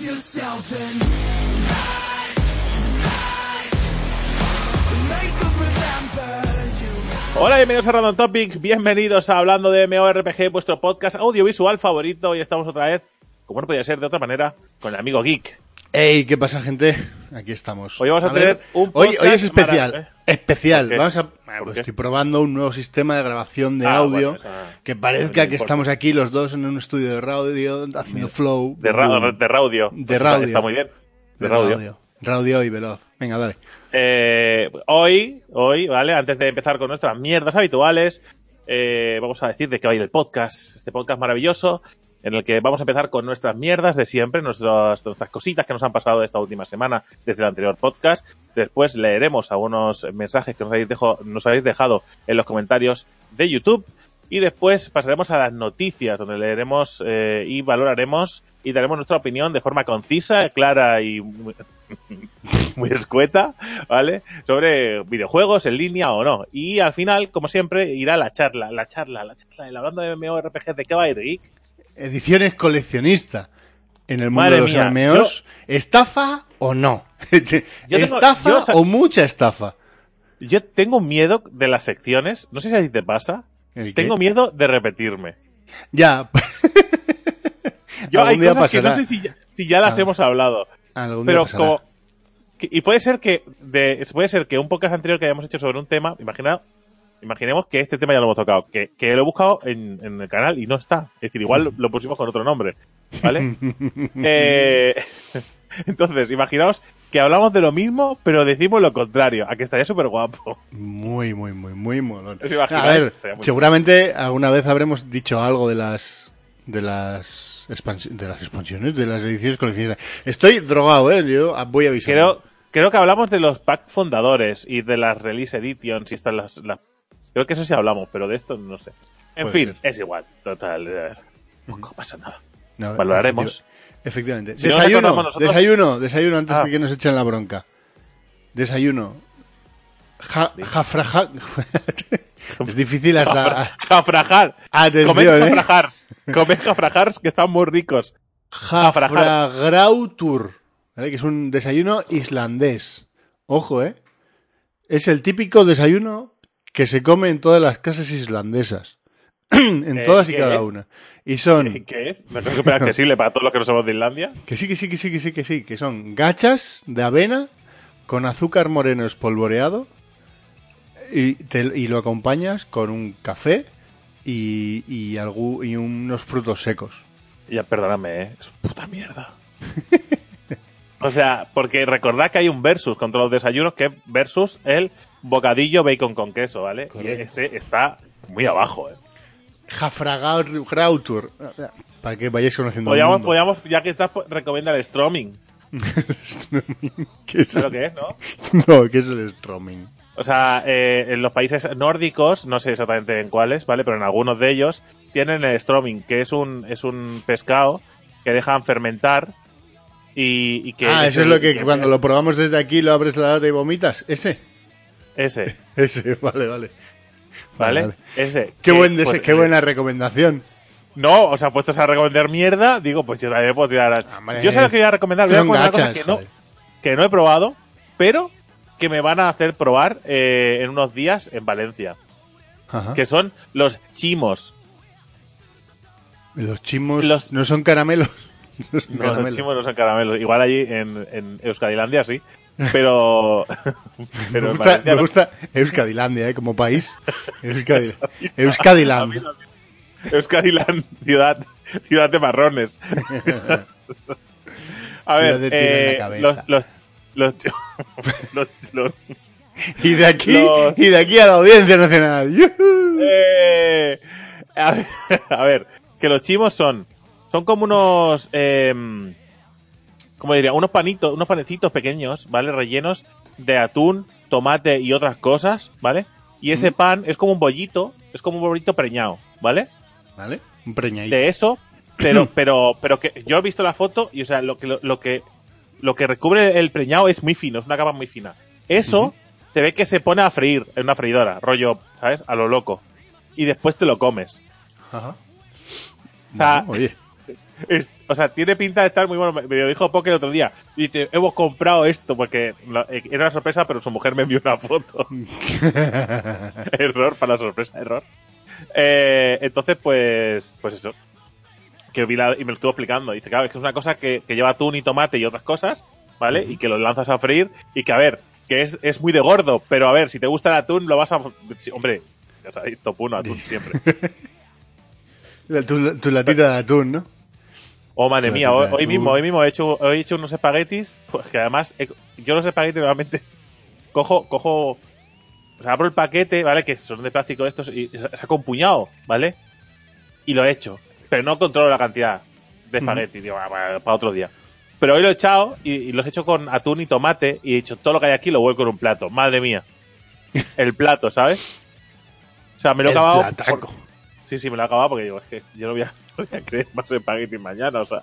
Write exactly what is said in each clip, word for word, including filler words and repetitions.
yourself and rise, rise, make them remember you. Hola, bienvenidos a Random Topic, bienvenidos a Hablando de MMORPG, vuestro podcast audiovisual favorito. Hoy estamos otra vez, como no podía ser de otra manera, con el amigo Geek. Hey, ¿qué pasa, gente? Aquí estamos. Hoy vamos a, a tener ver, un hoy, podcast hoy es especial, mara- ¿eh? especial. ¿Por Vamos a, ¿Por estoy qué? probando un nuevo sistema de grabación de Ah, audio bueno, esa- que parezca no que importa. estamos aquí los dos en un estudio de radio haciendo flow. De, ra- de Raudio. De Está- Raudio. Está muy bien. De, de Raudio. radio. Radio y veloz. Venga, dale. Eh, hoy, hoy, ¿vale? Antes de empezar con nuestras mierdas habituales, eh, vamos a decir de qué va a ir el podcast. Este podcast maravilloso en el que vamos a empezar con nuestras mierdas de siempre, nuestras, nuestras cositas que nos han pasado esta última semana desde el anterior podcast. Después leeremos algunos mensajes que nos habéis, dejo, nos habéis dejado en los comentarios de YouTube. Y después pasaremos a las noticias, donde leeremos eh, y valoraremos y daremos nuestra opinión de forma concisa, clara y muy, muy escueta, ¿vale? Sobre videojuegos en línea o no. Y al final, como siempre, irá la charla, la charla, la charla. El hablando de MMORPG, ¿de qué va a ir, Geek? Ediciones coleccionista. En el mundo Madre de los mía, M M Os, ¿estafa o no? Yo tengo- ¿Estafa yo, o sea- o mucha estafa? Yo tengo miedo de las secciones, no sé si a ti te pasa, ¿El qué? tengo miedo de repetirme. Ya. Yo Algún hay día cosas que no pasará. sé si ya, si ya las Ah. hemos hablado. Algún día Pero pasará. como que- y puede ser que de puede ser que un podcast anterior que hayamos hecho sobre un tema, imagina imaginemos que este tema ya lo hemos tocado, que, que lo he buscado en, en el canal y no está, es decir, igual lo, lo pusimos con otro nombre, ¿vale? eh, entonces, imaginaos que hablamos de lo mismo, pero decimos lo contrario, a que estaría súper guapo. Muy, muy, muy, muy molón. ¿Os imagináis? A ver, Estaría muy seguramente alguna vez habremos dicho algo de las de las expansi- de las expansiones, de las ediciones coleccionistas. Estoy drogado, eh, yo voy a avisar. Creo, creo que hablamos de los pack fundadores y de las release editions y estas las, las- creo que eso sí hablamos, pero de esto no sé. En Puede fin, ser. es igual, total, eh, no pasa nada. No, valoraremos. Efectivamente. Si no nos Desayuno, acordamos nosotros- desayuno, desayuno antes Ah. de que nos echen la bronca. Desayuno. Ja, jafra, ja- es difícil hasta. Jafrajar. Atención, Comed eh. jafrajars. Comed jafrajars que están muy ricos. Jafragrautur, ¿vale? Que es un desayuno islandés. Ojo, ¿eh? Es el típico desayuno que se come en todas las casas islandesas. en Eh, todas y ¿qué cada es? una. Y son... ¿Qué, qué es? No creo que sea accesible para todos los que no somos de Islandia. Que sí, que sí, que sí, que sí, que sí. Que son gachas de avena con azúcar moreno espolvoreado y, te- y lo acompañas con un café y, y, algú- y unos frutos secos. Ya, perdóname, ¿eh? Es puta mierda. O sea, porque recordad que hay un versus contra los desayunos que es versus el bocadillo bacon con queso, ¿vale? Correcto. Y este está muy abajo, ¿eh? Jafragrautur. Para que vayáis conociendo el Podríamos, mundo. podríamos, ya que estás, pues, recomienda el Stroming. ¿Qué es ¿Sabes el- lo que es, no? No, ¿qué es el Stroming? O sea, eh, en los países nórdicos, no sé exactamente en cuáles, ¿vale? Pero en algunos de ellos tienen el Stroming, que es un, es un pescado que dejan fermentar y, y que... Ah, eso es lo que, que cuando lo probamos desde aquí lo abres la lata y vomitas. Ese. Ese, Ese, vale, vale. ¿vale? Vale. Ese. Qué, que, buen dese- pues, qué buena recomendación. No, o sea, puestos a recomendar mierda, digo, pues yo también puedo tirar... a- Hombre, yo sé lo que voy a recomendar, voy a son recomendar una cosa gachas, que no, joder. que no he probado, pero que me van a hacer probar eh, en unos días en Valencia, Ajá. que son los chimos. Los chimos Los- no son caramelos. No son No, caramelos. los chimos no son caramelos. Igual allí en, en Euskadilandia sí. Pero. pero me en gusta, Valencia me no. gusta Euskadilandia, ¿eh? Como país. Euskadi, Euskadiland. Euskadiland, ciudad, ciudad de marrones. A Ciudad ver, de tiro en la eh, cabeza. los, los, los, los, los- Y de aquí, Los- y de aquí a la Audiencia Nacional. ¡Yujú! eh, a, ver, a ver, que los chimos son. Son como unos. Eh, ¿Cómo diría? Unos panitos, unos panecitos pequeños, ¿vale? Rellenos de atún, tomate y otras cosas, ¿vale? Y ese pan es como un bollito, es como un bollito preñado, ¿vale? ¿Vale? Un preñadito. De eso, pero, pero, pero que yo he visto la foto y, o sea, lo que, lo, lo que, lo que recubre el preñado es muy fino, es una capa muy fina. Eso, Ujú. te ve que se pone a freír en una freidora, rollo, ¿sabes? A lo loco. Y después te lo comes. Ajá. O sea, Bueno, oye, es- O sea, tiene pinta de estar muy bueno. Me me lo dijo Poké el otro día. Y dice, hemos comprado esto porque lo- eh, era una sorpresa, pero su mujer me envió una foto. Error para la sorpresa, error. Eh, entonces, pues, pues eso. Que vi la- y me lo estuvo explicando. Dice, claro, es que es una cosa que, que lleva atún y tomate y otras cosas, ¿vale? Y que lo lanzas a freír. Y que, a ver, que es, es muy de gordo, pero a ver, si te gusta el atún, lo vas a. Sí, hombre, ya sabéis, top uno, atún siempre. La- tu, tu latita de atún, ¿no? Oh, madre La mía, tita hoy, de hoy atún. mismo, hoy mismo he hecho, hoy he hecho unos espaguetis, pues que además, he- yo los espaguetis normalmente cojo, cojo, o sea, abro el paquete, ¿vale? Que son de plástico estos y sa- saco un puñado, ¿vale? Y lo he hecho, pero no controlo la cantidad de espaguetis, digo, ah, para, para otro día. Pero hoy lo he echado y, y los he hecho con atún y tomate y he dicho, todo lo que hay aquí lo vuelco en un plato, madre mía. El plato, ¿sabes? O sea, me lo he El acabado. plataco. por- Sí, sí, me lo he acabado porque digo, es que yo no voy a, no voy a creer más espaguetis mañana, o sea.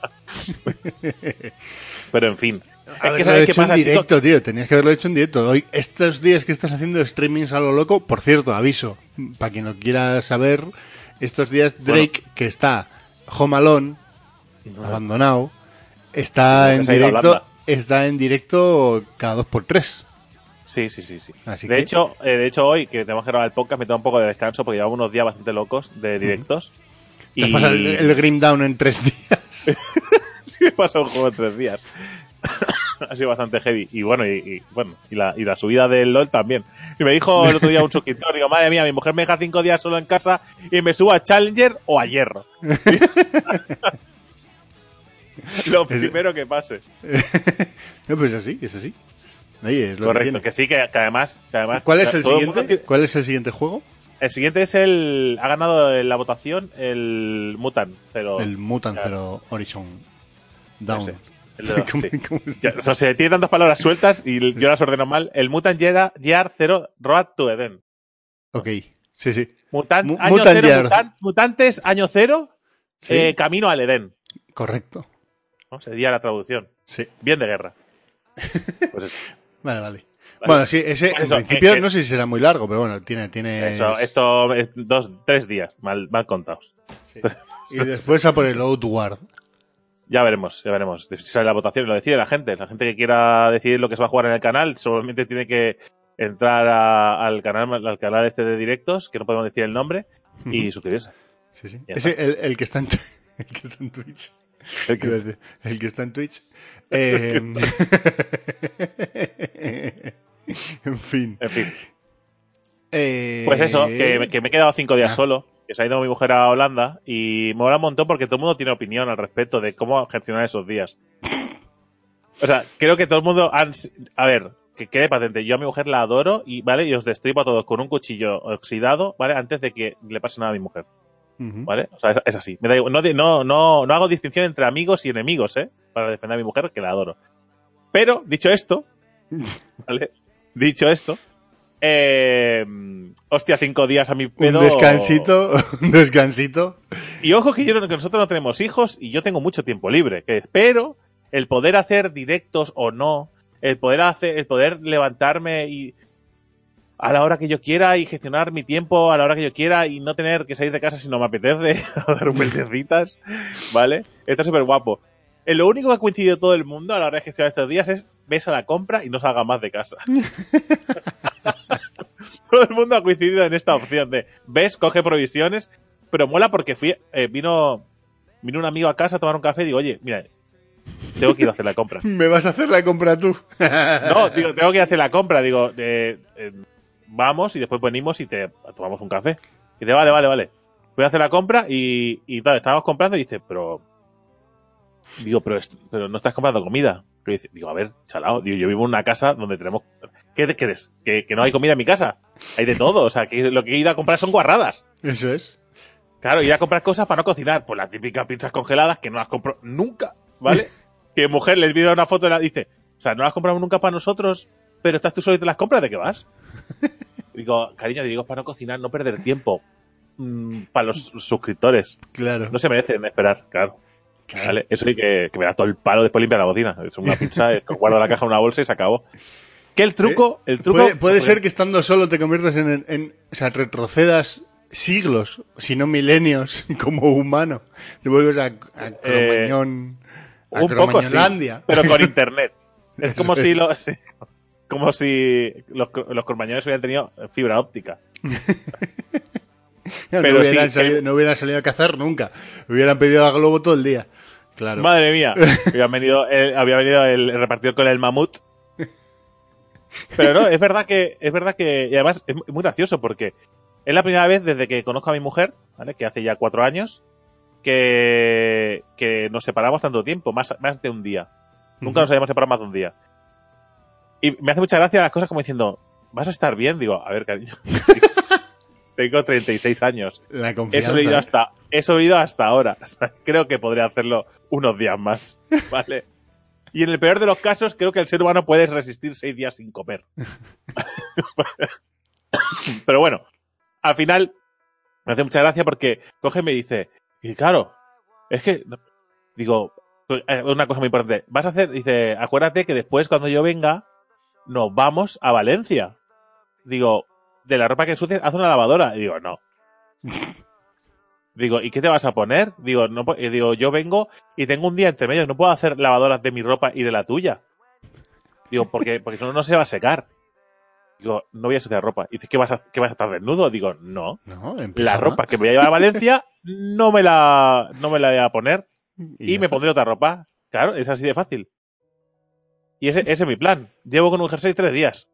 Pero en fin. Es que Haberlo sabéis qué hecho en pasa, chicos. directo, tío. Tenías que haberlo hecho en directo. Hoy, estos días que estás haciendo streamings a lo loco, por cierto, aviso, para quien lo quiera saber, estos días Drake, que está Home Alone, abandonado, está Como que en se ha ido a directo, Holanda. está en directo cada dos por tres. Sí, sí, sí, sí. Así de que- hecho, eh, de hecho hoy que tenemos que grabar el podcast me tomo un poco de descanso porque llevamos unos días bastante locos de directos. Te has Y pasado el, el Grim Down en tres días. sí me he pasado un juego en tres días. Ha sido bastante heavy. Y bueno, y, y, bueno, y la, y la subida del LOL también. Y me dijo el otro día un suscriptor, digo, madre mía, mi mujer me deja cinco días solo en casa y me subo a Challenger o a Hierro. Lo primero que pase. No, pues es así, es así. Ahí es lo que Correcto, tiene. que sí, que, que además, que además. ¿Cuál es el todo mundo siguiente? tiene- ¿Cuál es el siguiente juego? El siguiente es el. Ha ganado en la votación el Mutant Zero. El Mutant Claro. Zero Horizon Down. Ese, el de los- ¿Cómo- sí. cómo- Ya, o sea, tiene tantas palabras sueltas y yo las ordeno mal. El Mutant Year, Year Zero Road to Eden. Ok, sí, sí. Mutant, Mu- año Mutant cero, Year. mutant- mutantes, año cero, Sí. eh, camino al Edén. Correcto. ¿No? Sería la traducción. Sí. Bien de guerra. Pues eso. Vale, vale. Vale. Bueno, sí, ese Pues en eso, principio que- que- no sé si será muy largo, pero bueno, tiene, tiene. Eso, esto es dos, tres días, mal, mal contados. Y después a por el Outward. Ya veremos, ya veremos. Si sale la votación y lo decide la gente. La gente que quiera decidir lo que se va a jugar en el canal solamente tiene que entrar a- al canal al canal este de directos, que no podemos decir el nombre, y suscribirse. Sí, sí. Ya Ese, el, el que está en, el que está en Twitch. El que- Iba a decir, el que está en Twitch. Eh, en fin. En fin. Eh, Pues eso, que, me- que me he quedado cinco días Ah. solo, que se ha ido mi mujer a Holanda y me mola un montón porque todo el mundo tiene opinión al respecto de cómo gestionar esos días. O sea, creo que todo el mundo han... A ver, que quede patente, yo a mi mujer la adoro y, ¿vale? Y os destripo a todos con un cuchillo oxidado, ¿vale? Antes de que le pase nada a mi mujer, Ujú. ¿vale? O sea, es, es así. Me da igual. No, de- no, no, no hago distinción entre amigos y enemigos, ¿eh? Para defender a mi mujer, que la adoro. Pero, dicho esto, ¿vale? Dicho esto, eh, hostia, cinco días a mi pedo. Un descansito, un descansito. Y ojo que, yo, no- que nosotros no tenemos hijos y yo tengo mucho tiempo libre. Que, pero el poder hacer directos o no, el poder hacer, el poder levantarme y a la hora que yo quiera y gestionar mi tiempo a la hora que yo quiera y no tener que salir de casa si no me apetece a dar vueltecitas, ¿vale? Esto es súper guapo. Eh, Lo único que ha coincidido todo el mundo a la hora de gestionar estos días es ves a la compra y no salga más de casa. Todo el mundo ha coincidido en esta opción de ves, coge provisiones, pero mola porque fui, eh, vino, vino un amigo a casa a tomar un café y digo, oye, mira, tengo que ir a hacer la compra. Me vas a hacer la compra tú. No, digo, tengo que ir a hacer la compra, digo, eh, eh, vamos y después venimos y te tomamos un café. Y dice, vale, vale, vale. Voy a hacer la compra y, y tal, estábamos comprando y dice, pero... Digo, pero, est- pero no estás comprando comida. Pero dice, digo, a ver, chalao, digo, yo vivo en una casa donde tenemos... ¿Qué te crees? ¿Que, que no hay comida en mi casa? Hay de todo, o sea, que lo que he ido a comprar son guarradas. Eso es. Claro, ir a comprar cosas para no cocinar. Pues las típicas pizzas congeladas que no las compro nunca, ¿vale? Que mujer les vi una foto y la dice, o sea, no las compramos nunca para nosotros, pero estás tú solo y te las compras, ¿de qué vas? Digo, cariño, digo, es para no cocinar, no perder tiempo. Mm, para los suscriptores. Claro. No se merecen esperar, claro. Claro. ¿Vale? Eso sí que, que me da todo el palo después limpia la cocina. Es una pizza, eh, guardo la caja en una bolsa y se acabó. Que el truco, el truco... Puede, puede ser que estando solo te conviertas en, en- en- o sea, retrocedas siglos, si no milenios, como humano. Te vuelves a, a Cromañón, Eh, a un poco sí, Cromañolandia. pero con internet. Es como Eso si es. los, sí, como si los, los cromañones hubieran tenido fibra óptica. No, pero hubieran sí, salido, el- no hubieran salido a cazar nunca. Hubieran pedido a Globo todo el día. Claro. Madre mía, había venido, el, había venido el, el repartido con el mamut. Pero no, es verdad que, es verdad que, y además es muy gracioso porque es la primera vez desde que conozco a mi mujer, ¿vale? Que hace ya cuatro años, que, que nos separamos tanto tiempo, más, más de un día. Nunca Ujú. nos habíamos separado más de un día. Y me hace mucha gracia las cosas como diciendo, ¿vas a estar bien? Digo, a ver, cariño. Tengo treinta y seis años. La He confianza. sobrevivido ¿eh? hasta, he sobrevivido hasta ahora. Creo que podría hacerlo unos días más. ¿Vale? Y en el peor de los casos, creo que el ser humano puede resistir seis días sin comer. Pero bueno, al final me hace mucha gracia porque coge y me dice, y claro, es que, digo, eh, una cosa muy importante. Vas a hacer, dice, acuérdate que después cuando yo venga, nos vamos a Valencia. Digo, de la ropa que ensucias, haz una lavadora. Y digo, no. Digo, ¿y qué te vas a poner? Digo, no, pu- y digo, yo vengo y tengo un día entre medios, no puedo hacer lavadoras de mi ropa y de la tuya. Digo, porque, porque si no, no se va a secar. Digo, no voy a ensuciar ropa. Y dices, ¿qué vas a, qué vas a estar desnudo? Digo, no. No, en La pijama. ropa que me voy a llevar a Valencia no me la, no me la voy a poner y, ya me está. pondré otra ropa. Claro, es así de fácil. Y ese, ese es mi plan. Llevo con un jersey tres días.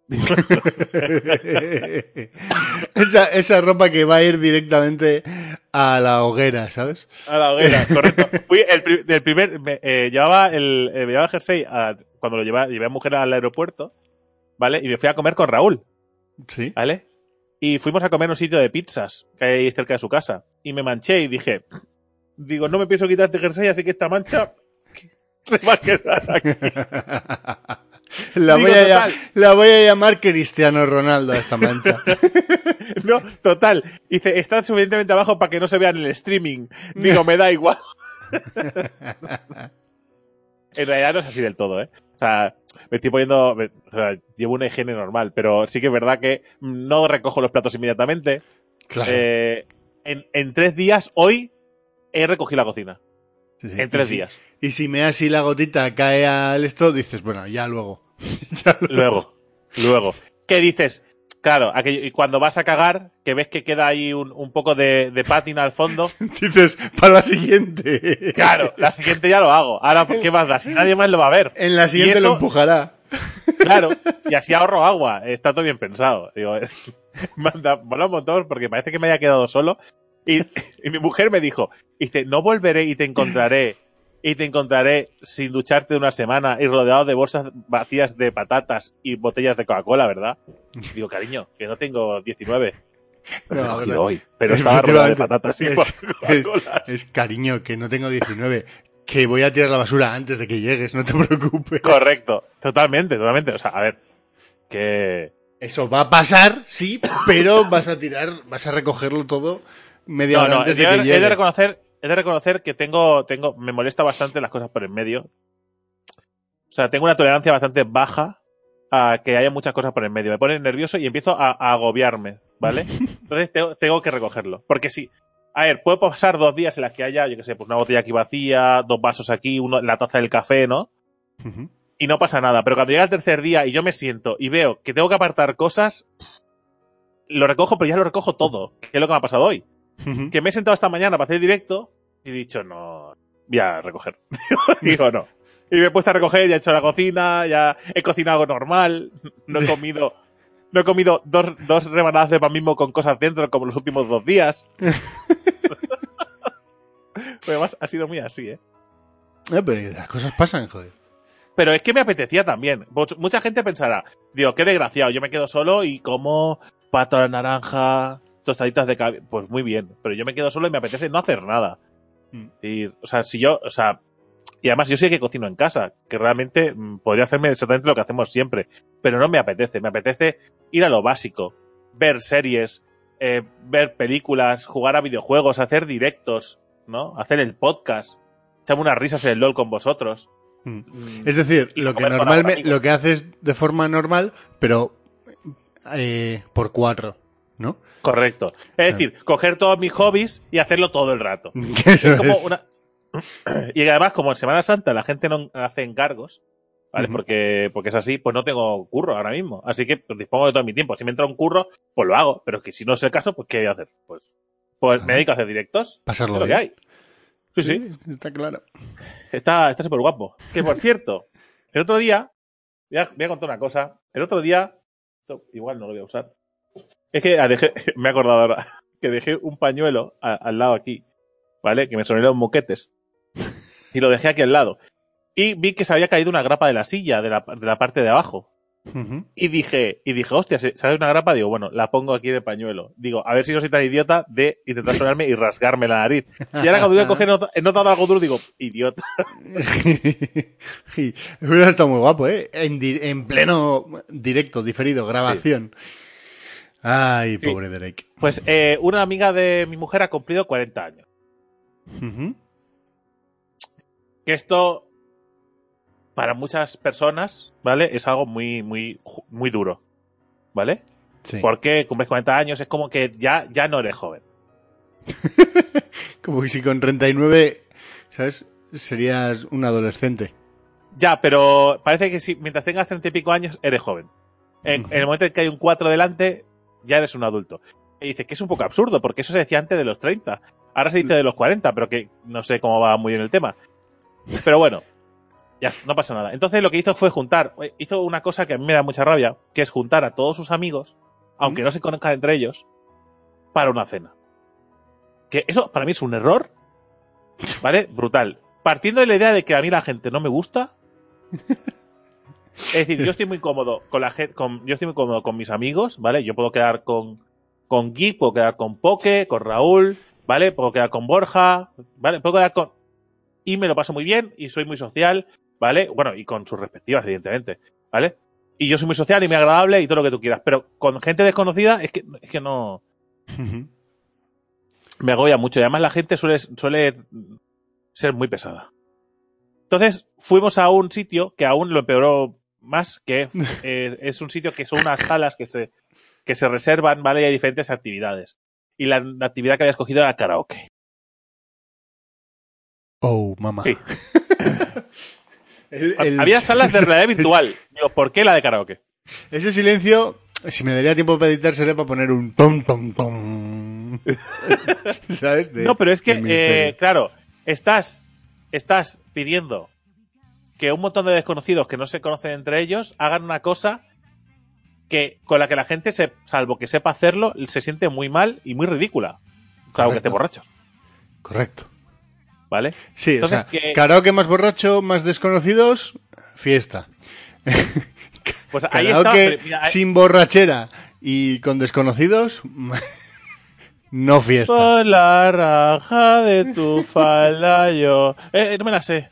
esa, esa ropa que va a ir directamente a la hoguera, ¿sabes? A la hoguera, correcto. Fui el, pri- del primer, me, eh, llevaba el, eh, me llevaba el jersey a- cuando lo llevaba, llevé a mujer al aeropuerto, ¿vale? Y me fui a comer con Raúl, Sí. ¿vale? Y fuimos a comer a un sitio de pizzas que hay cerca de su casa. Y me manché y dije, digo, no me pienso quitar este jersey, así que esta mancha se va a quedar aquí. La Digo, voy, a, total. llam- la voy a llamar Cristiano Ronaldo a esta mancha. No, total. Dice, está suficientemente abajo para que no se vea en el streaming. Digo, me da igual. En realidad no es así del todo, ¿eh? O sea, me estoy poniendo... me- o sea, llevo una higiene normal, pero sí que es verdad que no recojo los platos inmediatamente. Claro. Eh, en, en tres días, hoy, he recogido la cocina. Sí, sí. En tres Y si- días. Y si me así la gotita cae al esto, dices, bueno, ya luego. Ya Luego, luego. ¿Qué dices? Claro, aquello- y cuando vas a cagar, que ves que queda ahí un, un poco de, de pátina al fondo, Dices, para la siguiente. claro, la siguiente ya lo hago. Ahora, ¿qué más da? Si nadie más lo va a ver. En la Y siguiente eso- lo empujará. Claro, y así ahorro agua. Está todo bien pensado. Digo, es, manda, mola un montón porque parece que me haya quedado solo. Y, y mi mujer me dijo, dice, no volveré y te encontraré, y te encontraré sin ducharte una semana y rodeado de bolsas vacías de patatas y botellas de Coca-Cola, ¿verdad? Digo, cariño, que no tengo diecinueve. No, Lo he a ver, cogido hoy, pero estaba rodeado de efectivamente. patatas y Es, Coca-Colas. es- es cariño, que no tengo diecinueve. Que voy a tirar la basura antes de que llegues, no te preocupes. Correcto, totalmente, totalmente. O sea, a ver, que... Eso va a pasar, sí, pero vas a tirar, vas a recogerlo todo media No, hora no, antes he, de que he de llegue. reconocer, he de reconocer que tengo, tengo, me molesta bastante las cosas por en medio. O sea, tengo una tolerancia bastante baja a que haya muchas cosas por en medio. Me pone nervioso y empiezo a, a agobiarme, ¿vale? Entonces tengo, tengo que recogerlo. Porque sí, a ver, puedo pasar dos días en las que haya, yo qué sé, pues una botella aquí vacía, dos vasos aquí, uno, la taza del café, ¿no? Ujú. Y no pasa nada. Pero cuando llega el tercer día y yo me siento y veo que tengo que apartar cosas, lo recojo, pero ya lo recojo todo. Que es lo que me ha pasado hoy. Ujú. Que me he sentado esta mañana para hacer directo y he dicho, no, voy a recoger. Digo, no. Y me he puesto a recoger, ya he hecho la cocina, ya he cocinado normal, no he comido, no he comido dos, dos rebanadas de pan mismo con cosas dentro como los últimos dos días. Pero además ha sido muy así, ¿eh? Eh, pero las cosas pasan, joder. Pero es que me apetecía también. Much- Mucha gente pensará, digo, qué desgraciado, yo me quedo solo y como pata de naranja, tostaditas de cabello. Pues muy bien, pero yo me quedo solo y me apetece no hacer nada. Mm. Y, o sea, si yo, o sea, y además yo sé que cocino en casa, que realmente mm, podría hacerme exactamente lo que hacemos siempre, pero no me apetece, me apetece ir a lo básico, ver series, eh, ver películas, jugar a videojuegos, hacer directos, ¿no? Hacer el podcast, echarme unas risas en el LOL con vosotros. Mm. Mm, Es decir, y lo que comer con normalmente, amigos. lo que haces de forma normal, pero eh, por cuatro. ¿no? Correcto. Es decir, coger todos mis hobbies y hacerlo todo el rato. Eso Es como es. una... Y además, como en Semana Santa la gente no hace encargos, ¿vale? Ujú. Porque, porque es así, pues no tengo curro ahora mismo. Así que pues, dispongo de todo mi tiempo. Si me entra un curro, pues lo hago. Pero que si no es el caso, pues ¿qué voy a hacer? Pues, pues me dedico a hacer directos. Pasarlo Es lo que bien. hay. Sí, sí. Sí, está claro. Está está súper guapo. Que por cierto, el otro día, voy a, voy a contar una cosa. El otro día, esto igual no lo voy a usar. Es que ah, dejé, me he acordado ahora que dejé un pañuelo a- al lado aquí, ¿vale? Que me sonaron los moquetes. Y lo dejé aquí al lado. Y vi que se había caído una grapa de la silla, de la, de la parte de abajo. Ujú. Y dije, y dije, hostia, ¿se- ¿sale una grapa? Digo, bueno, la pongo aquí de pañuelo. Digo, a ver si no soy tan idiota de intentar sonarme y rasgarme la nariz. Y ahora cuando voy a coger, he not- he notado algo duro, digo, idiota. Sí, hubiera estado muy guapo, ¿eh? En, di- en pleno directo, diferido, grabación. Ay, Sí. pobre Drake. Pues eh, una amiga de mi mujer ha cumplido cuarenta años. Ujú. Que esto, para muchas personas, ¿vale? Es algo muy, muy, ju- muy duro. ¿Vale? Sí. Porque cumples cuarenta años, es como que ya, ya no eres joven. Como que si con treinta y nueve, ¿sabes? Serías un adolescente. Ya, pero parece que si mientras tengas treinta y pico años, eres joven. En, Ujú. en el momento en que hay un cuatro delante, ya eres un adulto. Y dice que es un poco absurdo, porque eso se decía antes de los treinta. Ahora se dice de los cuarenta, pero que no sé cómo va muy bien el tema. Pero bueno, ya, no pasa nada. Entonces lo que hizo fue juntar, hizo una cosa que a mí me da mucha rabia, que es juntar a todos sus amigos, aunque no se conozcan entre ellos, para una cena. Que eso para mí es un error, ¿vale? Brutal. Partiendo de la idea de que a mí la gente no me gusta. Es decir, yo estoy muy cómodo con la gente, con, yo estoy muy cómodo con mis amigos, ¿vale? Yo puedo quedar con, con Guy, puedo quedar con Poke, con Raúl, ¿vale? Puedo quedar con Borja, ¿vale? Puedo quedar con... Y me lo paso muy bien y soy muy social, ¿vale? Bueno, y con sus respectivas, evidentemente, ¿vale? Y yo soy muy social y muy agradable y todo lo que tú quieras. Pero con gente desconocida es que, es que no... Ujú. Me agobia mucho. Y además la gente suele, suele ser muy pesada. Entonces fuimos a un sitio que aún lo empeoró más, que eh, es un sitio que son unas salas que se, que se reservan, ¿vale? Y hay diferentes actividades. Y la, la actividad que había escogido era karaoke. Oh, mamá. Sí. El- el- Había salas de realidad virtual. Digo, ¿por qué la de karaoke? Ese silencio, si me daría tiempo para editar, sería para poner un tom, tom, tom. ¿Sabes? De- No, pero es que, de misterio. eh, claro, estás, estás pidiendo que un montón de desconocidos que no se conocen entre ellos hagan una cosa que con la que la gente, se, salvo que sepa hacerlo, se siente muy mal y muy ridícula. Salvo que esté Correcto. borrachos, Correcto. ¿vale? Sí, Entonces, o sea, que- karaoke más borracho, más desconocidos, fiesta. Pues ahí está. Karaoke pero mira, ahí- sin borrachera y con desconocidos, no fiesta. Por la raja de tu falda yo... Eh, eh, no me la sé.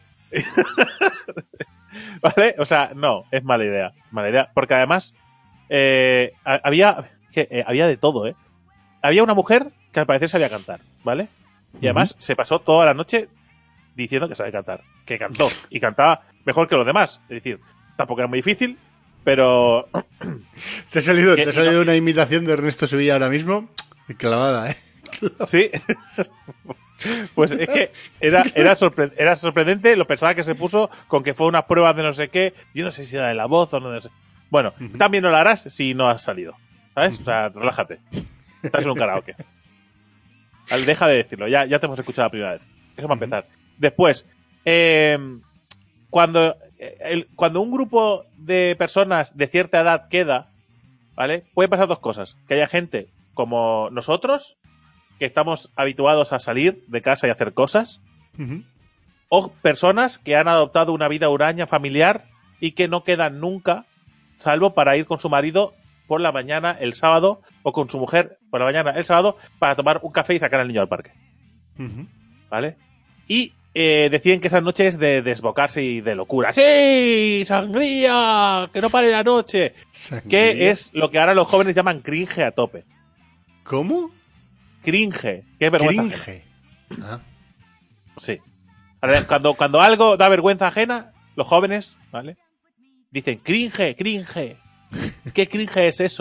¿Vale? O sea, no, es mala idea. Mala idea. Porque además, eh, ha- había, que, eh, había de todo, ¿eh? Había una mujer que al parecer sabía cantar, ¿vale? Y además se pasó toda la noche diciendo que sabe cantar. Que cantó. Y cantaba mejor que los demás. Es decir, tampoco era muy difícil, pero... Te ha salido, Que- te ha salido una imitación de Ernesto Sevilla ahora mismo. Clavada, ¿eh? Sí. Pues es que era, era, sorpre- era sorprendente lo pesada que se puso con que fue una prueba de no sé qué. Yo no sé si era de la voz o no de no sé. Bueno, también no lo harás si no has salido. ¿Sabes? O sea, relájate. Estás en un karaoke. Al- Deja de decirlo. Ya, ya te hemos escuchado la primera vez. Eso para empezar. Después, eh, cuando, eh, el- cuando un grupo de personas de cierta edad queda, ¿vale? Pueden pasar dos cosas. Que haya gente como nosotros, que estamos habituados a salir de casa y hacer cosas, Ujú. o personas que han adoptado una vida huraña familiar y que no quedan nunca, salvo para ir con su marido por la mañana el sábado, o con su mujer por la mañana el sábado, para tomar un café y sacar al niño al parque. Ujú. ¿Vale? Y eh, deciden que esa noche es de desbocarse y de locura. ¡Sí! ¡Sangría! ¡Que no pare la noche! Sangría. Que es lo que ahora los jóvenes llaman cringe a tope. ¿Cómo? Cringe. Qué vergüenza ajena. Cringe. Ah. Sí. Ahora, cuando, cuando algo da vergüenza ajena, los jóvenes, ¿vale? Dicen, cringe, cringe. ¿Qué cringe es eso?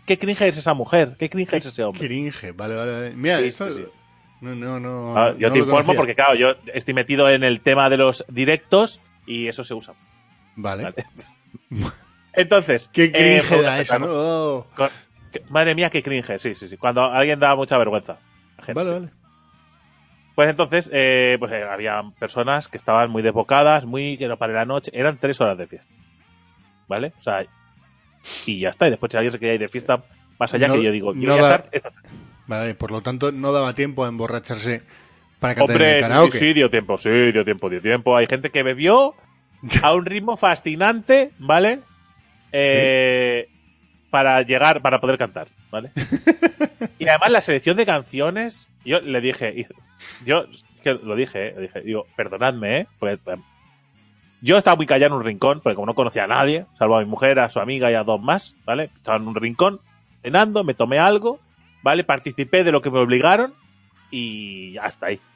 qué cringe es esa mujer, qué cringe es ese hombre. Cringe, vale, vale, vale. Mira, Sí, esto... sí, sí. No, no, no. Ah, yo no te lo informo conocía. porque, claro, yo estoy metido en el tema de los directos y eso se usa. Vale. ¿Vale? Entonces. Qué cringe eh, da eso, ¿no? Oh. con- que- madre mía, qué cringe, sí, sí, sí. Cuando alguien da mucha vergüenza. La gente, Vale, sí. vale. Pues entonces, eh, pues eh, había personas que estaban muy desbocadas, muy que no para la noche. Eran tres horas de fiesta. ¿Vale? O sea, y ya está. Y después si alguien se quería ir de fiesta más allá No- que yo digo, yo no voy a da- estar esta tarde. Vale, por lo tanto, no daba tiempo a emborracharse para cantar en Hombre, el sí, karaoke. sí, sí, dio tiempo, sí, dio tiempo, dio tiempo. Hay gente que bebió a un ritmo fascinante, ¿vale? Eh, Para llegar, para poder cantar, ¿vale? Y además la selección de canciones, yo le dije, y- yo que lo dije, ¿eh? Le dije, digo, perdonadme, ¿eh? Pues, eh, yo estaba muy callado en un rincón, porque como no conocía a nadie, salvo a mi mujer, a su amiga y a dos más, ¿vale? Estaba en un rincón, cenando, me tomé algo, ¿vale? Participé de lo que me obligaron y ya está ahí.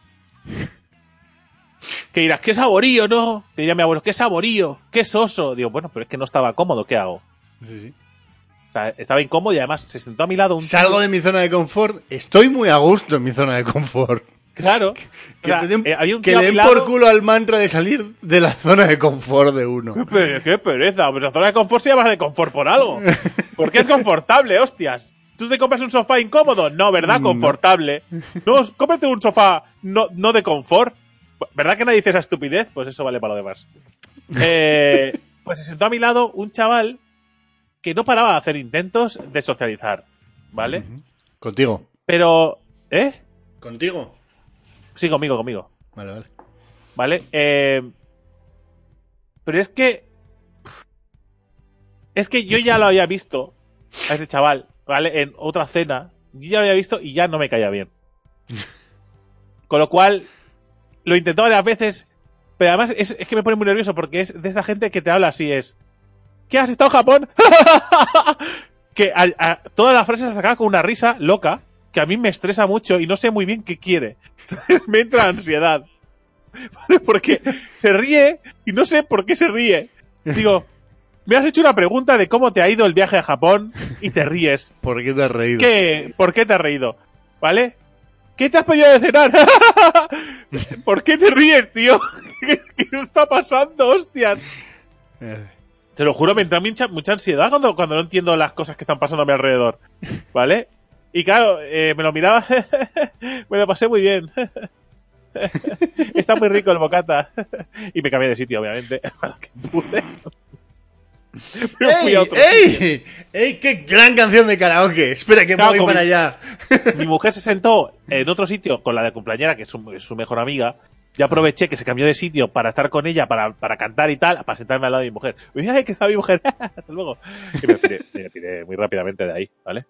Que dirás, qué saborío, ¿no? Que diría mi abuelo, qué saborío, qué soso. Digo, bueno, pero es que no estaba cómodo, ¿qué hago? Sí, sí. O sea, estaba incómodo y además se sentó a mi lado un Salgo tío- de mi zona de confort. Estoy muy a gusto en mi zona de confort. Claro. O Que, sea, te den- eh, había un que tío a le mi den por lado- culo al mantra de salir de la zona de confort de uno. Qué, pe- qué pereza, pero la zona de confort se llama de confort por algo. Porque es confortable, hostias. ¿Tú te compras un sofá incómodo? No, ¿verdad? No. Confortable. No, cómprate un sofá no, no de confort. ¿Verdad que nadie dice esa estupidez? Pues eso vale para lo demás. Eh, pues se sentó a mi lado un chaval que no paraba de hacer intentos de socializar, ¿vale? Ujú. Contigo. Pero, ¿eh? ¿Contigo? Sí, conmigo, conmigo. Vale, vale. ¿Vale? Eh, pero es que. Es que yo ya lo había visto a ese chaval, ¿vale? En otra cena. Yo ya lo había visto y ya no me caía bien. Con lo cual, lo intentó varias veces. Pero además es, es que me pone muy nervioso porque es de esta gente que te habla así: es. ¿Qué has estado en Japón? Que a, a, todas las frases las acaba con una risa loca que a mí me estresa mucho y no sé muy bien qué quiere. Me entra ansiedad. ¿Vale? Porque se ríe y no sé por qué se ríe. Digo, me has hecho una pregunta de cómo te ha ido el viaje a Japón y te ríes. ¿Por qué te has reído? ¿Qué? ¿Por qué te has reído? ¿Vale? ¿Qué te has pedido de cenar? ¿Por qué te ríes, tío? ¿Qué, qué está pasando, hostias? Eh, Te lo juro, me entra mucha, mucha ansiedad cuando, cuando no entiendo las cosas que están pasando a mi alrededor. ¿Vale? Y claro, eh, me lo miraba. Me lo pasé muy bien. Está muy rico el bocata. Y me cambié de sitio, obviamente. Para que pude. Pero fui ¡Ey! a otro sitio. ¡Ey! ¡Ey! ¡Qué gran canción de karaoke! Espera, que Claro, voy como para mi- allá. Mi mujer se sentó en otro sitio con la de cumpleañera, que es su, es su mejor amiga. Yo aproveché que se cambió de sitio para estar con ella, para, para cantar y tal, para sentarme al lado de mi mujer. Y dije, ¡ay, que está mi mujer! Hasta luego. Y me piré, me piré muy rápidamente de ahí, ¿vale?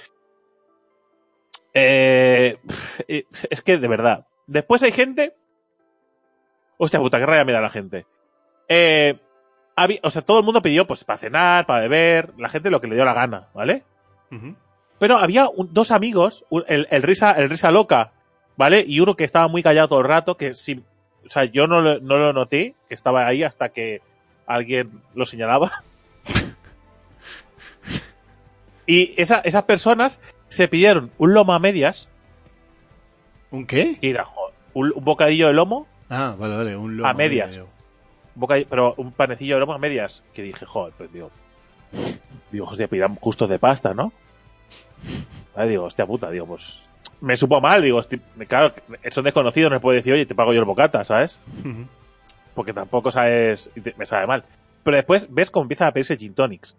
Eh, es que, de verdad. Después hay gente... Hostia puta, qué raya me da la gente. Eh, había- o sea, todo el mundo pidió, pues, para cenar, para beber, la gente lo que le dio la gana, ¿vale? Ujú. Pero había un- dos amigos, un- el, el risa, el risa loca, ¿vale? Y uno que estaba muy callado todo el rato, que sí, o sea, yo no lo, no lo noté, que estaba ahí hasta que alguien lo señalaba. Y esa- esas personas se pidieron un lomo a medias, ¿Un qué? y era, joder, un, un bocadillo de lomo, Ah, vale, vale. Un lomo A medias. medio. un bocadillo- pero un panecillo de lomo a medias, que dije, joder, pues digo, digo, hostia, pidan justos de pasta, ¿no? Vale, digo, hostia puta, digo, pues me supo mal, digo, hosti- claro, son desconocidos, no me puede decir, oye, te pago yo el bocata, ¿sabes? Ujú. Porque tampoco sabes, y te- me sabe mal. Pero después ves cómo empiezan a pedirse gin tonics.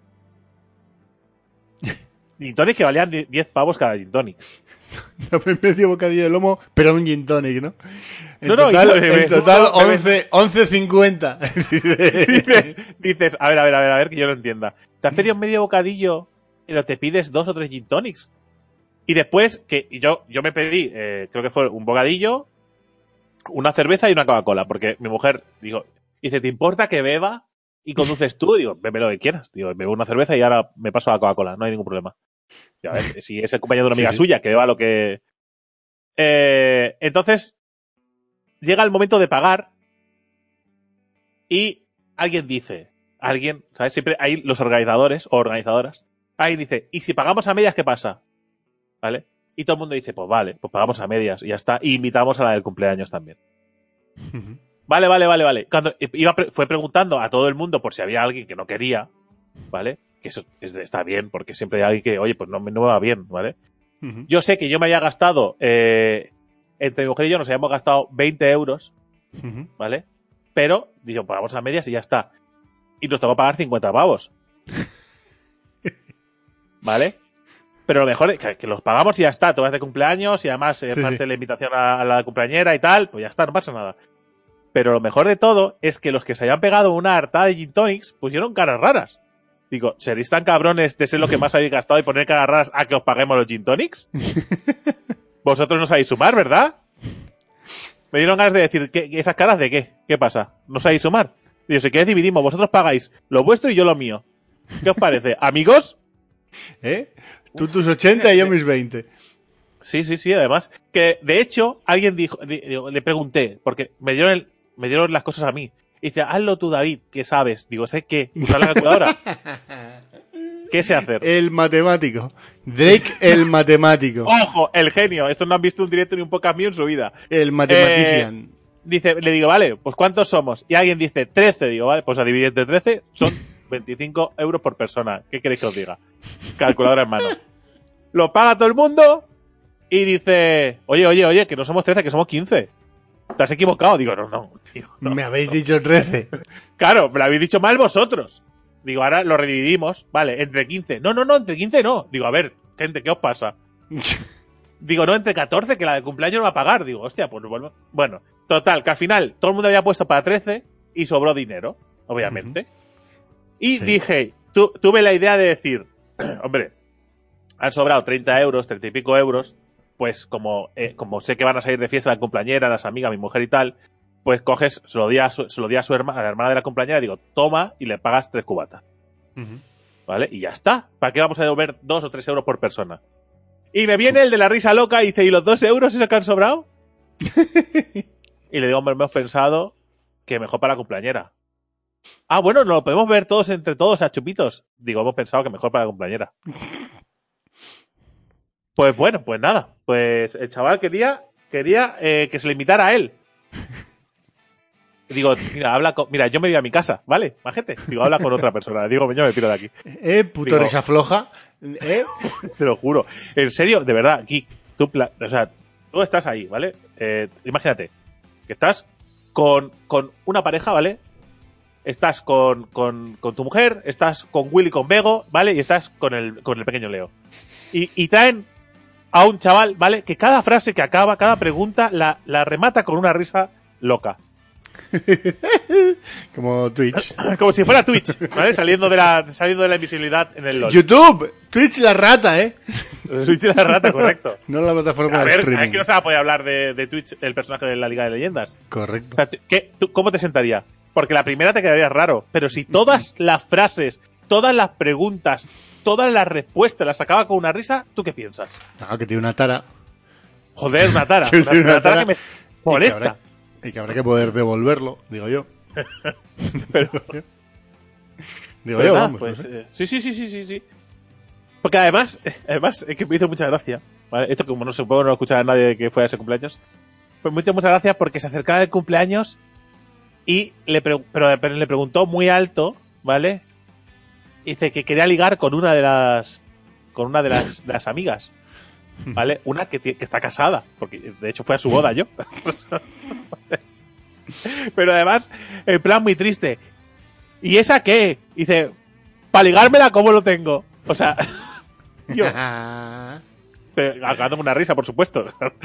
Gin tonics que valían die- diez pavos cada gin tonic. Dame medio bocadillo de lomo, pero un gin tonic, ¿no? En No, no, total, y- en total no, no, once, once cincuenta. dices, dices, a ver, a ver, a ver, a ver, que yo lo entienda. Te has pedido medio bocadillo, pero te pides dos o tres gin tonics. Y después, que y yo, yo me pedí, eh, creo que fue un bocadillo, una cerveza y una Coca-Cola, porque mi mujer, digo, dice, ¿te importa que beba y conduces tú? Digo, bebe lo que quieras. Digo, bebo una cerveza y ahora me paso a la Coca-Cola, no hay ningún problema. Y a ver, si es el compañero de una Sí, amiga sí. suya, que beba lo que... Eh, entonces, llega el momento de pagar y alguien dice, alguien, ¿sabes? Siempre hay los organizadores o organizadoras Ahí dice, ¿y si pagamos a medias qué pasa? ¿Vale? Y todo el mundo dice, pues vale, pues pagamos a medias y ya está. Y invitamos a la del cumpleaños también. Ujú. Vale, vale, vale, vale. Cuando iba, fue preguntando a todo el mundo por si había alguien que no quería, ¿vale? Que eso es- está bien, porque siempre hay alguien que, oye, pues no, me- no me va bien, ¿vale? Ujú. Yo sé que yo me había gastado, eh, entre mi mujer y yo nos habíamos gastado veinte euros, Ujú. ¿vale? Pero, digo, pagamos a medias y ya está. Y nos tocó pagar cincuenta pavos. ¿Vale? Pero lo mejor es que, que los pagamos y ya está. Tú vas de cumpleaños y además es Sí, parte sí. de la invitación a, a la cumpleañera y tal, pues ya está, no pasa nada. Pero lo mejor de todo es que los que se habían pegado una hartada de gin tonics pusieron caras raras. Digo, ¿seréis tan cabrones de ser lo que más habéis gastado y poner caras raras a que os paguemos los gin tonics? Vosotros no sabéis sumar, ¿verdad? Me dieron ganas de decir, ¿qué, ¿esas caras de qué? ¿Qué pasa? ¿No sabéis sumar? Digo, si queréis dividimos, vosotros pagáis lo vuestro y yo lo mío. ¿Qué os parece? ¿Amigos? ¿Eh? Tú tus ochenta y yo mis veinte. Sí, sí, sí, además. Que, de hecho, alguien dijo, di- digo, le pregunté, porque me dieron, el- me dieron las cosas a mí. Y dice, hazlo tú, David, ¿qué sabes? Digo, ¿sé qué? ¿Usar la calculadora? ¿Qué sé hacer? El matemático. Drake el matemático. ¡Ojo! El genio. Estos no han visto un directo ni un podcast mío en su vida. El matematician. Dice, le digo, vale, pues ¿cuántos somos? Y alguien dice, trece. Digo, vale, pues a dividir entre trece son veinticinco euros por persona. ¿Qué queréis que os diga? Calculadora en mano. Lo paga todo el mundo y dice, oye, oye, oye, que no somos trece, que somos quince. ¿Te has equivocado? Digo, no, no. Tío, no. Me habéis dicho trece. Claro, me lo habéis dicho mal vosotros. Digo, ahora lo redividimos, vale, entre quince. No, no, no, entre quince no. Digo, a ver, gente, ¿qué os pasa? Digo, no, entre catorce, que la de cumpleaños no va a pagar. Digo, hostia, pues vuelvo. Bueno, total, que al final todo el mundo había puesto para trece y sobró dinero, obviamente. Y Sí. dije, tu, tuve la idea de decir, hombre, han sobrado treinta euros, treinta y pico euros, pues como, eh, como sé que van a salir de fiesta la cumpleañera, las amigas, mi mujer y tal, pues coges, se lo di a su, se lo di a su hermana, a la hermana de la cumpleañera, digo, toma y le pagas tres cubatas. Ujú. ¿Vale? Y ya está. ¿Para qué vamos a devolver dos o tres euros por persona? Y me viene el de la risa loca y dice, ¿y los dos euros esos que han sobrado? Y le digo, hombre, hemos pensado que mejor para la cumpleañera. Ah, bueno, nos lo podemos ver todos entre todos a chupitos. Digo, hemos pensado que mejor para la cumpleañera. Pues bueno, pues nada. Pues el chaval quería, quería eh, que se le invitara a él. Digo, mira, habla con, mira, yo me voy a mi casa, ¿vale? Majete. Digo, habla con otra persona. Digo, yo me piro de aquí. Eh, puto Digo- risa floja. Eh. Te lo juro. En serio, de verdad, Geek, tú, pla- o sea, tú estás ahí, ¿vale? Eh, imagínate que estás con, con una pareja, ¿vale? Estás con, con, con tu mujer, estás con Willy, con Bego, ¿vale? Y estás con el, con el pequeño Leo. Y, y traen a un chaval, ¿vale? Que cada frase que acaba, cada pregunta, la, la remata con una risa loca. Como Twitch. Como si fuera Twitch, ¿vale? Saliendo de la, saliendo de la invisibilidad en el LoL. YouTube. Twitch la rata, ¿eh? Twitch de la rata, correcto. No la plataforma A de ver, streaming. aquí no se va a poder hablar de, de Twitch, el personaje de la Liga de Leyendas. O Correcto. sea, ¿qué, tú, ¿cómo te sentaría? Porque la primera te quedaría raro, pero si todas las frases, todas las preguntas, todas las respuestas las sacaba con una risa, ¿tú qué piensas? No, que tiene una tara. Joder, una tara. Que Una, tiene una una tara tara que me Y que molesta. habrá- Y que habrá que poder devolverlo, digo yo. Pero, Digo pues yo, nada, vamos. pues, no sé. eh, sí, sí, sí, sí, sí, sí. Porque además, eh, además, es que me hizo mucha gracia. ¿Vale? Esto como no supongo no lo escuchaba a nadie que fuera a ese cumpleaños. Pues muchas, muchas gracias porque se acercaba el cumpleaños y le, pre- pero, pero le preguntó muy alto, ¿vale? Dice que quería ligar con una de las con una de las, de las amigas, ¿vale? Una que, ti- que está casada, porque de hecho fue a su boda yo. Pero además, en plan muy triste. ¿Y esa qué? Dice, para ligármela, ¿cómo lo tengo? O sea, yo, pero, hagándome una risa, por supuesto.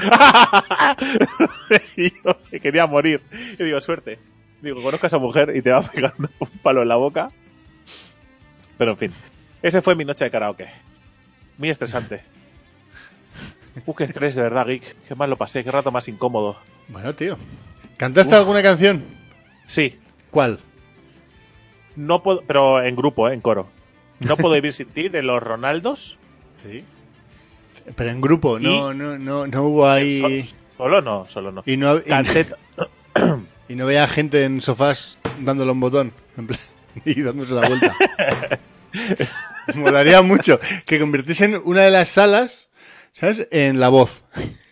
Y yo me quería morir. Y digo, suerte. Digo, conozco a esa mujer y te va a pegar un palo en la boca. Pero en fin, ese fue mi noche de karaoke. Muy estresante. Uh, qué estrés, de verdad, Geek. Qué mal lo pasé, qué rato más incómodo. Bueno, tío. ¿Cantaste alguna canción? Sí, ¿Cuál? no puedo, pero en grupo, ¿eh? En coro. No puedo vivir sin ti, de los Ronaldos. Sí. Pero en grupo, no, Y- no, no, no hubo ahí. So- solo no, solo no. Y no, y, Canté, y no veía gente en sofás dándole un botón en plan, y dándose la vuelta. Molaría mucho que convirtiesen una de las salas, ¿sabes? En la voz.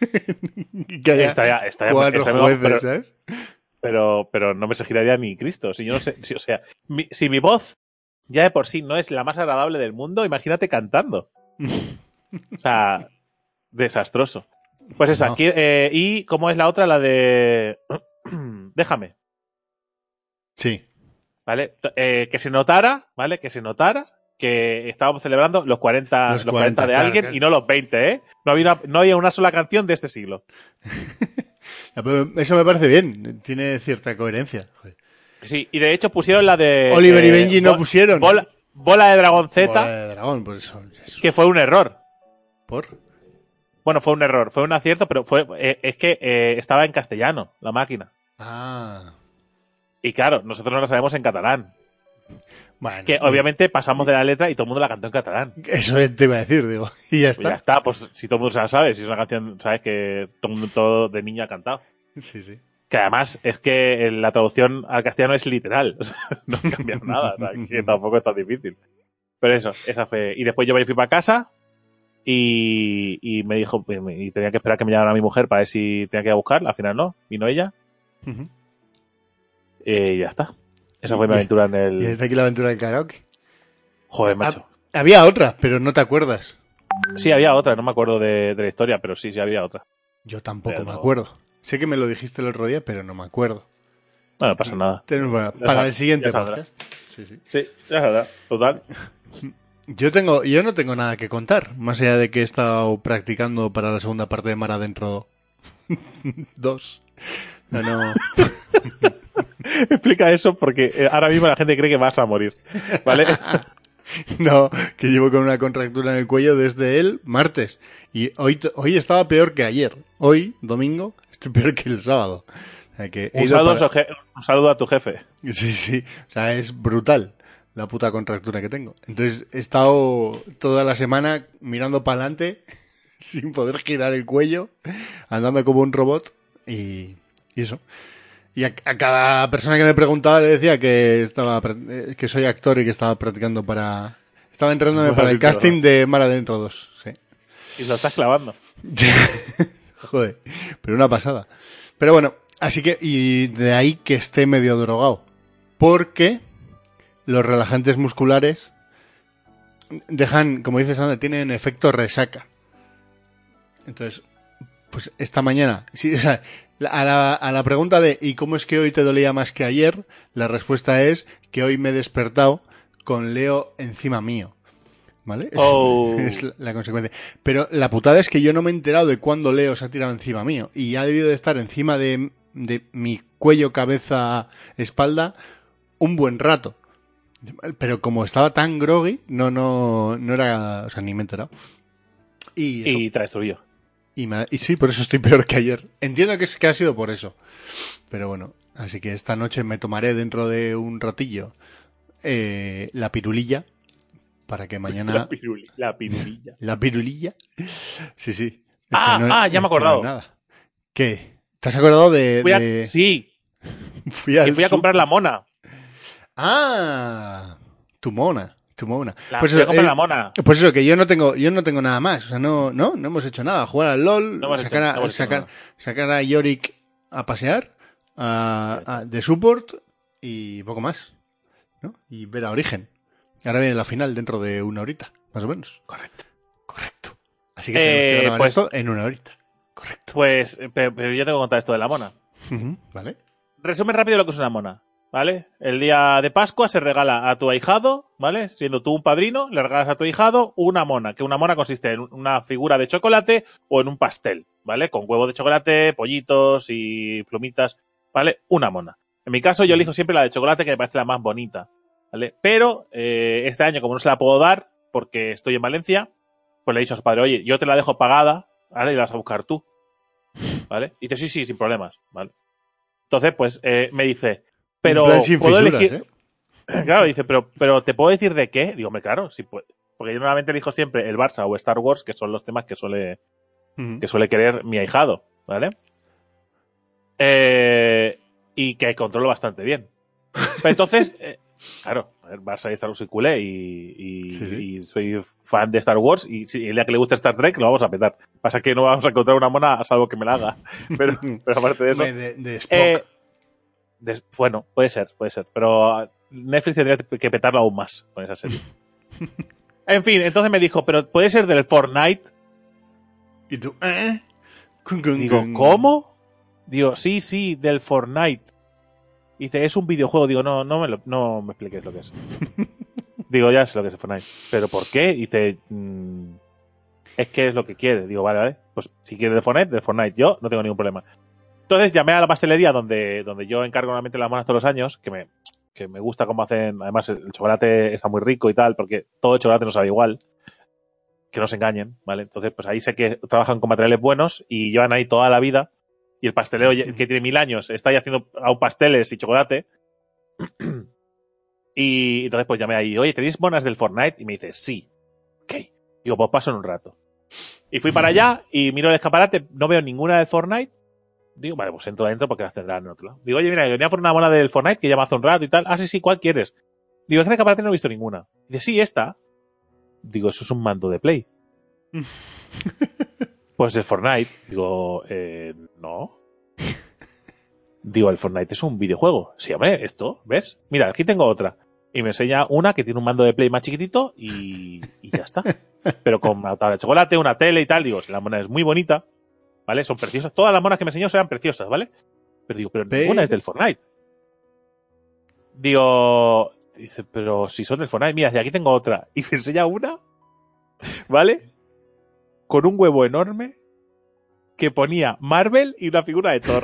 Y que haya Estaría, estaría, cuatro estaría- jueces, pero, ¿sabes? pero, pero no me se giraría ni Cristo. Si yo no sé, si, o sea, mi- si mi voz ya de por sí no es la más agradable del mundo, imagínate cantando. O sea, desastroso. Pues esa. No. qui- eh, ¿Y cómo es la otra? La de... Déjame. Sí. ¿Vale? T- eh, que se notara, ¿vale? Que se notara que estábamos celebrando los cuarenta, Los los cuarenta cuarenta, de claro, alguien claro. y no los veinte, ¿eh? No había, una, no había una sola canción de este siglo. Ya, pero eso me parece bien. Tiene cierta coherencia. Joder. Sí, y de hecho pusieron la de... Oliver y eh, Benji no Bol- pusieron. Bola, bola de Dragón Bola Z, de dragón, por eso. eso. que fue un error. ¿Por? Bueno, fue un error, fue un acierto, pero fue eh, es que eh, estaba en castellano, la máquina. Ah. Y claro, nosotros no la sabemos en catalán. Bueno. Que y- obviamente pasamos de la letra y todo el mundo la cantó en catalán. Eso te iba a decir, digo. Y ya Pues ya está. está, pues si todo el mundo se la sabe, si es una canción, sabes que todo el mundo todo de niño ha cantado. Sí, sí. Que además es que la traducción al castellano es literal, o sea, no cambia nada, o sea, que tampoco es tan difícil. Pero eso, esa fue. Y después yo me fui para casa y, y me dijo, y tenía que esperar que me llamara mi mujer para ver si tenía que ir a buscarla, al final no, vino ella Ujú. y ya está. Esa fue mi Y- aventura en Y el... desde aquí la aventura del karaoke. Joder, macho. Ha- Había otra, pero no te acuerdas. Sí, había otra, no me acuerdo de, de la historia, pero sí, sí había otra. Yo tampoco Pero me no. acuerdo. Sé que me lo dijiste el otro día, pero no me acuerdo. No, no pasa nada. Tenemos para, Ya para sal- el siguiente ya saldrá. podcast. Sí, sí. Sí, ya es verdad, total. Yo tengo, yo no tengo nada que contar, más allá de que he estado practicando para la segunda parte de Mar Adentro dos. No, no. Explica eso porque eh, ahora mismo la gente cree que vas a morir, ¿vale? No, que llevo con una contractura en el cuello desde el martes. Y hoy, t- hoy estaba peor que ayer. Hoy, domingo, estoy peor que el sábado. O sea, que he Un ido saludo, para- a su je- un saludo a tu jefe. Sí, sí. O sea, es brutal la puta contractura que tengo. Entonces he estado toda la semana mirando para adelante sin poder girar el cuello, andando como un robot y, y eso. Y a, a cada persona que me preguntaba le decía que estaba pra- eh, que soy actor y que estaba practicando para... Estaba entrenándome Mar para el Adentro casting dos. de Mar Adentro dos. Sí. Y lo estás clavando. Joder, pero una pasada. Pero bueno, así que, y de ahí que esté medio drogado. Porque los relajantes musculares dejan, como dices, Sandra, tienen efecto resaca. Entonces, pues esta mañana, sí, o sea, la- a la, a la pregunta de ¿y cómo es que hoy te dolía más que ayer? La respuesta es que hoy me he despertado con Leo encima mío. ¿Vale? Es- Oh. Es la, la consecuencia. Pero la putada es que yo no me he enterado de cuándo Leo se ha tirado encima mío. Y ha debido de estar encima de, de mi cuello, cabeza, espalda un buen rato. Pero como estaba tan groggy, no, no, no era, o sea, ni me he enterado. Y, eso. Y te destruyó. Y, me- y sí, por eso estoy peor que ayer. Entiendo que, es, que ha sido por eso. Pero bueno, así que esta noche me tomaré dentro de un ratillo eh, la pirulilla para que mañana... La, piruli, la pirulilla. La pirulilla. Sí, sí. Es Ah, que no- ah, ya me he es que no hay acordado. nada. ¿Qué? ¿Te has acordado de...? Fui a- de- Sí, Fui, al que fui a su- comprar la mona. Ah, tu mona, tu mona. La, Pues fui a eso, comprar eh, la mona. pues eso, que yo no tengo, yo no tengo nada más. O sea, no, no, no hemos hecho nada. Jugar al LOL, No hemos sacar, hecho- a, no hemos hecho sacar, nada. sacar a Yorick a pasear, a- a- de support y poco más, ¿no? Y ver a Origen. Ahora viene la final dentro de una horita, más o menos. Correcto. Correcto. Así que tenemos que Eh, grabar pues- esto en una horita. Correcto. Pues, eh, pe- pero yo tengo que contar esto de la mona. Ujú, ¿Vale? Resumen rápido de lo que es una mona, ¿vale? El día de Pascua se regala a tu ahijado, ¿vale? Siendo tú un padrino, le regalas a tu ahijado una mona, que una mona consiste en una figura de chocolate o en un pastel, ¿vale? Con huevo de chocolate, pollitos y plumitas, ¿vale? Una mona. En mi caso yo elijo siempre la de chocolate, que me parece la más bonita, ¿vale? Pero eh, este año, como no se la puedo dar, porque estoy en Valencia, pues le he dicho a su padre, oye, yo te la dejo pagada, ¿vale? Y la vas a buscar tú, ¿vale? Y dice, sí, sí, sin problemas, ¿vale? Entonces, pues, eh, me dice, pero En plan sin puedo fisuras, elegir... ¿eh? Claro, dice, pero, pero ¿te puedo decir de qué? Digo, hombre, claro, sí, pues, porque yo normalmente elijo siempre el Barça o Star Wars, que son los temas que suele, Ujú. que suele querer mi ahijado, ¿vale? Eh, y que controlo bastante bien. Pero entonces, eh, Claro, a ver, Barça y Star Wars y culé y, y, Sí, sí. y soy fan de Star Wars y si el día que le guste Star Trek lo vamos a petar. Pasa que no vamos a encontrar una mona a salvo que me la haga. Pero, pero aparte de eso... Hombre, de, de Spock. eh, des- bueno, puede ser, puede ser. Pero Netflix tendría que petarlo aún más con esa serie. En fin, entonces me dijo, pero puede ser del Fortnite. Y tú, ¿eh? Cun, cun, Digo, cun. ¿cómo? Digo, sí, sí, del Fortnite. Y dice, es un videojuego. Digo, no, no me, lo, no me expliques lo que es. Digo, ya sé lo que es el Fortnite. ¿Pero por qué? Y dice, mmm, es que es lo que quiere. Digo, vale, vale. Pues si quiere de Fortnite, de Fortnite. Yo no tengo ningún problema. Entonces llamé a la pastelería donde, donde yo encargo normalmente las monas todos los años, que me, que me gusta cómo hacen. Además, el chocolate está muy rico y tal, porque todo el chocolate no sabe igual. Que no se engañen, ¿vale? Entonces, pues ahí sé que trabajan con materiales buenos y llevan ahí toda la vida. Y el pastelero, que tiene mil años, está ahí haciendo aún pasteles y chocolate. Y entonces, pues llamé ahí, oye, ¿tenéis monas del Fortnite? Y me dice, sí. Ok. Digo, pues paso en un rato. Y fui para allá y miro el escaparate, no veo ninguna del Fortnite. Digo, vale, pues entro adentro porque las tendrán en otro lado. Digo, oye, mira, venía por una mona del Fortnite que llama hace un rato y tal. Ah, sí, sí, ¿cuál quieres? Digo, es que en el escaparate no he visto ninguna. Dice, sí, esta. Digo, eso es un mando de Play. Pues el Fortnite. Digo, eh, no. Digo, el Fortnite es un videojuego. Sí, hombre, esto, ¿ves? Mira, aquí tengo otra. Y me enseña una que tiene un mando de Play más chiquitito y, y ya está. Pero con una tabla de chocolate, una tele y tal. Digo, la mona es muy bonita, ¿vale? Son preciosas. Todas las monas que me enseñó eran preciosas, ¿vale? Pero digo, pero Pero- ninguna es del Fortnite. Digo, dice, pero si son del Fortnite, mira, y aquí tengo otra. Y me enseña una, ¿vale? Con un huevo enorme que ponía Marvel y una figura de Thor.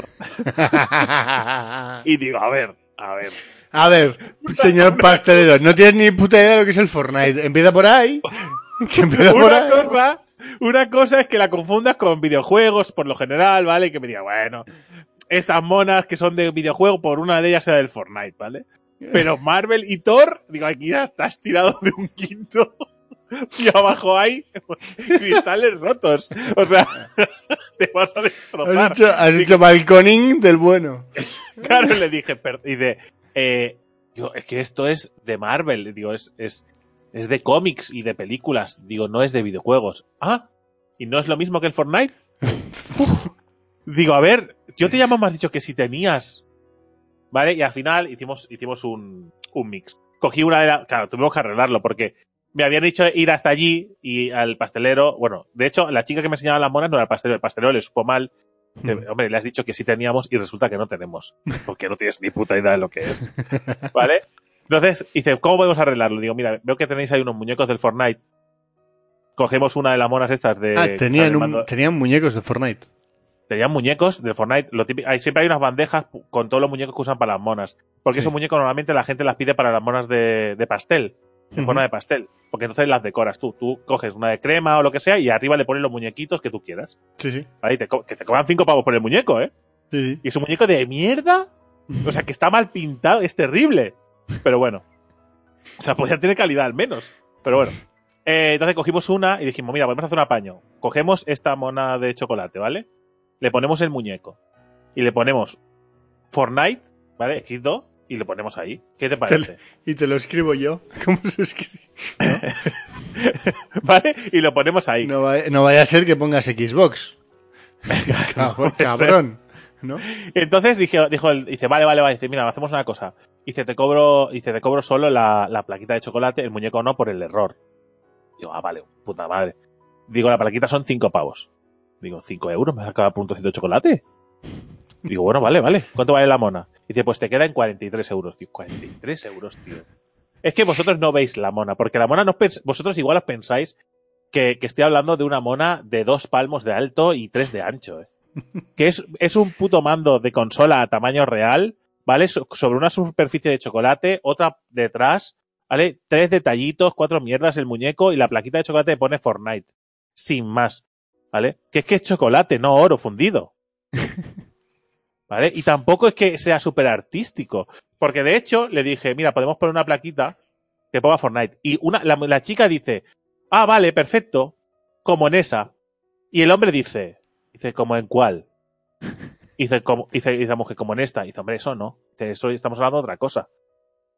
Y digo, a ver, a ver. A ver, señor pastelero, no tienes ni puta idea de lo que es el Fortnite. Empieza por ahí. Que empieza por Una ahí. cosa, una cosa es que la confundas con videojuegos por lo general, ¿vale? Y que me diga, bueno, estas monas que son de videojuego, por una de ellas sea del Fortnite, ¿vale? Pero Marvel y Thor, digo, aquí ya estás tirado de un quinto. Y abajo hay cristales rotos. O sea, te vas a Has destrozar. hecho, has hecho balconing del bueno. Claro, le dije, per- y de, eh, digo, es que esto es de Marvel, digo, es, es, es de cómics y de películas, digo, no es de videojuegos. Ah, ¿y no es lo mismo que el Fortnite? Uf. Digo, a ver, yo te llamo, me has dicho que si tenías, ¿vale? Y al final hicimos, hicimos un, un mix. Cogí una de las, claro, tuvimos que arreglarlo porque me habían dicho ir hasta allí y al pastelero, bueno, de hecho, la chica que me enseñaba las monas no era el pastelero, el pastelero le supo mal. Que, hombre, le has dicho que sí teníamos y resulta que no tenemos. Porque no tienes ni puta idea de lo que es. ¿Vale? Entonces, dice, ¿cómo podemos arreglarlo? Digo, mira, veo que tenéis ahí unos muñecos del Fortnite. Cogemos una de las monas estas de... Ah, que tenían, salen un- mando- tenían muñecos de Fortnite. Tenían muñecos del Fortnite. Lo típico, hay, siempre hay unas bandejas con todos los muñecos que usan para las monas. Porque Sí. esos muñecos normalmente la gente las pide para las monas de, de pastel. De Ujú. forma de pastel. Porque entonces las decoras tú. Tú coges una de crema o lo que sea y arriba le pones los muñequitos que tú quieras. Sí, sí. ¿Vale? Y te co- que te cobran cinco pavos por el muñeco, ¿eh? Sí, sí. Y es un muñeco de mierda. O sea, que está mal pintado, es terrible. Pero bueno. O sea, podría tener calidad al menos. Pero bueno. Eh, entonces cogimos una y dijimos, mira, podemos hacer un apaño. Cogemos esta mona de chocolate, ¿vale? Le ponemos el muñeco. Y le ponemos Fortnite, ¿vale? Escrito. Y le ponemos ahí. ¿Qué te parece? Y te lo escribo yo. ¿Cómo se escribe? ¿Vale? Y lo ponemos ahí. No, va- no vaya a ser que pongas Xbox. Cabrón, cabrón. ¿No? Entonces dije, dijo el, dice, vale, vale, vale. Dice, mira, hacemos una cosa. Dice, te cobro, dice, te cobro solo la, la plaquita de chocolate, el muñeco no, por el error. Digo, ah, vale, puta madre. Digo, la plaquita son cinco pavos. Digo, cinco euros, me has acabado por un trocito de chocolate. Digo, bueno, vale, vale. ¿Cuánto vale la mona? Dice, pues te queda en cuarenta y tres euros. Digo, cuarenta y tres euros, tío. Es que vosotros no veis la mona, porque la mona no pens- vosotros igual os pensáis que, que estoy hablando de una mona de dos palmos de alto y tres de ancho, ¿eh? Que es, es un puto mando de consola a tamaño real, ¿vale? So- sobre una superficie de chocolate, otra detrás, ¿vale? Tres detallitos, cuatro mierdas el muñeco y la plaquita de chocolate pone Fortnite. Sin más, ¿vale? Que es que es chocolate, no oro fundido. ¿Vale? Y tampoco es que sea súper artístico. Porque de hecho le dije, mira, podemos poner una plaquita que ponga Fortnite. Y una, la, la chica dice, ah, vale, perfecto, como en esa. Y el hombre dice, dice, ¿como en cuál? Dice, como, dice, dice la mujer, como en esta. Dice, hombre, eso no. Dice, eso estamos hablando de otra cosa.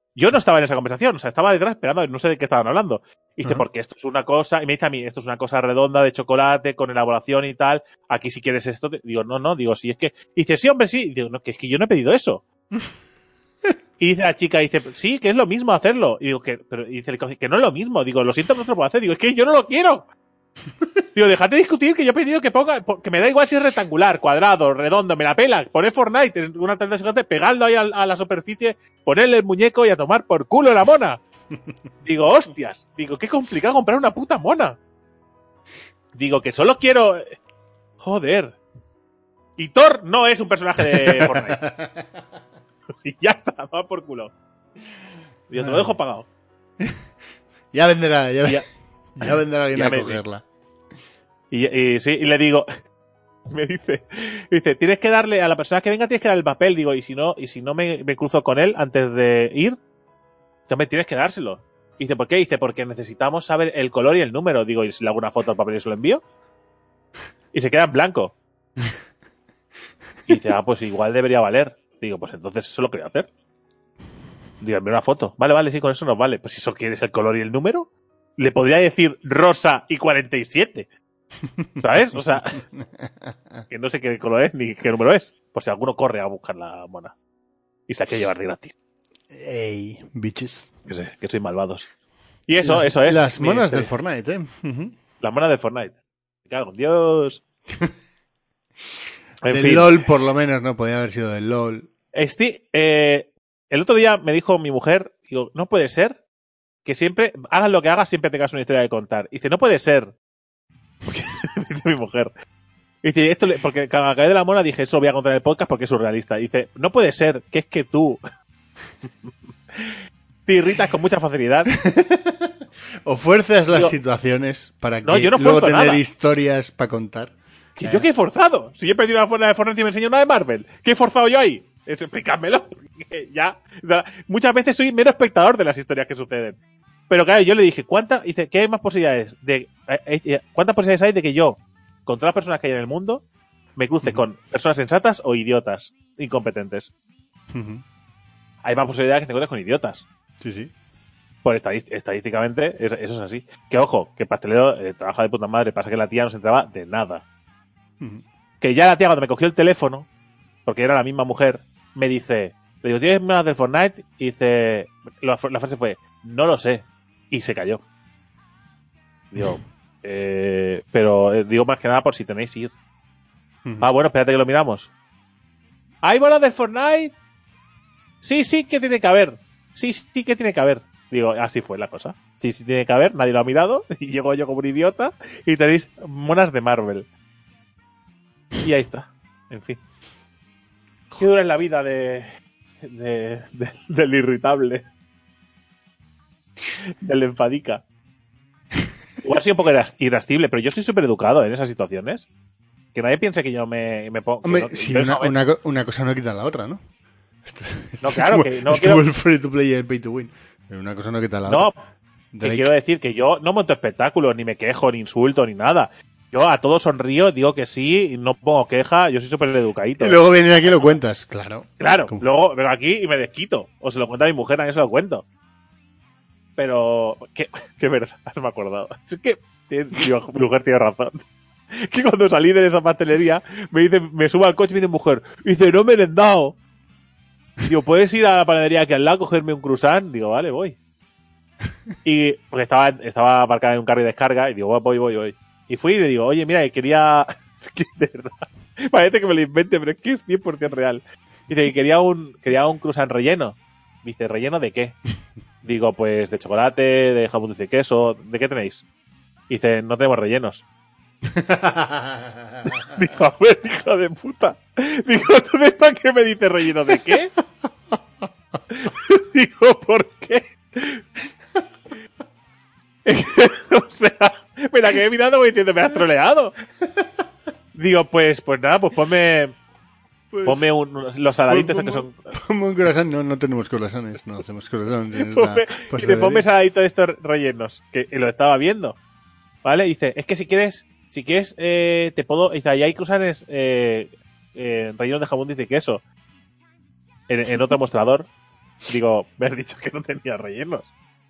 Yo no estaba en esa conversación, o sea, estaba detrás esperando, no sé de qué estaban hablando. Y dice, Ajá. porque esto es una cosa, y me dice a mí, esto es una cosa redonda de chocolate, con elaboración y tal, aquí si quieres esto, te... digo, no, no, digo, sí, es que, y dice, sí, hombre, sí, y digo, no, que es que yo no he pedido eso. Y dice la chica, dice, sí, que es lo mismo hacerlo. Y digo, que, pero, y dice, que no es lo mismo, digo, lo siento, no te lo puedo hacer, digo, es que yo no lo quiero. Digo, déjate de discutir que yo he pedido que ponga, que me da igual si es rectangular, cuadrado, redondo, me la pela, poner Fortnite en una tarjeta de chocolate, pegarlo ahí a, a la superficie, ponerle el muñeco y a tomar por culo la mona. Digo, hostias, digo, qué complicado comprar una puta mona. Digo, que solo quiero... Joder. Y Thor no es un personaje de Fortnite. Y ya está, va por culo. Digo, te lo dejo pagado. Ya vendrá, ya, Ya, ya vendrá alguien ya a me- cogerla. Y, y sí, y le digo, me dice, dice, tienes que darle a la persona que venga, tienes que dar el papel, digo, y si no, y si no me, me cruzo con él antes de ir, entonces tienes que dárselo. Y dice, ¿por qué? Dice, porque necesitamos saber el color y el número. Digo, ¿y si le hago una foto al papel y se lo envío? Y se queda en blanco. Y dice, ah, pues igual debería valer. Digo, pues entonces eso lo quería hacer. Digo, envío una foto. Vale, vale, sí, con eso nos vale. Pues si eso quieres el color y el número, le podría decir rosa y cuarenta y siete. ¿Sabes? O sea, que no sé qué color es ni qué número es. Por si alguno corre a buscar la mona. Y se la quiere llevar de gratis. Ey, bitches. Que sé, que soy malvados. Y eso, Las- eso es. Las mi monas del historia. Fortnite, ¿eh? Ujú. Las monas de Fortnite. Me cago en Dios. En Del fin. LOL, por lo menos, no podía haber sido del LOL. Este, eh, el otro día me dijo mi mujer, digo, no puede ser que siempre, hagas lo que hagas, siempre tengas una historia que contar. Y dice, no puede ser. Porque me dice mi mujer. Y dice, esto le- porque cuando acabé de la mona dije, eso lo voy a contar en el podcast porque es surrealista. Y dice, no puede ser que es que tú te irritas con mucha facilidad. O fuerzas las Digo, situaciones para no, que yo no luego fuerzo tener nada. historias para contar. Que yo que he forzado. Si yo he perdido una forma de Fortnite y me enseñó una de Marvel. ¿Qué he forzado yo ahí? Es explicármelo. Porque ya. da- Muchas veces soy mero espectador de las historias que suceden. Pero claro, yo le dije, ¿cuánta, dice, ¿qué hay más posibilidades? De, eh, eh, ¿Cuántas posibilidades hay de que yo, con todas las personas que hay en el mundo, me cruce Ujú. con personas sensatas o idiotas incompetentes? Ujú. Hay más posibilidades que te encuentres con idiotas. Sí, sí. Por estadí- estadísticamente, es- eso es así. Que ojo, que el pastelero eh, trabaja de puta madre, pasa que la tía no se enteraba de nada. Ujú. Que ya la tía cuando me cogió el teléfono, porque era la misma mujer, me dice, le digo, ¿tienes más del Fortnite? Y dice, la, la frase fue, no lo sé. Y se cayó. Digo, eh, pero eh, digo más que nada por si tenéis ir. Ujú. Ah, bueno, espérate que lo miramos. ¿Hay bolas de Fortnite? Sí, sí que tiene que haber. Sí, sí que tiene que haber. Digo, así fue la cosa. Sí, sí tiene que haber, nadie lo ha mirado. Y llego yo como un idiota y tenéis monas de Marvel. Y ahí está. En fin. ¿Qué dura en la vida de, de, de- del irritable? Del enfadica. Igual soy un poco iras- irascible, pero yo soy súper educado en esas situaciones. Que nadie piense que yo me, me pongo... que Hombre, no- sí, yo en ese una, momento- una, co- una cosa no quita la otra, ¿no? Esto, esto No, es claro, como- que no es quiero- como el free to play y el pay to win. Pero una cosa no quita la No, otra. que Drake. quiero decir que yo no monto espectáculos, ni me quejo, ni insulto, ni nada. Yo a todos sonrío, digo que sí, y no pongo queja, yo soy súper educadito. Y luego vienes aquí y lo cuentas, claro. Claro, Como- luego vengo aquí y me desquito. O se lo cuenta a mi mujer, también se lo cuento. Pero, que, que verdad, no me he acordado. Es que, tiene- digo, mi mujer tiene razón. Que cuando salí de esa pastelería, me dice, me subo al coche y me dice mujer, y dice, no me he merendado. Digo, ¿puedes ir a la panadería aquí al lado a cogerme un croissant? Digo, vale, voy. Y, porque estaba, estaba aparcada en un carro de descarga, y digo, voy, voy, voy. Y fui y le digo, oye, mira, que quería, es que de verdad, parece que me lo invente, pero es que es cien por ciento real. Dice que quería un, quería un croissant relleno. Dice, ¿relleno de qué? Digo, pues de chocolate, de jamón dulce y queso, ¿de qué tenéis? Dice, no tenemos rellenos. Digo, a ver, hijo de puta. Digo, ¿entonces para qué me dices relleno de qué? Digo, ¿por qué? O sea, me la quedé mirando y diciendo, me has troleado. Digo, pues, pues nada, pues ponme, Pues, ponme un- los saladitos estos que son. ponme un croissant. No, no tenemos croissants. No hacemos croissants. en esta Ponme, y le pastelería. ponme saladitos de estos rellenos, que lo estaba viendo. ¿Vale? Dice, es que si quieres, si quieres, eh, te puedo. Dice, ahí hay croissants eh, eh, rellenos de jamón, dice queso. En, en otro mostrador. Digo, me has dicho que no tenía rellenos.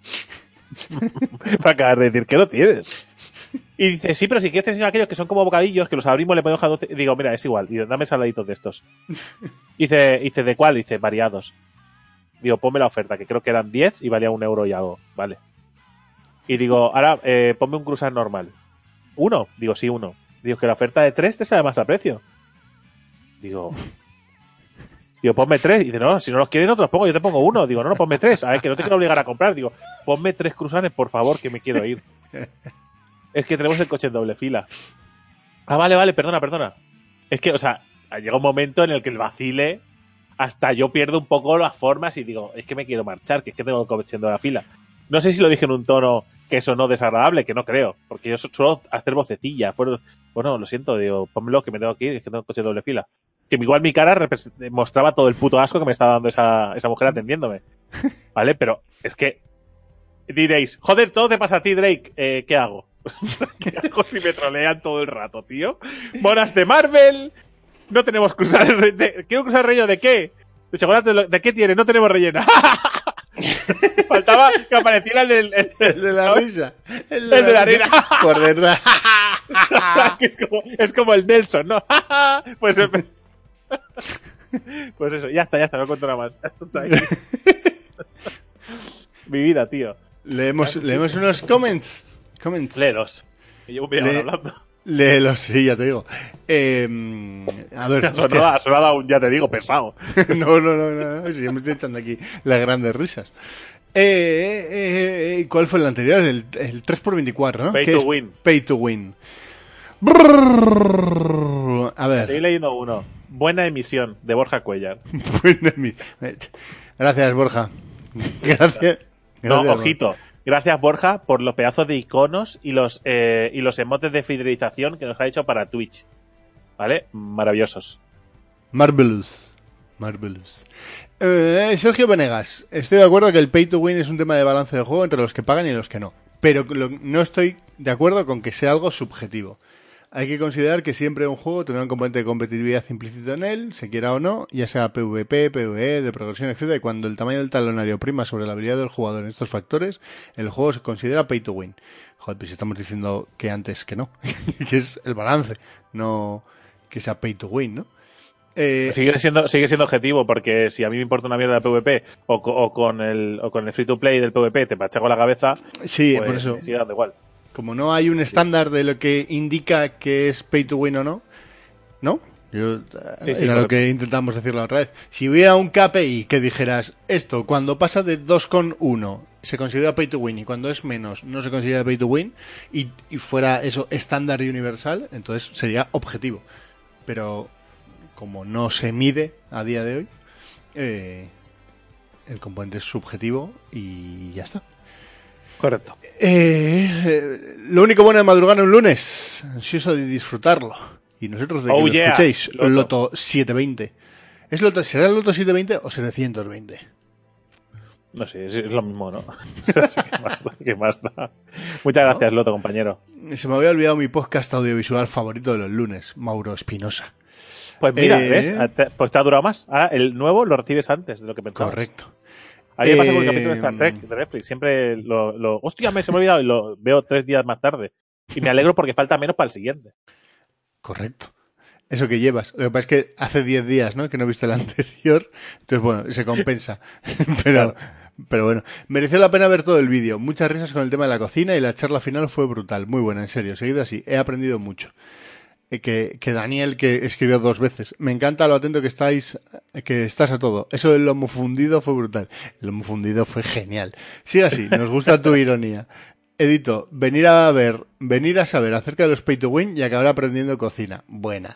Para acabar de decir que no tienes. Y dice, sí, pero si quieres te enseño aquellos que son como bocadillos, que los abrimos, le podemos dejar doce. Digo, mira, es igual. Digo, dame saladitos de estos. Dice, dice, ¿de cuál? Dice, variados. Digo, ponme la oferta, que creo que eran diez y valía un euro y algo. Vale. Y digo, ahora, eh, ponme un croissant normal. ¿Uno? Digo, sí, uno. Digo, que la oferta de tres te sale más a precio. Digo... Digo, ponme tres. Y dice, no, si no los quieres no te los pongo, yo te pongo uno. Digo, no, no, ponme tres. A ver, que no te quiero obligar a comprar. Digo, ponme tres cruzanes, por favor, que me quiero ir. Es que tenemos el coche en doble fila. Ah, vale, vale, perdona, perdona. Es que, o sea, llega un momento en el que el vacile, hasta yo pierdo un poco las formas y digo, es que me quiero marchar, que es que tengo el coche en doble fila. No sé si lo dije en un tono que sonó desagradable, que no creo, porque yo suelo hacer vocecilla. Bueno, lo siento, digo, pónmelo, que me tengo que ir, es que tengo el coche en doble fila. Que igual mi cara mostraba todo el puto asco que me estaba dando esa, esa mujer atendiéndome. ¿Vale? Pero es que diréis, joder, todo te pasa a ti, Drake. Eh, ¿Qué hago? ¿Qué hago si me trolean todo el rato, tío? Monas de Marvel. No tenemos cruzar el re- de, ¿Quiero cruzar el relleno de qué? De chocolate, ¿de qué tiene? No tenemos relleno. Faltaba que apareciera el, del, el, El de la ¿sabes? risa. El de, El de la risa. arena. Por detrás. Que es, como, es como el Nelson, ¿no? Pues Pues eso, ya está, ya está, no cuento nada más. Está ahí. Mi vida, tío. Leemos, leemos unos comments. Comments. Léelos. Me llevo media hora Le- hablando. Léelos, sí, ya te digo. Eh, a ver. Ha sonado, ha sonado un, ya te digo, pesado. no, no, no, no, no. Sí, yo me estoy echando aquí las grandes risas. Eh, eh, eh, ¿Cuál fue el anterior? El, el tres por veinticuatro, ¿no? Pay ¿Qué to es? win. Pay to win. Brrr, a Estoy ver. leyendo uno. Buena emisión, de Borja Cuellar. Buena mi- Gracias, Borja. Gracias. No, Gracias, ojito. Gracias, Borja, por los pedazos de iconos y los, eh, y los emotes de fidelización que nos ha hecho para Twitch. ¿Vale? Maravillosos. Marvelous. Marvelous. Eh, Sergio Venegas. Estoy de acuerdo que el pay to win es un tema de balance de juego entre los que pagan y los que no. Pero lo- no estoy de acuerdo con que sea algo subjetivo. Hay que considerar que siempre un juego tendrá un componente de competitividad implícito en él, se quiera o no, ya sea PvP, PvE, de progresión, etcétera. Y cuando el tamaño del talonario prima sobre la habilidad del jugador en estos factores, el juego se considera pay to win. Joder, pues estamos diciendo que antes que no. Que es el balance, no que sea pay to win, ¿no? Eh, Sigue siendo, sigue siendo objetivo, porque si a mí me importa una mierda de PvP o, co- o con el o con el free to play del PvP te machaco la cabeza, sí, pues por eso. me sigue dando igual. Como no hay un estándar de lo que indica que es pay to win o no, ¿no? Yo, eh, Sí, sí, era lo correcto. que intentamos decir la otra vez. Si hubiera un K P I que dijeras, esto cuando pasa de dos coma uno se considera pay to win y cuando es menos no se considera pay to win y, y fuera eso estándar y universal, entonces sería objetivo. Pero como no se mide a día de hoy, eh, el componente es subjetivo y ya está. Correcto. Eh, eh, lo único bueno de madrugar un lunes, ansioso de disfrutarlo. Y nosotros de que Oh, lo yeah, escuchéis, Loto. Loto setecientos veinte. ¿Es Loto, ¿Será el Loto setecientos veinte o setecientos veinte? No sé, es, es lo mismo, ¿no? O sea, sí, ¿qué más da? ¿Qué más da? Muchas gracias, Loto, compañero. Se me había olvidado mi podcast audiovisual favorito de los lunes, Mauro Espinosa. Pues mira, Eh, ¿ves? Te- Pues te ha durado más. Ahora el nuevo lo recibes antes de lo que pensabas. Correcto. A mí me pasa con el Eh, capítulo de Star Trek de Netflix. Siempre lo, lo... Hostia, me se me ha olvidado y lo veo tres días más tarde. Y me alegro porque falta menos para el siguiente. Correcto. Eso que llevas. Lo que pasa es que hace diez días, ¿no? Que no viste el anterior. Entonces, bueno, se compensa. Pero, Claro. pero bueno, mereció la pena ver todo el vídeo. Muchas risas con el tema de la cocina y la charla final fue brutal. Muy buena, en serio. Seguido así. He aprendido mucho. Eh, Que, que Daniel, que escribió dos veces. Me encanta lo atento que estáis, que estás a todo. Eso del lomo fundido fue brutal. El lomo fundido fue genial. Sigue así. Nos gusta tu ironía. Edito, venir a ver, venir a saber acerca de los pay to win y acabar aprendiendo cocina. Buena.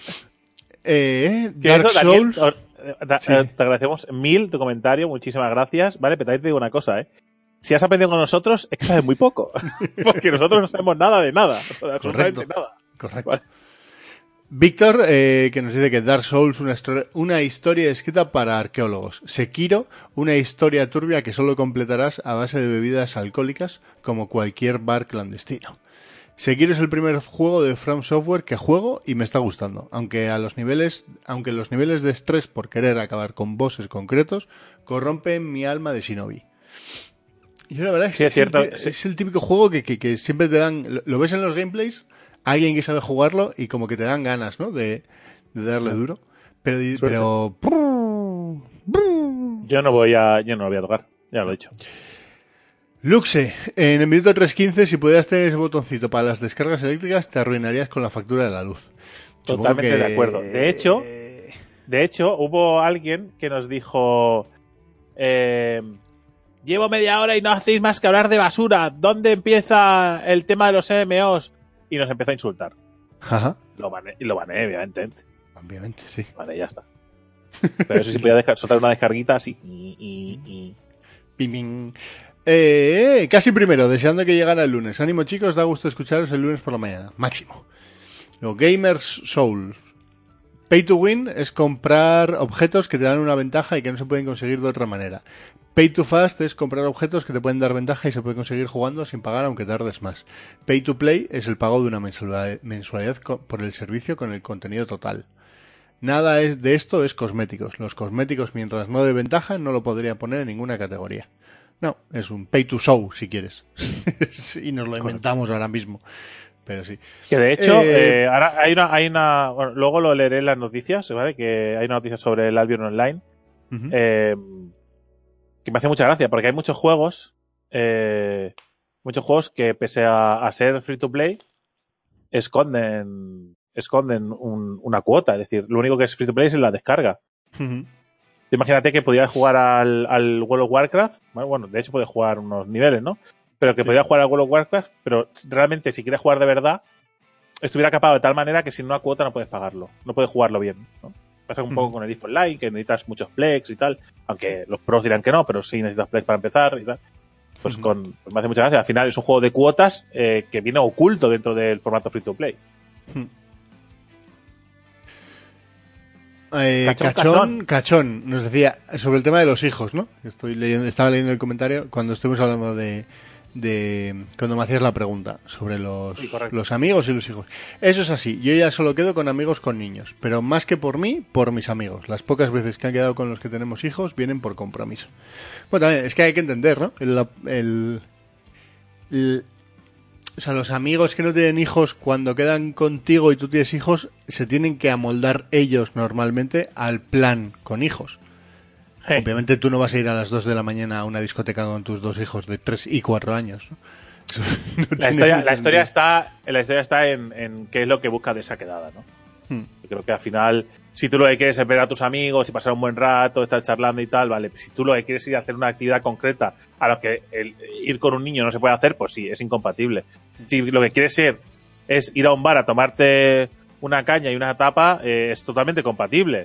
Eh, Que Dark eso, Daniel, Souls. os- eh, da- Sí. eh, te agradecemos mil tu comentario, muchísimas gracias. Vale, pero también te digo una cosa, ¿eh? Si has aprendido con nosotros, es que sabes muy poco. Porque nosotros no sabemos nada de nada. O sea, absolutamente Correcto. nada. Correcto. Vale. Víctor, eh, que nos dice que Dark Souls, una, histori- una historia escrita para arqueólogos. Sekiro, una historia turbia que solo completarás a base de bebidas alcohólicas, como cualquier bar clandestino. Sekiro es el primer juego de From Software que juego y me está gustando, aunque a los niveles, aunque los niveles de estrés por querer acabar con bosses concretos corrompen mi alma de shinobi. Y la verdad es Sí, que es cierto, el, sí. es el típico juego que, que, que siempre te dan, lo, lo ves en los gameplays, alguien que sabe jugarlo y como que te dan ganas, ¿no? De, de darle duro. Pero, pero Yo no voy a, yo no lo voy a tocar, ya lo he dicho. Luxe, en el minuto tres quince, si pudieras tener ese botoncito para las descargas eléctricas, te arruinarías con la factura de la luz. Supongo Totalmente que- de acuerdo. De hecho, de hecho, hubo alguien que nos dijo, eh, llevo media hora y no hacéis más que hablar de basura. ¿Dónde empieza el tema de los M M Os? Y nos empezó a insultar. Ajá, Lo baneé, y lo baneé, obviamente. obviamente, sí. Vale, ya está. Pero eso sí podía desca- soltar una descarguita así. Y, y, y... Pim, pim. Eh, casi primero, deseando que llegara el lunes. Ánimo, chicos, da gusto escucharos el lunes por la mañana. Máximo. Los Gamers Souls. Pay to win es comprar objetos que te dan una ventaja y que no se pueden conseguir de otra manera. Pay to fast es comprar objetos que te pueden dar ventaja y se puede conseguir jugando sin pagar aunque tardes más. Pay to play es el pago de una mensualidad, mensualidad co- por el servicio con el contenido total. Nada es de esto es cosméticos. Los cosméticos, mientras no de ventaja, no lo podría poner en ninguna categoría. No, es un pay to show, si quieres. Y nos lo inventamos ahora mismo. Pero sí. Que de hecho, Eh, eh, ahora hay una, hay una, bueno, luego lo leeré en las noticias, ¿vale? Que hay una noticia sobre el Albion Online, Ujú. eh, que me hace mucha gracia, porque hay muchos juegos, eh, muchos juegos que pese a, a ser free to play, esconden, esconden un- una cuota. Es decir, lo único que es free to play es la descarga. Ujú. Imagínate que podías jugar al, al World of Warcraft. Bueno, bueno, de hecho puedes jugar unos niveles, ¿no? Pero que Sí. podías jugar al World of Warcraft, pero realmente si quieres jugar de verdad, estuviera capado de tal manera que sin una cuota no puedes pagarlo. No puedes jugarlo bien, ¿no? Pasa un poco Ujú. con el If Online, que necesitas muchos plex y tal. Aunque los pros dirán que no, pero sí necesitas plex para empezar y tal. Pues Ujú. con, pues me hace mucha gracia. Al final es un juego de cuotas eh, que viene oculto dentro del formato free to play. Eh, Cachón, cachón, cachón. cachón, nos decía sobre el tema de los hijos, ¿no? Estoy leyendo, estaba leyendo el comentario cuando estuvimos hablando de, de cuando me hacías la pregunta sobre los, Sí, correcto. los amigos y los hijos. Eso es así, yo ya solo quedo con amigos con niños, pero más que por mí, por mis amigos. Las pocas veces que han quedado con los que tenemos hijos vienen por compromiso. Bueno, también es que hay que entender, ¿no? El, el- el- o sea, los amigos que no tienen hijos, cuando quedan contigo y tú tienes hijos, se tienen que amoldar ellos normalmente al plan con hijos. Hey. Obviamente tú no vas a ir a las dos de la mañana a una discoteca con tus dos hijos de tres y cuatro años, ¿no? Eso no La tiene historia, mucho la historia sentido. está, la historia está en, en qué es lo que busca de esa quedada, ¿no? Hmm. Yo creo que al final, si tú lo que quieres es ver a tus amigos y pasar un buen rato, estar charlando y tal, vale. Si tú lo que quieres es ir a hacer una actividad concreta a lo que el, ir con un niño no se puede hacer, pues sí, es incompatible. Si lo que quieres ser es ir a un bar a tomarte una caña y una tapa, eh, es totalmente compatible.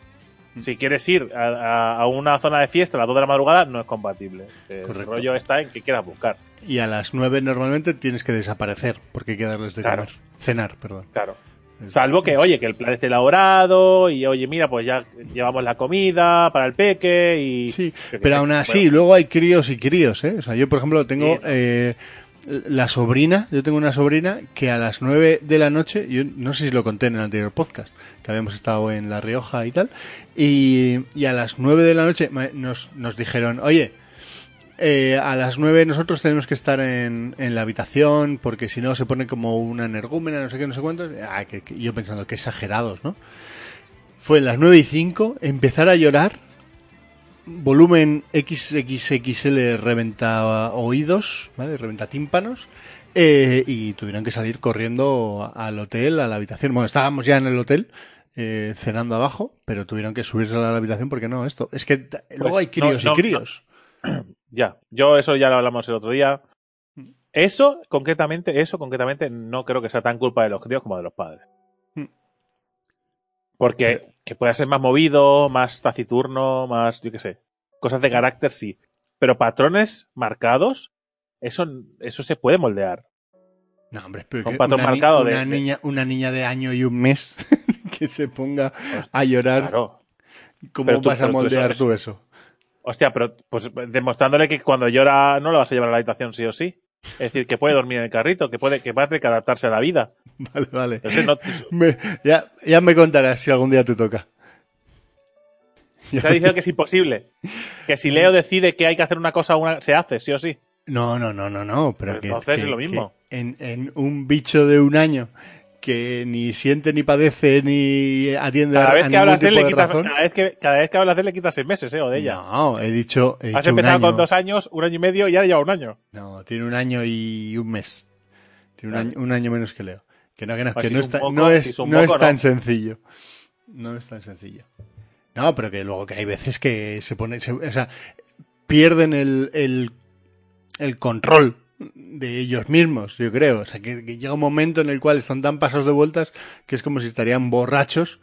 Si quieres ir a, a- a una zona de fiesta a las dos de la madrugada, no es compatible. El Correcto. rollo está en que quieras buscar. Y a las nueve normalmente tienes que desaparecer porque hay que darles de Claro. comer. Cenar, perdón. Claro. Salvo que, oye, que el plan esté elaborado y, oye, mira, pues ya llevamos la comida para el peque y... Sí, yo qué pero sé. aún así, Bueno, luego hay críos y críos, ¿eh? O sea, yo, por ejemplo, tengo Sí, ¿no? eh, la sobrina, yo tengo una sobrina que a las nueve de la noche, yo no sé si lo conté en el anterior podcast, que habíamos estado en La Rioja y tal, y, y a las nueve de la noche me- nos, nos dijeron, oye, eh, a las nueve nosotros tenemos que estar en, en la habitación porque si no se pone como una energúmena, no sé qué, no sé cuántos. Ah, que, que- yo pensando, qué exagerados, ¿no? Fue las nueve y cinco, empezar a llorar, volumen equis equis equis ele reventa oídos, ¿vale? Reventa tímpanos, eh, y tuvieron que salir corriendo al hotel, a la habitación. Bueno, estábamos ya en el hotel, eh, cenando abajo, pero tuvieron que subirse a la habitación porque no, esto. Es que t- luego hay críos no, y no, críos. Ya, yo eso ya lo hablamos el otro día. Eso, concretamente, eso concretamente no creo que sea tan culpa de los críos como de los padres. Mm. Porque que pueda ser más movido, más taciturno, más, yo qué sé. Cosas de carácter, sí. Pero patrones marcados, eso, eso se puede moldear. No, hombre, pero Un que patrón una, ni- marcado de- una de- niña, una niña de año y un mes que se ponga a llorar, Claro. ¿cómo Pero tú- vas a pero tú eso- moldear eso- tú eso? Hostia, pero pues demostrándole que cuando llora no lo vas a llevar a la habitación sí o sí. Es decir, que puede dormir en el carrito, que puede que va a tener que adaptarse a la vida. Vale, vale. Entonces, no, Me- ya, ya me contarás si algún día te toca. está diciendo que es imposible. Que si Leo decide que hay que hacer una cosa, una, se hace, sí o sí. No, no, no, no, no. Pero Pues que, entonces que- es lo mismo. que En, en un bicho de un año que ni siente, ni padece, ni atiende Cada a, vez a que ningún hablas de él, tipo le de quitas, razón. cada vez que, cada vez que hablas de él, le quitas seis meses, ¿eh? O de ella. No, he dicho, he Has dicho un empezado año. con dos años, un año y medio y ahora lleva un año. No, tiene un año y un mes. Tiene un, Vale. año, un año menos que Leo. Que no, que no, Pues que si no, es un está- poco- no si es, es un no es poco, tan no. sencillo. No es tan sencillo. No, pero que luego que hay veces que se pone, se- o sea, pierden el, el, el control de ellos mismos, yo creo. O sea, que, que llega un momento en el cual están tan pasados de vueltas que es como si estarían borrachos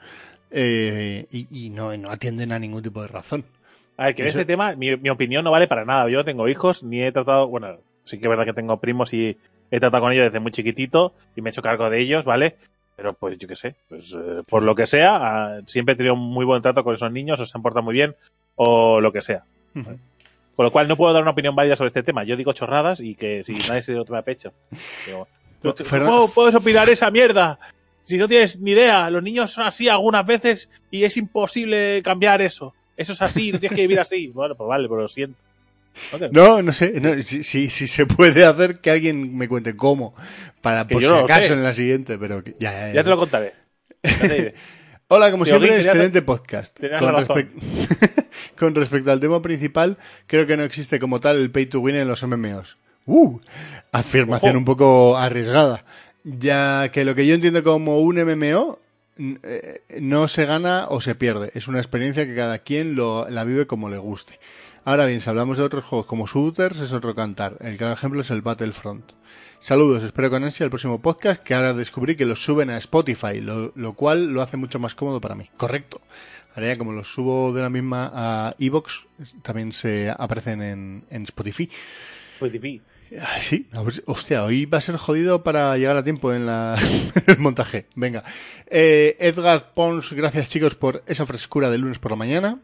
eh, y, y no, no atienden a ningún tipo de razón. A ver, que en Eso- este tema mi, mi opinión no vale para nada. Yo no tengo hijos, ni he tratado, bueno, sí que es verdad que tengo primos y he tratado con ellos desde muy chiquitito y me he hecho cargo de ellos, ¿vale? Pero pues yo qué sé, pues eh, por lo que sea, ah, siempre he tenido un muy buen trato con esos niños, o se han portado muy bien, o lo que sea. Ujú. Con lo cual no puedo dar una opinión válida sobre este tema. Yo digo chorradas y que si nadie se lo toma a pecho. Pero, No, ¿tú- Fernan- ¿Cómo puedes opinar esa mierda? Si no tienes ni idea, los niños son así algunas veces y es imposible cambiar eso. Eso es así, no tienes que vivir así. Bueno, pues vale, pero lo siento. Ok. No, no sé, no, si, si, si se puede hacer que alguien me cuente cómo, para Que por yo si no lo acaso sé. en la siguiente, pero que- ya, ya, ya. Ya te lo contaré. Ya te diré. Hola, como Pero, siempre, Gui, tenías- excelente podcast. tenías Con, razón. respec- con respecto al tema principal, creo que no existe como tal el pay to win en los M M Os. Uh, afirmación Ojo. un poco arriesgada, ya que lo que yo entiendo como un M M O n- eh, no se gana o se pierde. Es una experiencia que cada quien lo, la vive como le guste. Ahora bien, si hablamos de otros juegos como shooters, es otro cantar. El claro ejemplo es el Battlefront. Saludos, espero con ansia el próximo podcast, que ahora descubrí que los suben a Spotify, lo, lo cual lo hace mucho más cómodo para mí. Correcto. Ahora ya como los subo de la misma a iVoox, también se aparecen en, en Spotify. Pues difícil. Ah, sí, a ver, hostia, hoy va a ser jodido para llegar a tiempo en la en el montaje. Venga. Eh, Edgar Pons, gracias chicos por esa frescura de lunes por la mañana.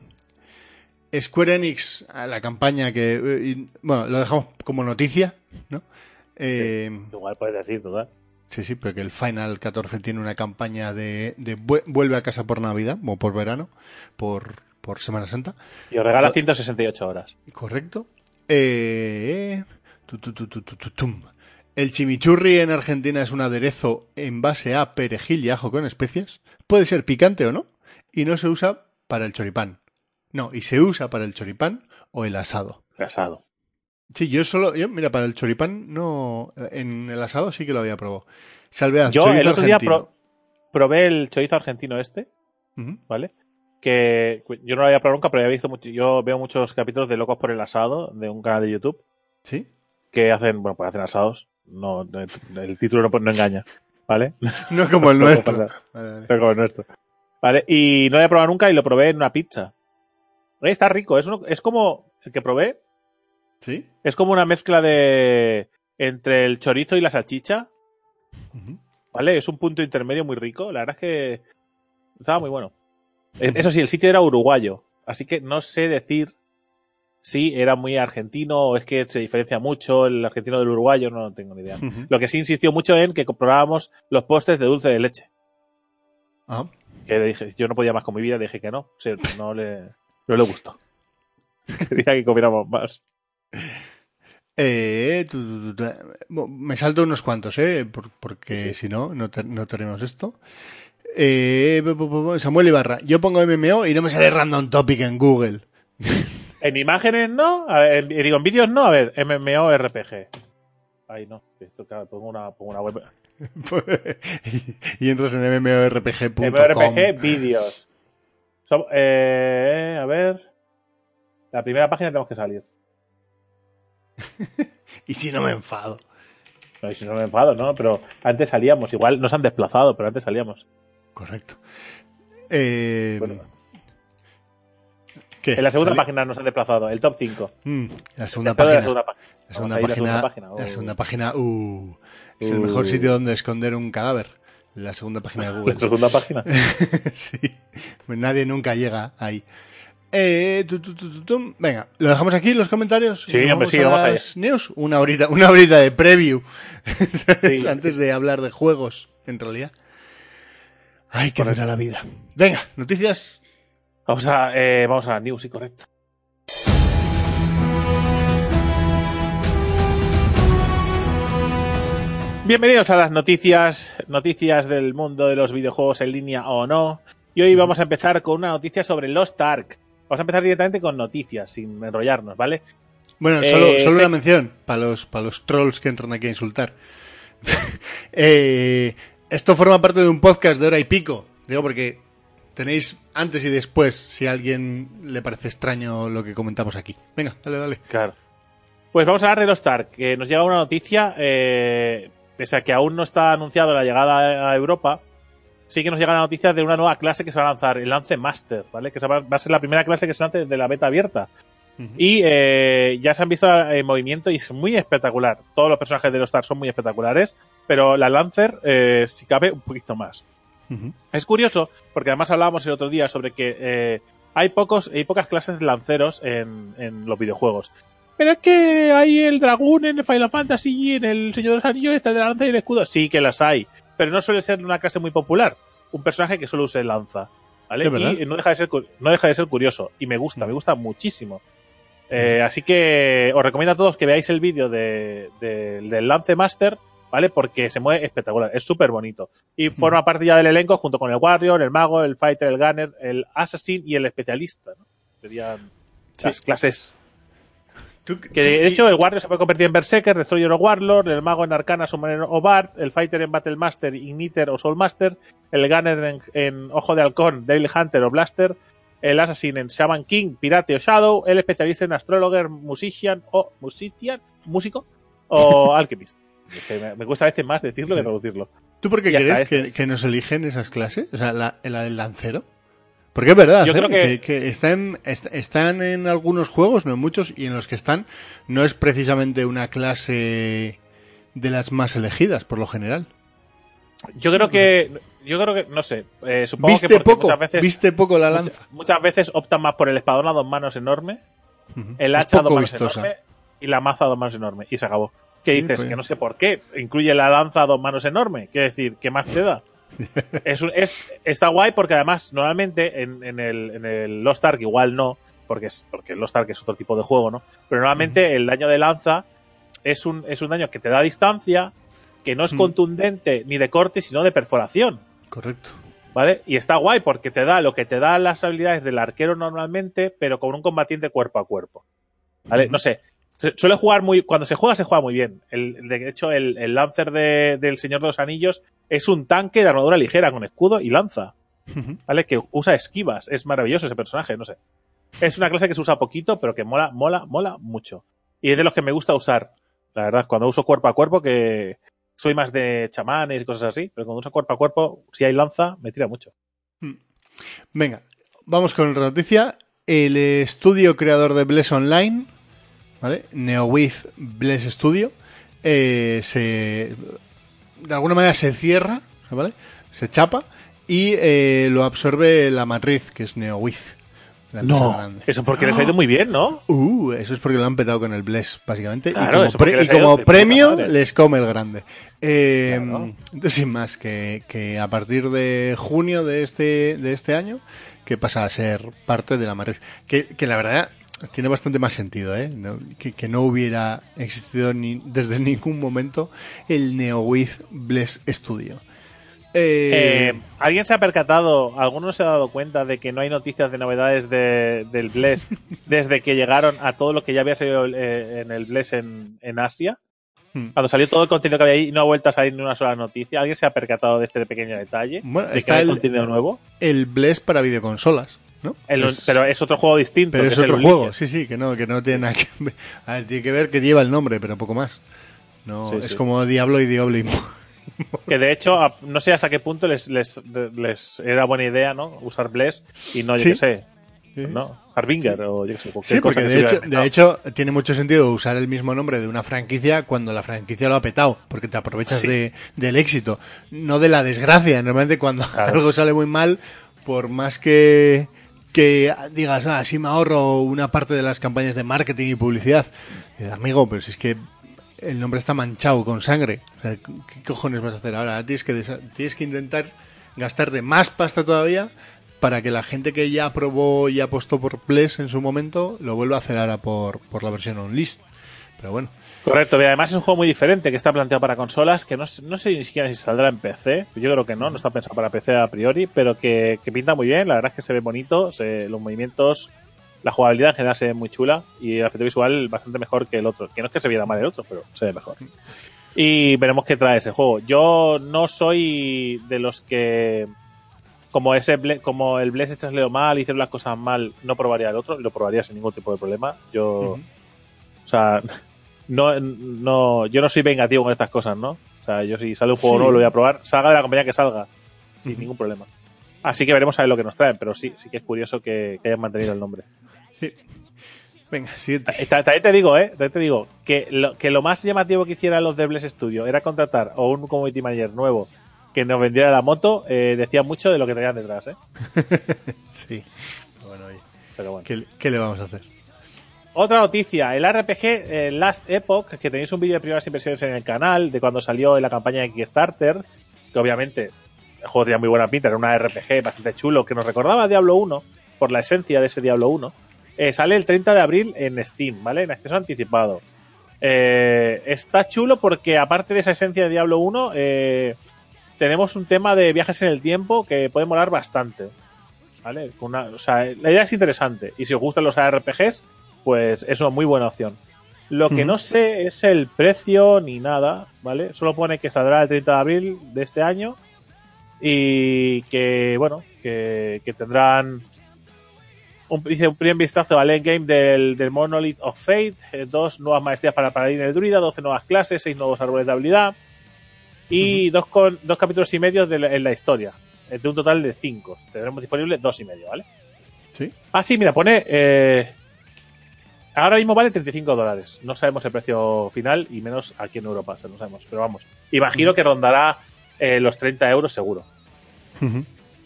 Square Enix, a la campaña que... eh, y- bueno, lo dejamos como noticia, ¿no? Eh, Igual puedes decir, ¿verdad? sí, sí, pero que el Final catorce tiene una campaña de, de vu- vuelve a casa por Navidad, o por verano, por, por Semana Santa. Y os regala ciento sesenta y ocho horas. Correcto. Eh, tu, tu, tu, tu, tu, tu, tum. El chimichurri en Argentina es un aderezo en base a perejil y ajo con especias. Puede ser picante o no. Y no se usa para el choripán. No, y se usa para el choripán o el asado. Casado. Sí, yo solo... Yo, mira, para el choripán no... En el asado sí que lo había probado. Salvedad, Yo chorizo el otro día argentino. pro- probé el chorizo argentino este, Ujú. ¿vale? Que yo no lo había probado nunca, pero había visto mucho, yo veo muchos capítulos de Locos por el Asado, de un canal de YouTube, ¿Sí? que hacen, bueno, pues hacen asados. No, el título no, no engaña, ¿vale? No como el nuestro. Vale, Vale, vale. pero como el nuestro. Vale, y no lo había probado nunca y lo probé en una pizza. Eh, Está rico, es, uno- es como el que probé, ¿Sí? es como una mezcla de entre el chorizo y la salchicha, Ujú. ¿vale? Es un punto intermedio muy rico, la verdad es que estaba muy bueno. Eh, Eso sí, el sitio era uruguayo, así que no sé decir si era muy argentino o es que se diferencia mucho el argentino del uruguayo, no tengo ni idea. Ujú. Lo que sí insistió mucho en que probábamos los postres de dulce de leche. Ah, Que le dije, yo no podía más con mi vida, le dije que no, o sea, no le, no le gustó. Quería que comiéramos más. Eh, tu, tu, tu, tu. Me salto unos cuantos, ¿eh? Por- porque Sí, sí. si no, no, te- no tenemos esto. Eh, bu- bu- bu- Samuel Ibarra, yo pongo M M O y no me sale Random Topic en Google. En imágenes no, a ver, en- digo, en vídeos no, a ver, M M O R P G. Ay, no, esto, claro, pongo una, pongo una web. Y entras en mmorpg punto com. MMORPG vídeos. Som- eh, a ver. La primera página tenemos que salir. Y si no me enfado. No, y si no me enfado, ¿no? Pero antes salíamos, igual nos han desplazado, pero antes salíamos. Correcto. Eh, Bueno, ¿qué? en la segunda ¿Sale? página nos han desplazado, el top cinco. Mm, la segunda Después de página. la segunda página. La segunda Vamos a ir a página, la segunda página. la Oh. segunda página, uh, es el Uh. mejor sitio donde esconder un cadáver. La segunda página de Google. La segunda página. Sí, pues nadie nunca llega ahí. Eh, tu, tu, tu, tu, tum. Venga, ¿lo dejamos aquí los comentarios? Sí, ¿Nos hombre, vamos sí, a vamos allá. las news? Una horita, una horita de preview. Sí. Antes de hablar de juegos, en realidad. Ay, qué Correcto. dura la vida. Venga, noticias. Vamos a, eh, vamos a la news, sí, correcto. Bienvenidos a las noticias, noticias del mundo de los videojuegos en línea o no. Y hoy vamos a empezar con una noticia sobre Lost Ark. Vamos a empezar directamente con noticias, sin enrollarnos, ¿vale? Bueno, solo, Eh, solo sé- una mención para los, para los trolls que entran aquí a insultar. eh, esto forma parte de un podcast de hora y pico. Digo porque tenéis antes y después, si a alguien le parece extraño lo que comentamos aquí. Venga, dale, dale. Claro. Pues vamos a hablar de Lost Ark, que nos llega una noticia, eh, pese a que aún no está anunciado la llegada a Europa, sí que nos llega la noticia de una nueva clase que se va a lanzar, el Lance Master, ¿vale? Que va a ser la primera clase que se lance de la beta abierta. Uh-huh. Y eh, ya se han visto en movimiento y es muy espectacular. Todos los personajes de Lost Ark son muy espectaculares, pero la Lancer, eh, si cabe, un poquito más. Uh-huh. Es curioso, porque además hablábamos el otro día sobre que eh, hay pocos hay pocas clases de lanceros en, en los videojuegos. Pero es que hay el dragón en el Final Fantasy, en el Señor de los Anillos, está de la lanza y el escudo. Sí que las hay, pero no suele ser una clase muy popular. Un personaje que solo use lanza, ¿vale? ¿Es verdad? Y no deja de ser no deja de ser curioso y me gusta, me gusta muchísimo. Eh, así que os recomiendo a todos que veáis el vídeo de, de, del Lance Master, ¿vale? Porque se mueve espectacular, es súper bonito. Y forma parte ya del elenco junto con el Warrior, el Mago, el Fighter, el Gunner, el Assassin y el Especialista, ¿no? Serían Sí. las clases. Tú- Que tú- de hecho el Warrior se puede convertir en Berserker, Destroyer o Warlord, el Mago en Arcana, Summoner o Bard, el Fighter en Battle Master, Igniter o Soulmaster, el Gunner en, en Ojo de Halcón, Devil Hunter o Blaster, el Assassin en Shaman King, Pirate o Shadow, el Especialista en Astrologer, Musician o Musician, Músico o Alchemist. Es que me, me cuesta a veces más decirlo que traducirlo. ¿Tú por qué Y hasta crees que, estas. que nos eligen esas clases? O sea, la, la del lancero. Porque es verdad, Yo ¿eh? creo que- que, que están, est- están en algunos juegos, no en muchos, y en los que están no es precisamente una clase de las más elegidas, por lo general. Yo creo que, yo creo que, no sé, eh, supongo ¿Viste que porque poco? muchas veces, ¿Viste poco la mucha- lanza? muchas veces optan más por el espadón a dos manos enorme, Ujú. el Es hacha a dos poco manos vistosa. enorme y la maza a dos manos enorme. Y se acabó. ¿Qué Sí, dices? pues. Que no sé por qué. Incluye la lanza a dos manos enorme. Quiero decir, ¿qué más te da? es, un- es Está guay porque además, normalmente, en, en, el, en el Lost Ark igual no, porque es porque el Lost Ark es otro tipo de juego, ¿no? Pero normalmente el daño de lanza es un, es un daño que te da distancia, que no es Mm. contundente ni de corte, sino de perforación. Correcto. ¿Vale? Y está guay porque te da lo que te da las habilidades del arquero normalmente, pero con un combatiente cuerpo a cuerpo. ¿Vale? Ujú. No sé. Se- Suele jugar muy. Cuando se juega, se juega muy bien. El, de hecho, el, el Lancer de- del Señor de los Anillos es un tanque de armadura ligera con escudo y lanza. Ujú. ¿Vale? Que usa esquivas. Es maravilloso ese personaje, no sé. Es una clase que se usa poquito, pero que mola, mola, mola mucho. Y es de los que me gusta usar. La verdad, cuando uso cuerpo a cuerpo, que soy más de chamanes y cosas así, pero cuando uso cuerpo a cuerpo, si hay lanza, me tira mucho. Venga, vamos con otra noticia. El estudio creador de Bless Online, ¿vale? NeoWiz Bless Studio, eh, se, de alguna manera se cierra, ¿vale? Se chapa y eh, lo absorbe la matriz, que es NeoWiz. La empresa grande. Eso porque les ha ido muy bien, ¿no? Uh, eso es porque lo han petado con el Bless, básicamente. Claro, y como, eso porque pre- y les ha ido como de puta premio madre. les come el grande. Eh, Claro. Entonces, sin más, que, que a partir de junio de este, de este año, que pasa a ser parte de la matriz. Que, que la verdad tiene bastante más sentido, ¿eh? No- que, que no hubiera existido ni, desde ningún momento el NeoWiz Bless Studio. Eh, Eh, ¿Alguien se ha percatado, alguno se ha dado cuenta de que no hay noticias de novedades de, del Bless desde que llegaron a todo lo que ya había salido eh, en el Bless en, en Asia? Hmm. Cuando salió todo el contenido que había ahí y no ha vuelto a salir ni una sola noticia. ¿Alguien se ha percatado de este pequeño detalle? Bueno, ¿De que está hay el- contenido nuevo? el Bless para videoconsolas, ¿no? El- Es- pero es otro juego distinto. Pero que es el otro Ulises. juego, sí, sí, que no, que no tiene nada que ver. A ver, tiene que ver que lleva el nombre, pero poco más. No, Sí, es sí. como Diablo y Diablo y Que de hecho, a- no sé hasta qué punto les, les, les era buena idea, ¿no? Usar Bless y no, yo Sí. qué sé, Sí. ¿no? Harbinger o yo qué sé. cualquier Sí, porque cosa que de se hubiera hecho, de inventado. hecho tiene mucho sentido usar el mismo nombre de una franquicia cuando la franquicia lo ha petado, porque te aprovechas Sí. de, del éxito, no de la desgracia. Normalmente cuando Claro. algo sale muy mal, por más que, que digas, ah, sí me ahorro una parte de las campañas de marketing y publicidad. Y dices, amigo, pero si es que el nombre está manchado con sangre. O sea, ¿qué cojones vas a hacer ahora? Tienes que, desa- tienes que intentar gastarte más pasta todavía para que la gente que ya probó y apostó por Ples en su momento lo vuelva a hacer ahora por, por la versión on-list. Pero bueno. Correcto, y además es un juego muy diferente que está planteado para consolas, que no, sé- no sé ni siquiera si saldrá en P C. Yo creo que no, no está pensado para P C a priori, pero que, que pinta muy bien. La verdad es que se ve bonito, se- los movimientos, la jugabilidad en general se ve muy chula y el aspecto visual bastante mejor que el otro. Que no es que se viera mal el otro, pero se ve mejor. Y veremos qué trae ese juego. Yo no soy de los que, como ese Ble- como el Bless echas leo mal y hicieron las cosas mal, no probaría el otro, lo probaría sin ningún tipo de problema. Yo, Uh-huh. o sea, no, no, yo no soy vengativo con estas cosas, ¿no? O sea, yo si sale un juego Sí. nuevo lo voy a probar, salga de la compañía que salga, sin Ujú. ningún problema. Así que veremos a ver lo que nos traen, pero sí, sí que es curioso que, que hayan mantenido el nombre. Sí. Venga, siguiente. Eh, ta- También te digo, eh, también te digo, que lo, que lo más llamativo que hicieran los de Bless Studio era contratar a un community manager nuevo que nos vendiera la moto, eh, decía mucho de lo que traían detrás, eh. Sí. Bueno, oye, Pero bueno. ¿qué, qué le vamos a hacer? Otra noticia, el R P G eh, Last Epoch, que tenéis un vídeo de primeras impresiones en el canal de cuando salió en la campaña de Kickstarter, que obviamente el juego tenía muy buena pinta, era una R P G bastante chulo, que nos recordaba a Diablo uno, por la esencia de ese Diablo uno, eh, sale el treinta de abril en Steam, ¿vale? En acceso anticipado. Eh, está chulo porque aparte de esa esencia de Diablo uno, eh, tenemos un tema de viajes en el tiempo que puede molar bastante, ¿vale? Con una, o sea, la idea es interesante, y si os gustan los R P Gs, pues es una muy buena opción. Lo que Ujú. no sé es el precio ni nada, ¿vale? Solo pone que saldrá el treinta de abril de este año y que, bueno, que, que tendrán un, dice un primer vistazo al endgame del, del Monolith of Fate, eh, dos nuevas maestrías para Paladín el Druida, doce nuevas clases, seis nuevos árboles de habilidad y dos, con, dos capítulos y medio de la, en la historia, de un total de cinco. Tendremos disponible dos y medio, ¿vale? Sí. Ah, sí, mira, pone... Eh, ahora mismo vale treinta y cinco dólares. No sabemos el precio final y menos aquí en Europa, o sea, no sabemos. Pero vamos, imagino que rondará eh, los treinta euros seguro. Uh-huh.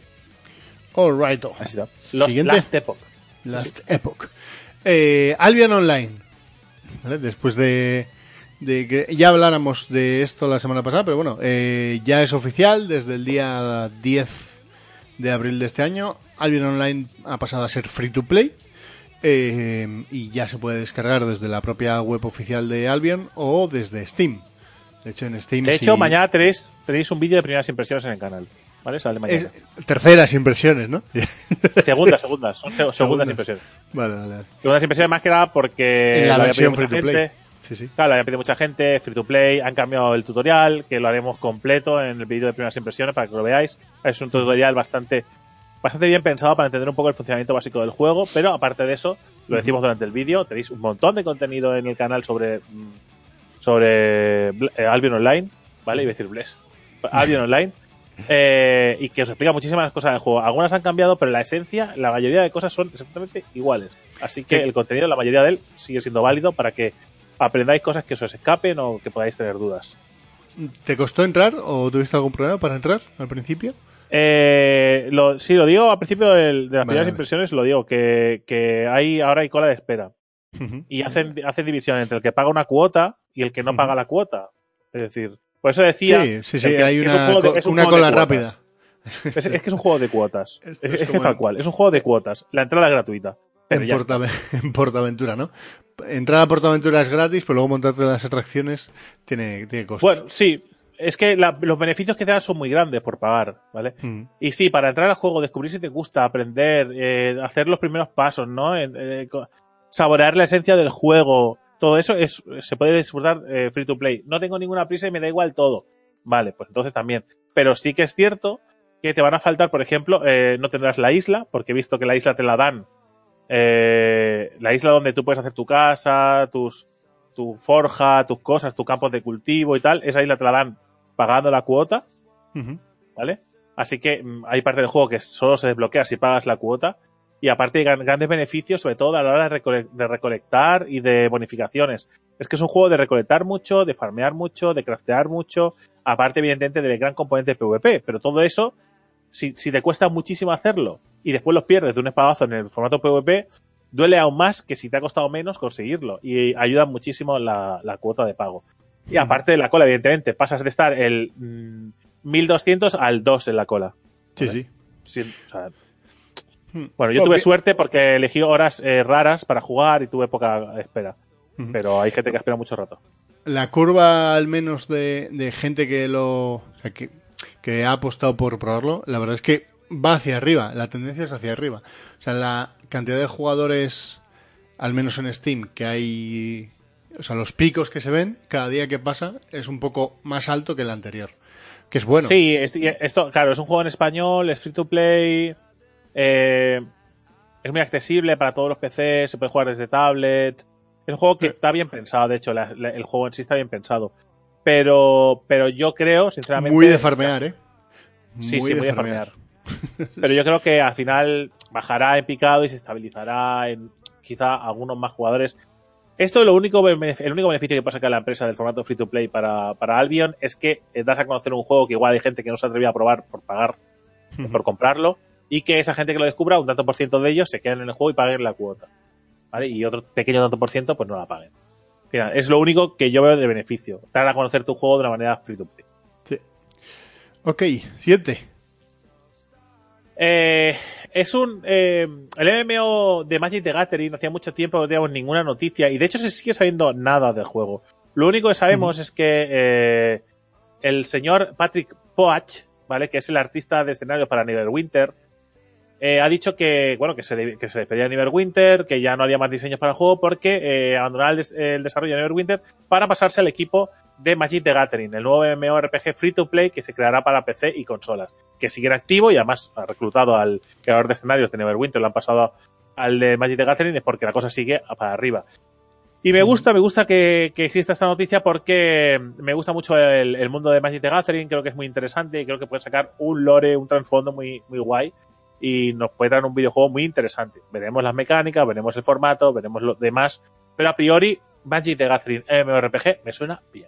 All right. Así está. Los Siguiente. Last Epoch. Last Epoch. Eh, Albion Online. ¿Vale? Después de, de que ya habláramos de esto la semana pasada, pero bueno, eh, ya es oficial desde el día diez de abril de este año. Albion Online ha pasado a ser free to play. Eh, y ya se puede descargar desde la propia web oficial de Albion o desde Steam. De hecho, en Steam. De hecho, sí- mañana tenéis, teneis un vídeo de primeras impresiones en el canal. ¿Vale? Sale mañana. es, terceras impresiones, ¿no? Segundas, segundas. Son se- segundas, Segundas. impresiones. Vale, vale, vale. Segundas impresiones más que nada porque En la lo había pedido versión free mucha to play. gente. Sí, sí. Claro, lo había pedido mucha gente, free to play, han cambiado el tutorial, que lo haremos completo en el vídeo de primeras impresiones para que lo veáis. Es un tutorial bastante, bastante bien pensado para entender un poco el funcionamiento básico del juego, pero aparte de eso, lo decimos durante el vídeo, tenéis un montón de contenido en el canal sobre, mm, sobre eh, Albion Online, ¿vale? Iba a decir Bless. Albion Online. Eh, y que os explica muchísimas cosas del juego. Algunas han cambiado, pero la esencia, la mayoría de cosas son exactamente iguales. Así que Sí. el contenido, la mayoría de él, sigue siendo válido para que aprendáis cosas que se os escapen o que podáis tener dudas. ¿Te costó entrar o tuviste algún problema para entrar al principio? Eh, lo, sí, lo digo al principio del- de, las Vale, primeras vale. impresiones, lo digo, que, que hay, ahora hay cola de espera. Ujú. Y hacen, hacen división entre el que paga una cuota y el que no Ujú. paga la cuota. Es decir, por eso decía... Sí, sí, sí, el que- hay que es un una, juego de- co- es un una juego de cola cuotas. rápida. Es, es que es un juego de cuotas. Esto Es, es es que como tal en- cual. Es un juego de cuotas. La entrada es gratuita. Pero En, ya Portave- está. en Portaventura, ¿no? Entrar a Portaventura es gratis, pero luego montarte las atracciones tiene, tiene coste. Bueno, sí. Es que la- los beneficios que te dan son muy grandes por pagar, ¿vale? Mm. Y sí, para entrar al juego, descubrir si te gusta, aprender, eh, hacer los primeros pasos, ¿no? En- eh, co- saborear la esencia del juego. Todo eso es, se puede disfrutar eh, free to play. No tengo ninguna prisa y me da igual todo. Vale, pues entonces también. Pero sí que es cierto que te van a faltar, por ejemplo, eh, no tendrás la isla, porque he visto que la isla te la dan. Eh, la isla donde tú puedes hacer tu casa, tus, tu forja, tus cosas, tus campos de cultivo y tal. Esa isla te la dan pagando la cuota, Ujú. ¿vale? Así que mm, hay parte del juego que solo se desbloquea si pagas la cuota. Y aparte hay gran- grandes beneficios, sobre todo a la hora de, recole- de recolectar y de bonificaciones. Es que es un juego de recolectar mucho, de farmear mucho, de craftear mucho. Aparte, evidentemente, del gran componente PvP. Pero todo eso, si, si te cuesta muchísimo hacerlo, y después los pierdes de un espadazo en el formato PvP, duele aún más que si te ha costado menos conseguirlo y ayuda muchísimo la, la cuota de pago. Y aparte de la cola, evidentemente, pasas de estar el mmm, mil doscientos al dos en la cola. Sí, ¿vale? sí. Sí, o sea, bueno, yo tuve suerte porque elegí horas eh, raras para jugar y tuve poca espera. Uh-huh. Pero hay gente que espera mucho rato. La curva, al menos de, de gente que lo, o sea, que, que ha apostado por probarlo, la verdad es que va hacia arriba. La tendencia es hacia arriba. O sea, la cantidad de jugadores, al menos en Steam, que hay, o sea, los picos que se ven cada día que pasa es un poco más alto que el anterior, que es bueno. Sí, esto, claro, es un juego en español, es free to play. Eh, es muy accesible para todos los P Cs, se puede jugar desde tablet. Es un juego que está bien pensado, de hecho, la, la, el juego en sí está bien pensado. Pero, pero yo creo, sinceramente... Muy de farmear, ¿eh? Muy sí, sí, de muy de farmear. Pero yo creo que al final bajará en picado y se estabilizará en quizá algunos más jugadores. Esto, lo único, el único beneficio que puede sacar la empresa del formato free to play para, para Albion es que das a conocer un juego que igual hay gente que no se atrevía a probar por pagar, uh-huh. por comprarlo. Y que esa gente que lo descubra, un tanto por ciento de ellos se queden en el juego y paguen la cuota, ¿vale? Y otro pequeño tanto por ciento, pues no la paguen. Mira, es lo único que yo veo de beneficio, dar a conocer tu juego de una manera free to play. Sí. Ok, siguiente. Eh, es un... Eh, el M M O de Magic the Gathering, hacía mucho tiempo que no teníamos ninguna noticia, y de hecho se sigue sabiendo nada del juego. Lo único que sabemos uh-huh. es que eh, el señor Patrick Poach, ¿vale? Que es el artista de escenarios para Neverwinter, Eh, ha dicho que, bueno, que se, de, que se despedía de Neverwinter, que ya no había más diseños para el juego porque eh, abandonará el, des, el desarrollo de Neverwinter para pasarse al equipo de Magic the Gathering, el nuevo MMORPG free to play que se creará para P C y consolas, que sigue en activo y además ha reclutado al creador de escenarios de Neverwinter, lo han pasado al de Magic the Gathering, es porque la cosa sigue para arriba. Y me gusta, me gusta que, que exista esta noticia porque me gusta mucho el, el mundo de Magic the Gathering, creo que es muy interesante y creo que puede sacar un lore, un trasfondo muy, muy guay. Y nos puede dar un videojuego muy interesante. Veremos las mecánicas, veremos el formato, veremos lo demás, pero a priori Magic the Gathering MMORPG me suena bien.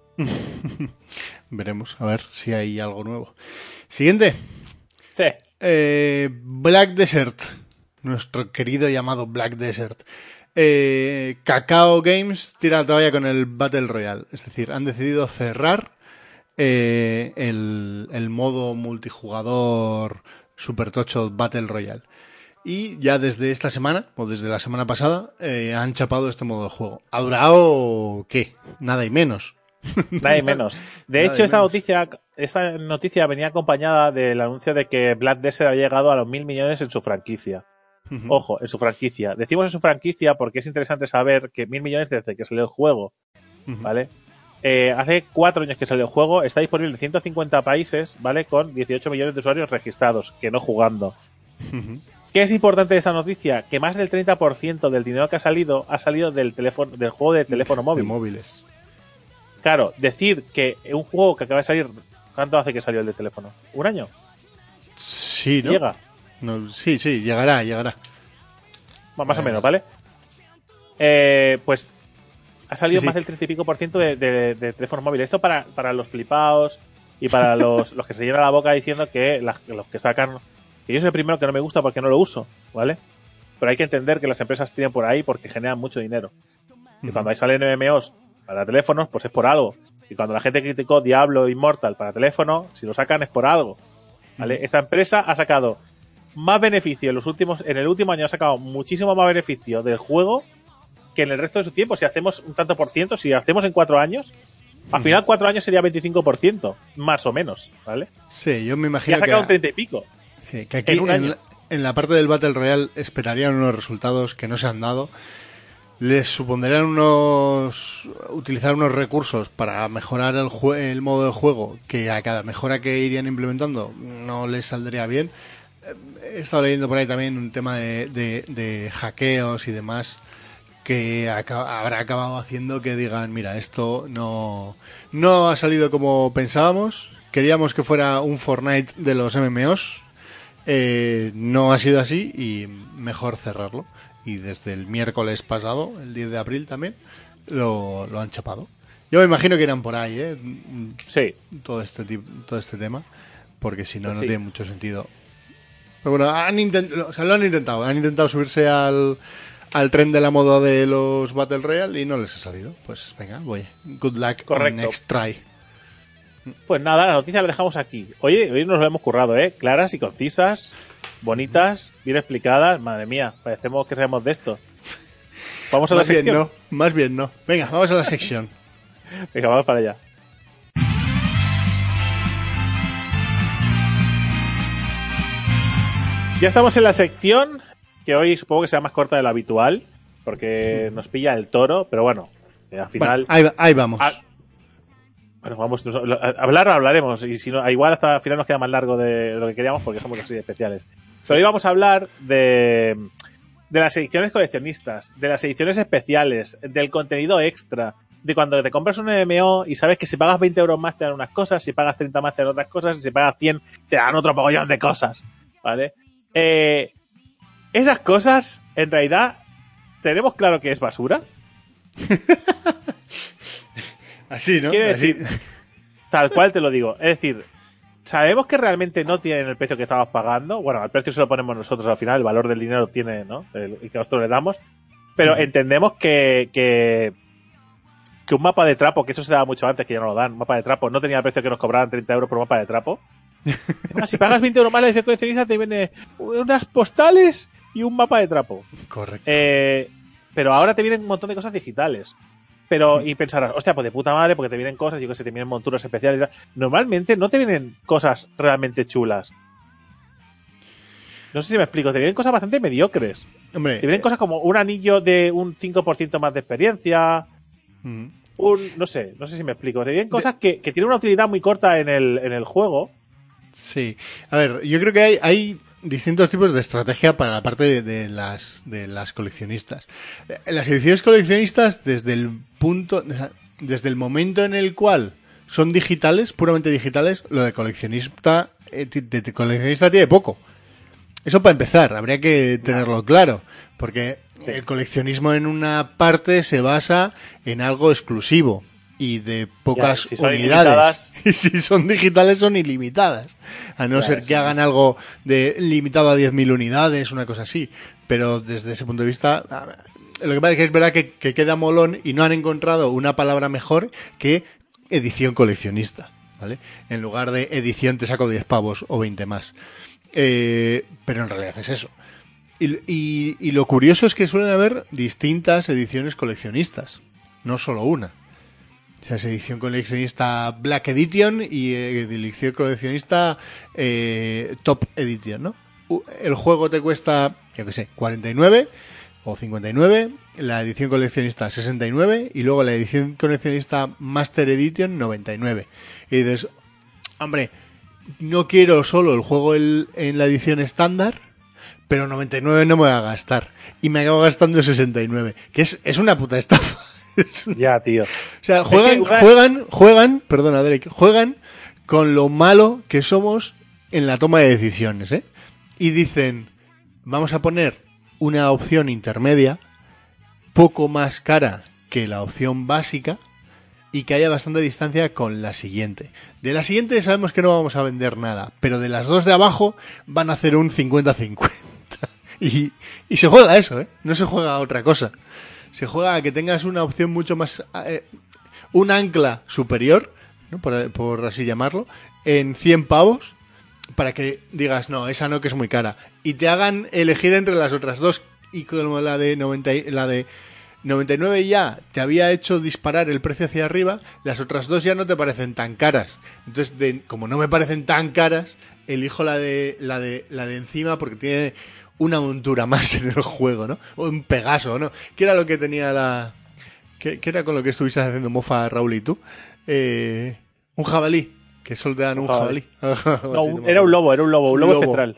Veremos, a ver si hay algo nuevo. Siguiente. Sí. Eh, Black Desert, nuestro querido llamado Black Desert. Eh, Cacao Games tira la toalla con el Battle Royale, es decir, han decidido cerrar eh, el, el modo multijugador Super tocho Battle Royale. Y ya desde esta semana, o desde la semana pasada, eh, han chapado este modo de juego. ¿Ha durado qué? Nada y menos. Nada y menos. De Nada hecho, esta menos. noticia esta noticia venía acompañada del anuncio de que Black Desert había llegado a los mil millones en su franquicia. Uh-huh. Ojo, en su franquicia. Decimos en su franquicia porque es interesante saber que mil millones desde que salió el juego. Uh-huh. ¿Vale? Eh, hace cuatro años que salió el juego, está disponible en ciento cincuenta países, ¿vale? Con dieciocho millones de usuarios registrados, que no jugando. Uh-huh. ¿Qué es importante de esta noticia? Que más del treinta por ciento del dinero que ha salido ha salido del teléfono, del juego de teléfono móvil. De móviles. Claro, decir que un juego que acaba de salir, ¿cuánto hace que salió el de teléfono? ¿Un año? Sí, ¿no? ¿Llega? No, sí, sí, llegará, llegará. Más Vale. o menos, ¿vale? Eh, pues ha salido sí, más sí. del treinta y pico por ciento de, de, de teléfonos móviles. Esto para, para los flipados y para los, los que se llenan la boca diciendo que la, los que sacan... Que yo soy el primero que no me gusta porque no lo uso, ¿vale? Pero hay que entender que las empresas tienen por ahí porque generan mucho dinero. Y uh-huh. cuando ahí salen M M Os para teléfonos, pues es por algo. Y cuando la gente criticó Diablo Immortal para teléfono, si lo sacan es por algo, ¿vale? Uh-huh. Esta empresa ha sacado más beneficio en los últimos, en el último año ha sacado muchísimo más beneficio del juego que en el resto de su tiempo. Si hacemos un tanto por ciento, si hacemos en cuatro años, al uh-huh. final cuatro años sería veinticinco por ciento, más o menos, ¿vale? Sí, yo me imagino que... ha sacado que un treinta y pico. Sí, que aquí en, un en, año. La, en la parte del Battle Royale esperarían unos resultados que no se han dado. Les supondrían unos utilizar unos recursos para mejorar el, jue- el modo de juego, que a cada mejora que irían implementando no les saldría bien. He estado leyendo por ahí también un tema de, de, de hackeos y demás que acaba, habrá acabado haciendo que digan, mira, esto no, no ha salido como pensábamos, queríamos que fuera un Fortnite de los M M Os, eh, no ha sido así y mejor cerrarlo. Y desde el miércoles pasado, el diez de abril también, lo, lo han chapado. Yo me imagino que irán por ahí, ¿eh? Sí. Todo este, tipo, todo este tema, porque si no, no sí. tiene mucho sentido. Pero bueno, han intent- o sea, lo han intentado. Han intentado subirse al, al tren de la moda de los Battle Royale y no les ha salido. Pues venga, voy. Good luck. Correcto. Next try. Pues nada, la noticia la dejamos aquí. Oye, hoy nos lo hemos currado, ¿eh? Claras y concisas, bonitas, bien explicadas. Madre mía, parecemos que sabemos de esto. Vamos a la Más bien sección. no, más bien no. Venga, vamos a la sección. Venga, vamos para allá. Ya estamos en la sección, que hoy supongo que será más corta de lo habitual, porque nos pilla el toro, pero bueno, eh, al final... Bueno, ahí, va- ahí vamos. Ah, bueno, vamos, nos- a- hablar hablaremos, y si no, igual hasta al final nos queda más largo de lo que queríamos porque somos así de especiales. Pero hoy vamos a hablar de, de las ediciones coleccionistas, de las ediciones especiales, del contenido extra, de cuando te compras un M M O y sabes que si pagas veinte euros más te dan unas cosas, si pagas treinta más te dan otras cosas, y si pagas cien te dan otro mogollón de cosas, ¿vale? Eh, esas cosas, en realidad, ¿tenemos claro que es basura? Así, ¿no? Quiere Así. decir, tal cual te lo digo. Es decir, sabemos que realmente no tienen el precio que estamos pagando. Bueno, el precio se lo ponemos nosotros al final, el valor del dinero tiene, ¿no? El, el que nosotros le damos. Pero entendemos que, que, que un mapa de trapo, que eso se daba mucho antes, que ya no lo dan, un mapa de trapo, no tenía el precio que nos cobraban treinta euros por un mapa de trapo. Además, si pagas veinte euros más la edición coleccionista, te viene unas postales y un mapa de trapo. Correcto. Eh, pero ahora te vienen un montón de cosas digitales. Pero, y pensarás, hostia, pues de puta madre, porque te vienen cosas, yo que sé, te vienen monturas especiales y tal. Normalmente no te vienen cosas realmente chulas. No sé si me explico, te vienen cosas bastante mediocres. Hombre, Te vienen cosas como un anillo de un cinco por ciento más de experiencia, mm, un, no sé, no sé si me explico. Te vienen cosas que, que tienen una utilidad muy corta en el, en el juego. sí. A ver, yo creo que hay, hay distintos tipos de estrategia para la parte de, de las de las coleccionistas. Eh, Las ediciones coleccionistas, desde el punto, o sea, desde el momento en el cual son digitales, puramente digitales, lo de coleccionista, eh, de, de coleccionista tiene poco. Eso para empezar, habría que tenerlo claro, porque el coleccionismo en una parte se basa en algo exclusivo y de pocas Ya, si son unidades. Y si son digitales son ilimitadas. A no Ya, ser eso que no. hagan algo de limitado a diez mil unidades, una cosa así. Pero desde ese punto de vista, ah, lo que pasa es que es verdad que, que queda molón y no han encontrado una palabra mejor que edición coleccionista, ¿vale? En lugar de edición te saco diez pavos o veinte más. Eh, pero en realidad es eso. Y, y, y lo curioso es que suelen haber distintas ediciones coleccionistas, no solo una. O sea, es edición coleccionista Black Edition y eh, edición coleccionista eh, Top Edition, ¿no? U- El juego te cuesta, yo qué sé, cuarenta y nueve o cincuenta y nueve, la edición coleccionista sesenta y nueve y luego la edición coleccionista Master Edition noventa y nueve. Y dices, hombre, no quiero solo el juego el- en la edición estándar, pero noventa y nueve no me voy a gastar. Y me acabo gastando sesenta y nueve, que es, es una puta estafa. Es una- Ya, tío. o sea, juegan, Es que una- juegan, juegan, perdona, Derek, juegan con lo malo que somos en la toma de decisiones, ¿eh? Y dicen, vamos a poner una opción intermedia, poco más cara que la opción básica, y que haya bastante distancia con la siguiente. De la siguiente sabemos que no vamos a vender nada, pero de las dos de abajo van a hacer un cincuenta cincuenta. Y, y se juega a eso, ¿eh? No se juega a otra cosa. Se juega a que tengas una opción mucho más... Eh, un ancla superior, ¿no? por, por así llamarlo, en cien pavos, para que digas, no, esa no, que es muy cara. Y te hagan elegir entre las otras dos. Y como la de noventa, y- la de noventa y nueve ya te había hecho disparar el precio hacia arriba, las otras dos ya no te parecen tan caras. Entonces, de- como no me parecen tan caras, elijo la de, la de, la de encima porque tiene una montura más en el juego, ¿no? O un Pegaso, ¿no? Que era lo que tenía la... ¿Qué, qué era con lo que estuviste haciendo mofa, Raúl, y tú? Eh, un jabalí, que solo te dan un jabalí. jabalí. No, un- era un lobo, era un lobo, un lobo, Lobo. espectral.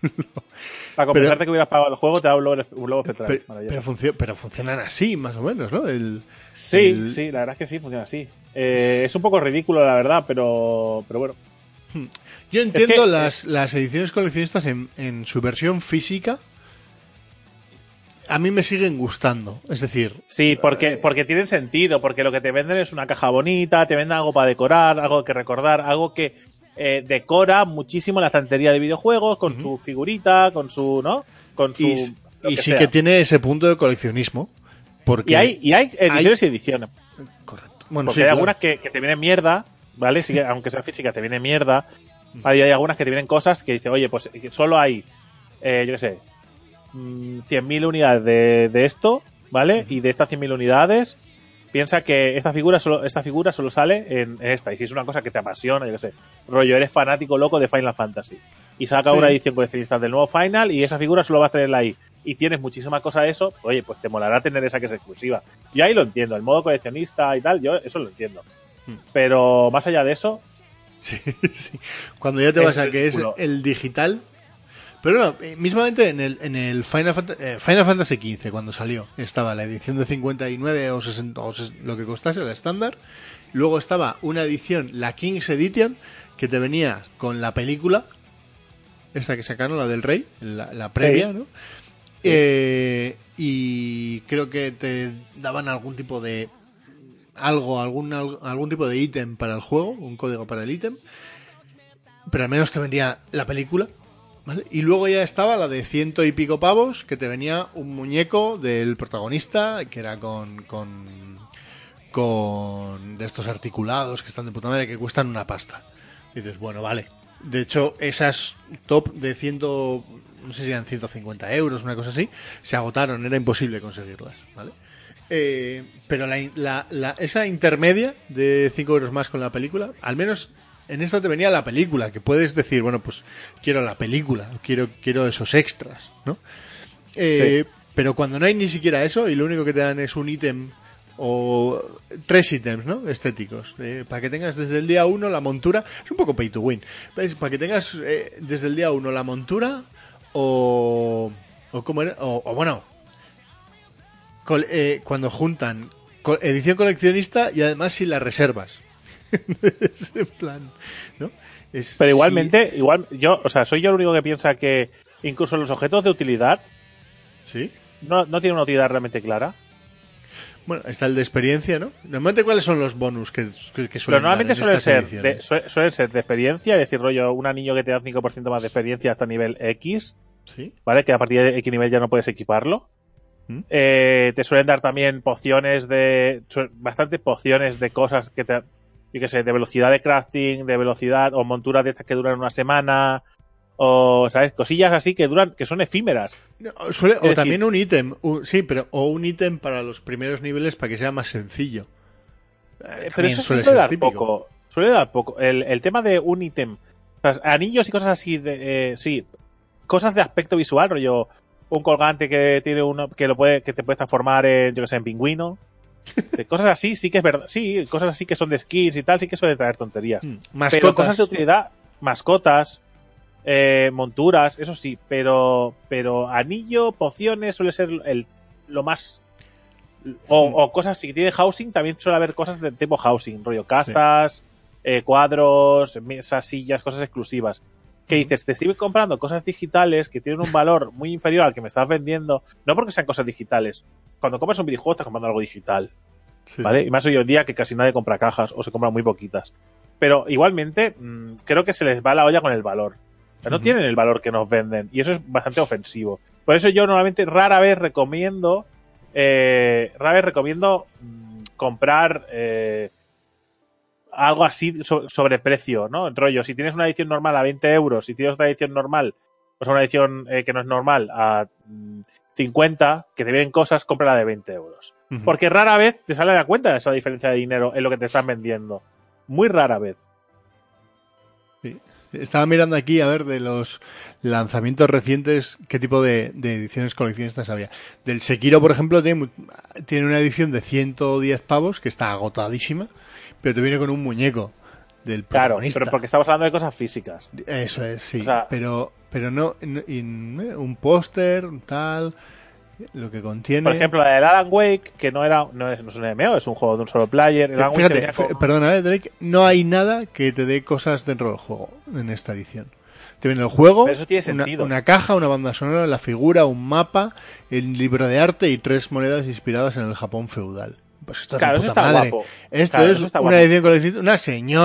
Para compensarte que hubieras pagado el juego, te da un lobo, un lobo espectral. Pero, Maravilloso. pero, funcio- pero funcionan así, más o menos, ¿no? El, Sí, el- sí, la verdad es que sí, funciona así. Eh, es un poco ridículo, la verdad, pero, pero bueno. Yo entiendo que- las, las ediciones coleccionistas en, en su versión física. A mí me siguen gustando. Es decir, Sí, porque, porque tienen sentido, porque lo que te venden es una caja bonita, te venden algo para decorar, algo que recordar, algo que, eh, decora muchísimo la estantería de videojuegos con uh-huh. su figurita, con su, ¿no? Con su... Y, y sí sea. que tiene ese punto de coleccionismo. Porque y hay, y hay ediciones hay... y ediciones. Correcto. Bueno, porque sí, hay claro. algunas que, que te vienen mierda, ¿vale? Sí, aunque sea física, te viene mierda. Hay, hay algunas que te vienen cosas que dice, oye, pues solo hay, eh, yo qué sé, cien mil unidades de, de esto, ¿vale? Y de estas cien mil unidades, piensa que esta figura solo, esta figura solo sale en, en esta. Y si es una cosa que te apasiona, yo qué sé, rollo, eres fanático loco de Final Fantasy. Y saca sí. una edición coleccionista del nuevo Final y esa figura solo vas a tenerla ahí. Y tienes muchísima cosa de eso, oye, pues te molará tener esa que es exclusiva. Yo ahí lo entiendo, el modo coleccionista y tal, yo eso lo entiendo. Hmm. Pero más allá de eso... Sí, sí. Cuando ya te vas a que es el digital... Pero no, mismamente en el, en el Final, Fant- eh, Final Fantasy quince, cuando salió, estaba la edición de cincuenta y nueve o sesenta, o lo que costase, la estándar. Luego estaba una edición, la King's Edition, que te venía con la película, esta que sacaron, la del Rey, la, la previa, sí. ¿no? Sí. Eh, y creo que te daban algún tipo de... algo, algún, algún tipo de ítem para el juego, un código para el ítem. Pero al menos te vendía la película. ¿Vale? Y luego ya estaba la de ciento y pico pavos, que te venía un muñeco del protagonista, que era con, con, con de estos articulados que están de puta madre, que cuestan una pasta. Y dices, bueno, vale. De hecho, esas top de ciento, no sé si eran ciento cincuenta euros, una cosa así, se agotaron, era imposible conseguirlas, ¿vale? Eh, pero la, la, la, esa intermedia de cinco euros más con la película, al menos... En esta te venía la película, que puedes decir, bueno, pues quiero la película, quiero quiero esos extras, ¿no? Eh, sí. Pero cuando no hay ni siquiera eso y lo único que te dan es un ítem o tres ítems, ¿no? Estéticos. Eh, para que tengas desde el día uno la montura, es un poco pay to win. ¿Ves? Para que tengas eh, desde el día uno la montura o... o ¿cómo era? O, o bueno, col, eh, cuando juntan col, edición coleccionista y además si la reservas. Es en plan, ¿no? Es, pero igualmente, sí. igual yo, o sea, soy yo el único que piensa que incluso los objetos de utilidad, sí, no, no tienen una utilidad realmente clara. Bueno, está el de experiencia, ¿no? Normalmente, ¿cuáles son los bonus que, que, que suelen pero normalmente dar en suelen estas ser, ediciones? de, suelen, suelen ser de experiencia, es decir, rollo, un anillo que te da cinco por ciento más de experiencia hasta nivel X, ¿sí? ¿Vale? Que a partir de X nivel ya no puedes equiparlo. ¿Mm? Eh, te suelen dar también pociones de, bastantes pociones de cosas que te... yo qué sé, de velocidad de crafting, de velocidad, o monturas de estas que duran una semana, o, ¿sabes? Cosillas así que duran, que son efímeras. No, suele, o decir, también un ítem, sí, pero, o un ítem para los primeros niveles para que sea más sencillo. Eh, pero eso suele, suele dar típico. poco. Suele dar poco. El, el tema de un ítem, o sea, anillos y cosas así, de, eh, sí, cosas de aspecto visual, rollo, un colgante que tiene uno, que lo puede, que te puedes transformar en, yo qué sé, en pingüino. De cosas así sí que es verdad, sí, cosas así que son de skins y tal, sí que suele traer tonterías. Mm, mascotas. Pero cosas de utilidad, mascotas, eh, monturas, eso sí, pero pero anillo, pociones suele ser el lo más o, mm. o cosas, si tiene housing, también suele haber cosas de tipo housing, rollo casas, sí. eh, cuadros, mesas, sillas, cosas exclusivas. Que dices, te estoy comprando cosas digitales que tienen un valor muy inferior al que me estás vendiendo, no porque sean cosas digitales. Cuando compras un videojuego estás comprando algo digital, sí. ¿Vale? Y más hoy en día que casi nadie compra cajas o se compran muy poquitas. Pero igualmente mmm, creo que se les va la olla con el valor. O sea, no uh-huh. tienen el valor que nos venden y eso es bastante ofensivo. Por eso yo normalmente rara vez recomiendo eh, rara vez recomiendo mmm, comprar eh, algo así so- sobre precio, ¿no? El rollo, si tienes una edición normal a veinte euros, si tienes otra edición normal, o sea, una edición eh, que no es normal a mmm, cincuenta, que te vienen cosas, cómprala de veinte euros. Uh-huh. Porque rara vez te sale a la cuenta esa diferencia de dinero en lo que te están vendiendo. Muy rara vez. Sí. Estaba mirando aquí a ver de los lanzamientos recientes qué tipo de, de ediciones coleccionistas había. Del Sekiro, por ejemplo, tiene, tiene una edición de ciento diez pavos que está agotadísima, pero te viene con un muñeco del protagonista. Claro, pero porque estamos hablando de cosas físicas. Eso es, sí. O sea, pero pero no, no in, un póster, tal, lo que contiene. Por ejemplo, la del Alan Wake, que no era no es, no es un M M O, es un juego de un solo player. El Alan Fíjate, Wake f- con... perdona, eh, Drake, no hay nada que te dé cosas dentro del juego en esta edición. Te viene el juego, pero eso tiene una, sentido. una caja, una banda sonora, la figura, un mapa, el libro de arte y tres monedas inspiradas en el Japón feudal. Pues esto claro, es de eso puta está madre. guapo. Esto claro, es eso está una guapo. edición coleccionista, una señor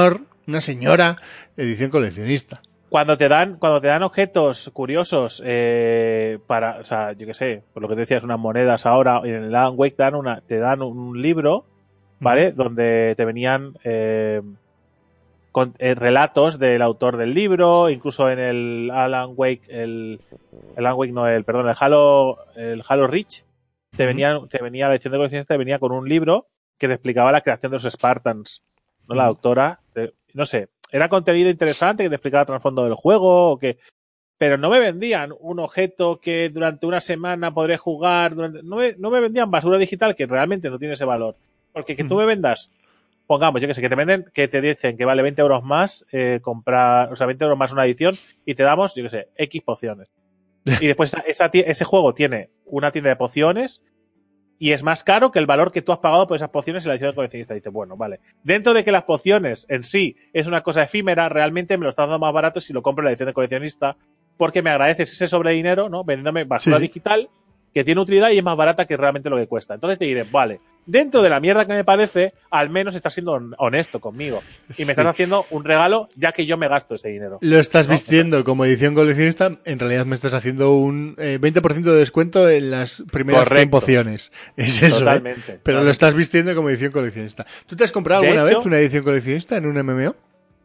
una señora edición coleccionista. Cuando te dan, cuando te dan objetos curiosos eh, para, o sea, yo qué sé, por lo que te decías, unas monedas ahora, en el Alan Wake dan una, te dan un libro, ¿vale? Mm. Donde te venían eh, con, eh, relatos del autor del libro, incluso en el Alan Wake, el, el Alan Wake no, el, perdón, el Halo, el Halo Reach, te venía, te venía, la edición de coleccionista te venía con un libro que te explicaba la creación de los Spartans, ¿no? La doctora, te, no sé. Era contenido interesante que te explicaba el trasfondo del juego, o que, pero no me vendían un objeto que durante una semana podré jugar. Durante, no, me, no me vendían basura digital que realmente no tiene ese valor. Porque que tú me vendas, pongamos, yo que sé, que te venden, que te dicen que vale veinte euros más eh, comprar, o sea, veinte euros más una edición y te damos, yo que sé, X pociones. Y después esa, esa, ese juego tiene una tienda de pociones y es más caro que el valor que tú has pagado por esas pociones en la edición de coleccionista. Dice, bueno, vale. Dentro de que las pociones en sí es una cosa efímera, realmente me lo estás dando más barato si lo compro en la edición de coleccionista, porque me agradeces ese sobre dinero, ¿no? Vendiéndome basura sí, digital que tiene utilidad y es más barata que realmente lo que cuesta. Entonces te diré, vale, dentro de la mierda que me parece, al menos estás siendo honesto conmigo. Y me sí. estás haciendo un regalo ya que yo me gasto ese dinero. Lo estás ¿no? vistiendo como edición coleccionista, en realidad me estás haciendo un eh, veinte por ciento de descuento en las primeras cien pociones. Es eso, totalmente, ¿eh? Pero totalmente. Lo estás vistiendo como edición coleccionista. ¿Tú te has comprado de alguna hecho, vez una edición coleccionista en un M M O?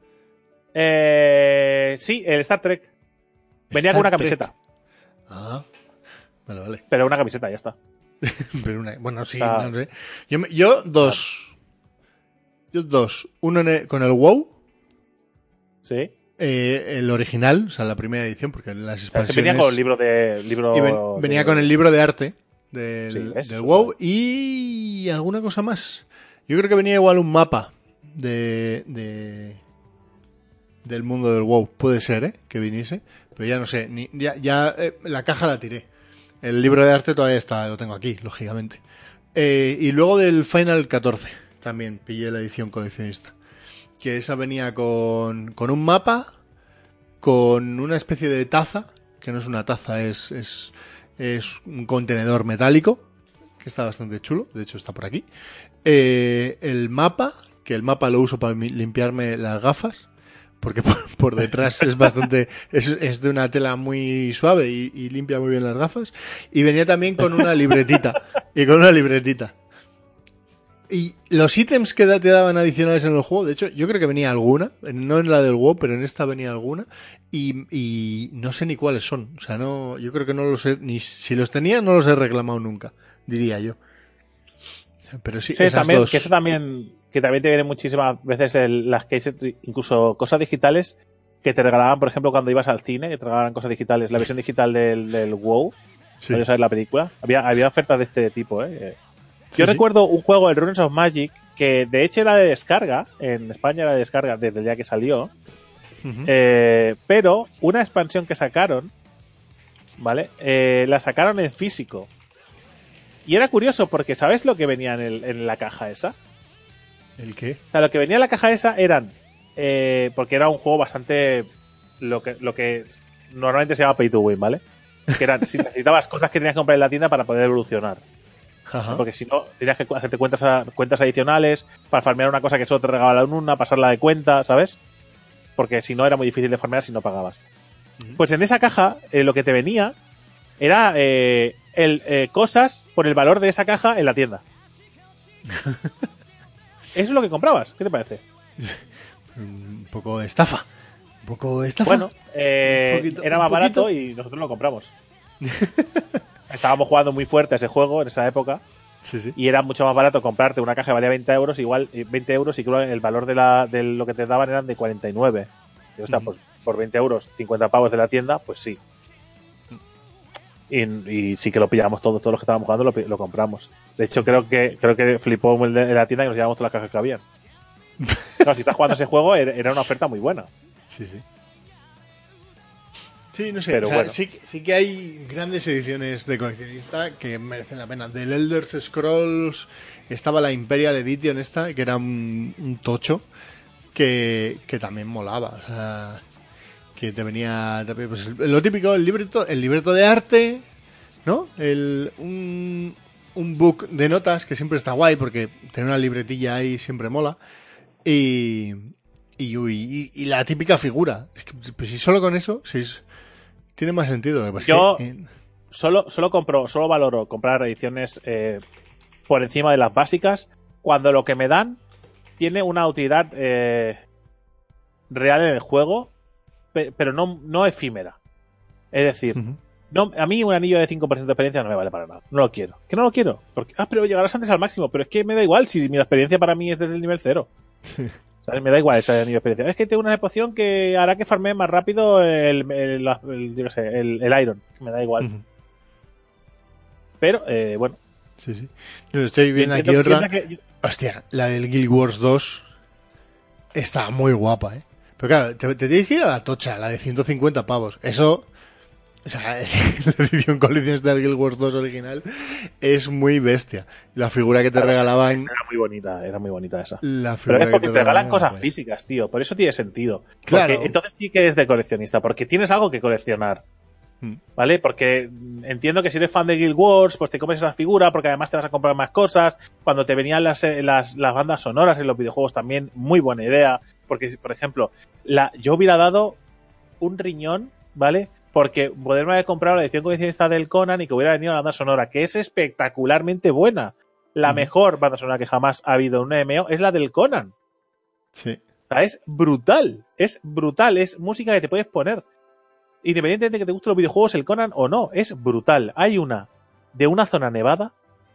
Eh, sí, el Star Trek. Venía Star con una Trek. camiseta. Ah, vale, vale. Pero una camiseta, ya está. Pero una, bueno, sí, Está... no sé. Yo, yo dos. Yo dos. Uno en el, con el WoW. Sí. Eh, el original, o sea, la primera edición, porque las expansiones... O sea, venía con el libro de... Libro y ven, venía de... con el libro de arte del, sí, ¿ves? del WoW y alguna cosa más. Yo creo que venía igual un mapa de... de del mundo del WoW. Puede ser, ¿eh? Que viniese. Pero ya no sé. Ni, ya ya eh, la caja la tiré. El libro de arte todavía está, lo tengo aquí, lógicamente. Eh, y luego del Final catorce también pillé la edición coleccionista. Que esa venía con, con un mapa, con una especie de taza, que no es una taza, es, es, es un contenedor metálico, que está bastante chulo, de hecho está por aquí. Eh, el mapa, que el mapa lo uso para limpiarme las gafas, porque por, por detrás es bastante, es, es de una tela muy suave y, y limpia muy bien las gafas. Y venía también con una libretita, y con una libretita. Y los ítems que te daban adicionales en el juego, de hecho, yo creo que venía alguna, no en la del WoW, pero en esta venía alguna, y, y no sé ni cuáles son. O sea, no, yo creo que no los he, ni si los tenía, no los he reclamado nunca, diría yo. Pero sí, sí esas también, dos. que eso también, que también te vienen muchísimas veces el, las cases, incluso cosas digitales que te regalaban, por ejemplo, cuando ibas al cine, que te regalaban cosas digitales, la versión digital del, del WoW, Sí. ¿podías saber la película? Había, había ofertas de este tipo, ¿eh? Yo Sí, recuerdo sí. un juego, el Runes of Magic, que de hecho era de descarga, en España era de descarga desde el día que salió, uh-huh. eh, pero una expansión que sacaron, ¿vale? Eh, la sacaron en físico. Y era curioso porque ¿sabes lo que venía en, el, en la caja esa? ¿El qué? O sea, lo que venía en la caja esa eran, eh, porque era un juego bastante, lo que, lo que normalmente se llama pay to win, ¿vale? Que eran, si necesitabas cosas que tenías que comprar en la tienda para poder evolucionar. Ajá. Porque si no, tenías que hacerte cuentas, a, cuentas adicionales para farmear una cosa que solo te regalaban una, pasarla de cuenta, ¿sabes? Porque si no era muy difícil de farmear si no pagabas. Uh-huh. Pues en esa caja eh, lo que te venía era eh, el, eh, cosas por el valor de esa caja en la tienda. Eso es lo que comprabas. ¿Qué te parece? Un poco de estafa. Un poco de estafa. Bueno, eh, poquito, era más barato y nosotros lo compramos. Estábamos jugando muy fuerte a ese juego en esa época. Sí, sí. Y era mucho más barato comprarte una caja que valía veinte euros, igual veinte euros, y creo que el valor de, la, de lo que te daban eran de cuarenta y nueve. Y, o sea, mm. pues, por veinte euros, cincuenta pavos de la tienda, pues sí. Y, y sí que lo pillamos todos, todos los que estábamos jugando lo, lo compramos. De hecho, creo que creo que flipó el de, de la tienda y nos llevamos todas las cajas que habían. Claro, si estás jugando ese juego, era una oferta muy buena. Sí, sí. Sí, no sé, Pero o sea, bueno. sí, sí que hay grandes ediciones de coleccionista que merecen la pena. Del Elder Scrolls estaba la Imperial Edition esta, que era un, un tocho, que, que también molaba. O sea, que te venía pues, lo típico, el libreto, el libreto de arte, ¿no? El, un, un book de notas que siempre está guay porque tener una libretilla ahí siempre mola. Y... Y, uy, y, y la típica figura. Es que, pues si solo con eso, si es, tiene más sentido. Lo que pasa Yo es que, eh, solo, solo compro, solo valoro comprar ediciones eh, por encima de las básicas cuando lo que me dan tiene una utilidad eh, real en el juego, pe- pero no, no efímera. Es decir, uh-huh. no, a mí un anillo de cinco por ciento de experiencia no me vale para nada. No lo quiero. ¿Que no lo quiero? Porque, ah, pero llegarás antes al máximo. Pero es que me da igual si mi experiencia para mí es desde el nivel cero. ¿Sabes? Me da igual ese anillo de experiencia. Es que tengo una poción que hará que farmee más rápido el, el, el, el, yo qué sé, el, el Iron. Me da igual. Uh-huh. Pero, eh, bueno. Sí, sí. Yo estoy viendo aquí otra. Que... Hostia, la del Guild Wars dos está muy guapa, ¿eh? Pero claro, te, te tienes que ir a la tocha, la de ciento cincuenta pavos. Eso... O sea, la edición coleccionista del Guild Wars dos original es muy bestia. La figura que te claro, regalaban... Era muy bonita, era muy bonita esa. La figura Pero es porque que te, te regalan cosas pues. físicas, tío. Por eso tiene sentido. Claro. Porque entonces sí que es de coleccionista, porque tienes algo que coleccionar. ¿Vale? Porque entiendo que si eres fan de Guild Wars, pues te compras esa figura, porque además te vas a comprar más cosas. Cuando te venían las, las, las bandas sonoras en los videojuegos también, muy buena idea. Porque, por ejemplo, la, yo hubiera dado un riñón, ¿vale? Porque poderme haber comprado la edición coleccionista del Conan y que hubiera venido la banda sonora, que es espectacularmente buena. La mm. mejor banda sonora que jamás ha habido en un M M O es la del Conan. Sí. O sea, es brutal. Es brutal. Es música que te puedes poner. Independientemente de que te gusten los videojuegos, el Conan o no, es brutal. Hay una de una zona nevada.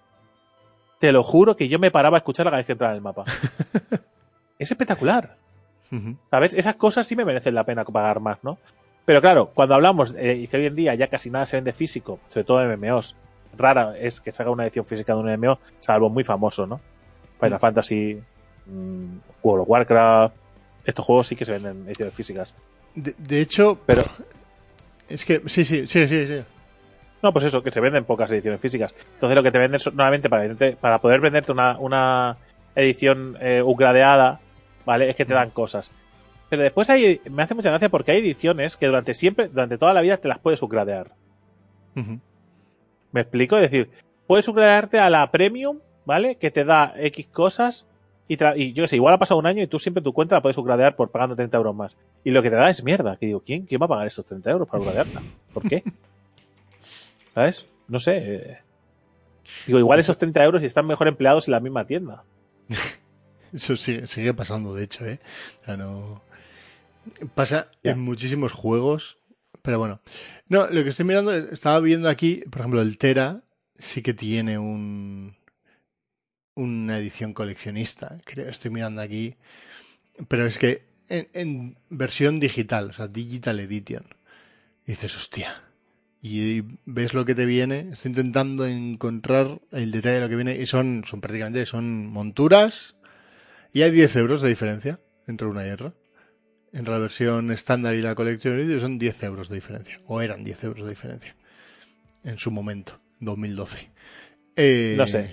Te lo juro que yo me paraba a escucharla cada vez que entraba en el mapa. Es espectacular. Uh-huh. ¿Sabes? Esas cosas sí me merecen la pena pagar más, ¿no? Pero claro, cuando hablamos y eh, que hoy en día ya casi nada se vende físico, sobre todo en M M Os, rara es que se haga una edición física de un M M O, salvo muy famoso, ¿no? Final uh-huh. Fantasy, mmm, World of Warcraft, estos juegos sí que se venden en ediciones físicas. De, de hecho, pero es que sí, sí, sí, sí, sí. No, pues eso, que se venden pocas ediciones físicas. Entonces lo que te venden nuevamente para, para poder venderte una, una edición eh, upgradeada, ¿vale? Es que te dan cosas. Pero después hay, me hace mucha gracia porque hay ediciones que durante siempre, durante toda la vida te las puedes upgradear. Uh-huh. ¿Me explico? Es decir, puedes upgradearte a la Premium, ¿vale? Que te da X cosas y, tra- y yo qué sé, igual ha pasado un año y tú siempre tu cuenta la puedes upgradear por pagando treinta euros más. Y lo que te da es mierda. Que digo, ¿quién, ¿quién va a pagar esos treinta euros para upgradearla? ¿Por qué? ¿Sabes? No sé. Eh... Digo, igual esos treinta euros están mejor empleados en la misma tienda. Eso sigue, sigue pasando, de hecho, ¿eh? O sea, no... Pasa yeah. en muchísimos juegos, pero bueno. No, lo que estoy mirando, estaba viendo aquí, por ejemplo, el Tera sí que tiene un una edición coleccionista, creo, estoy mirando aquí, pero es que en, en versión digital, o sea, Digital Edition. Y dices, hostia, y ves lo que te viene, estoy intentando encontrar el detalle de lo que viene, y son, son prácticamente, son monturas, y hay diez euros de diferencia entre una y otra. Entre la versión estándar y la Collection Edition son diez euros de diferencia. O eran diez euros de diferencia. En su momento, dos mil doce. Eh... No sé.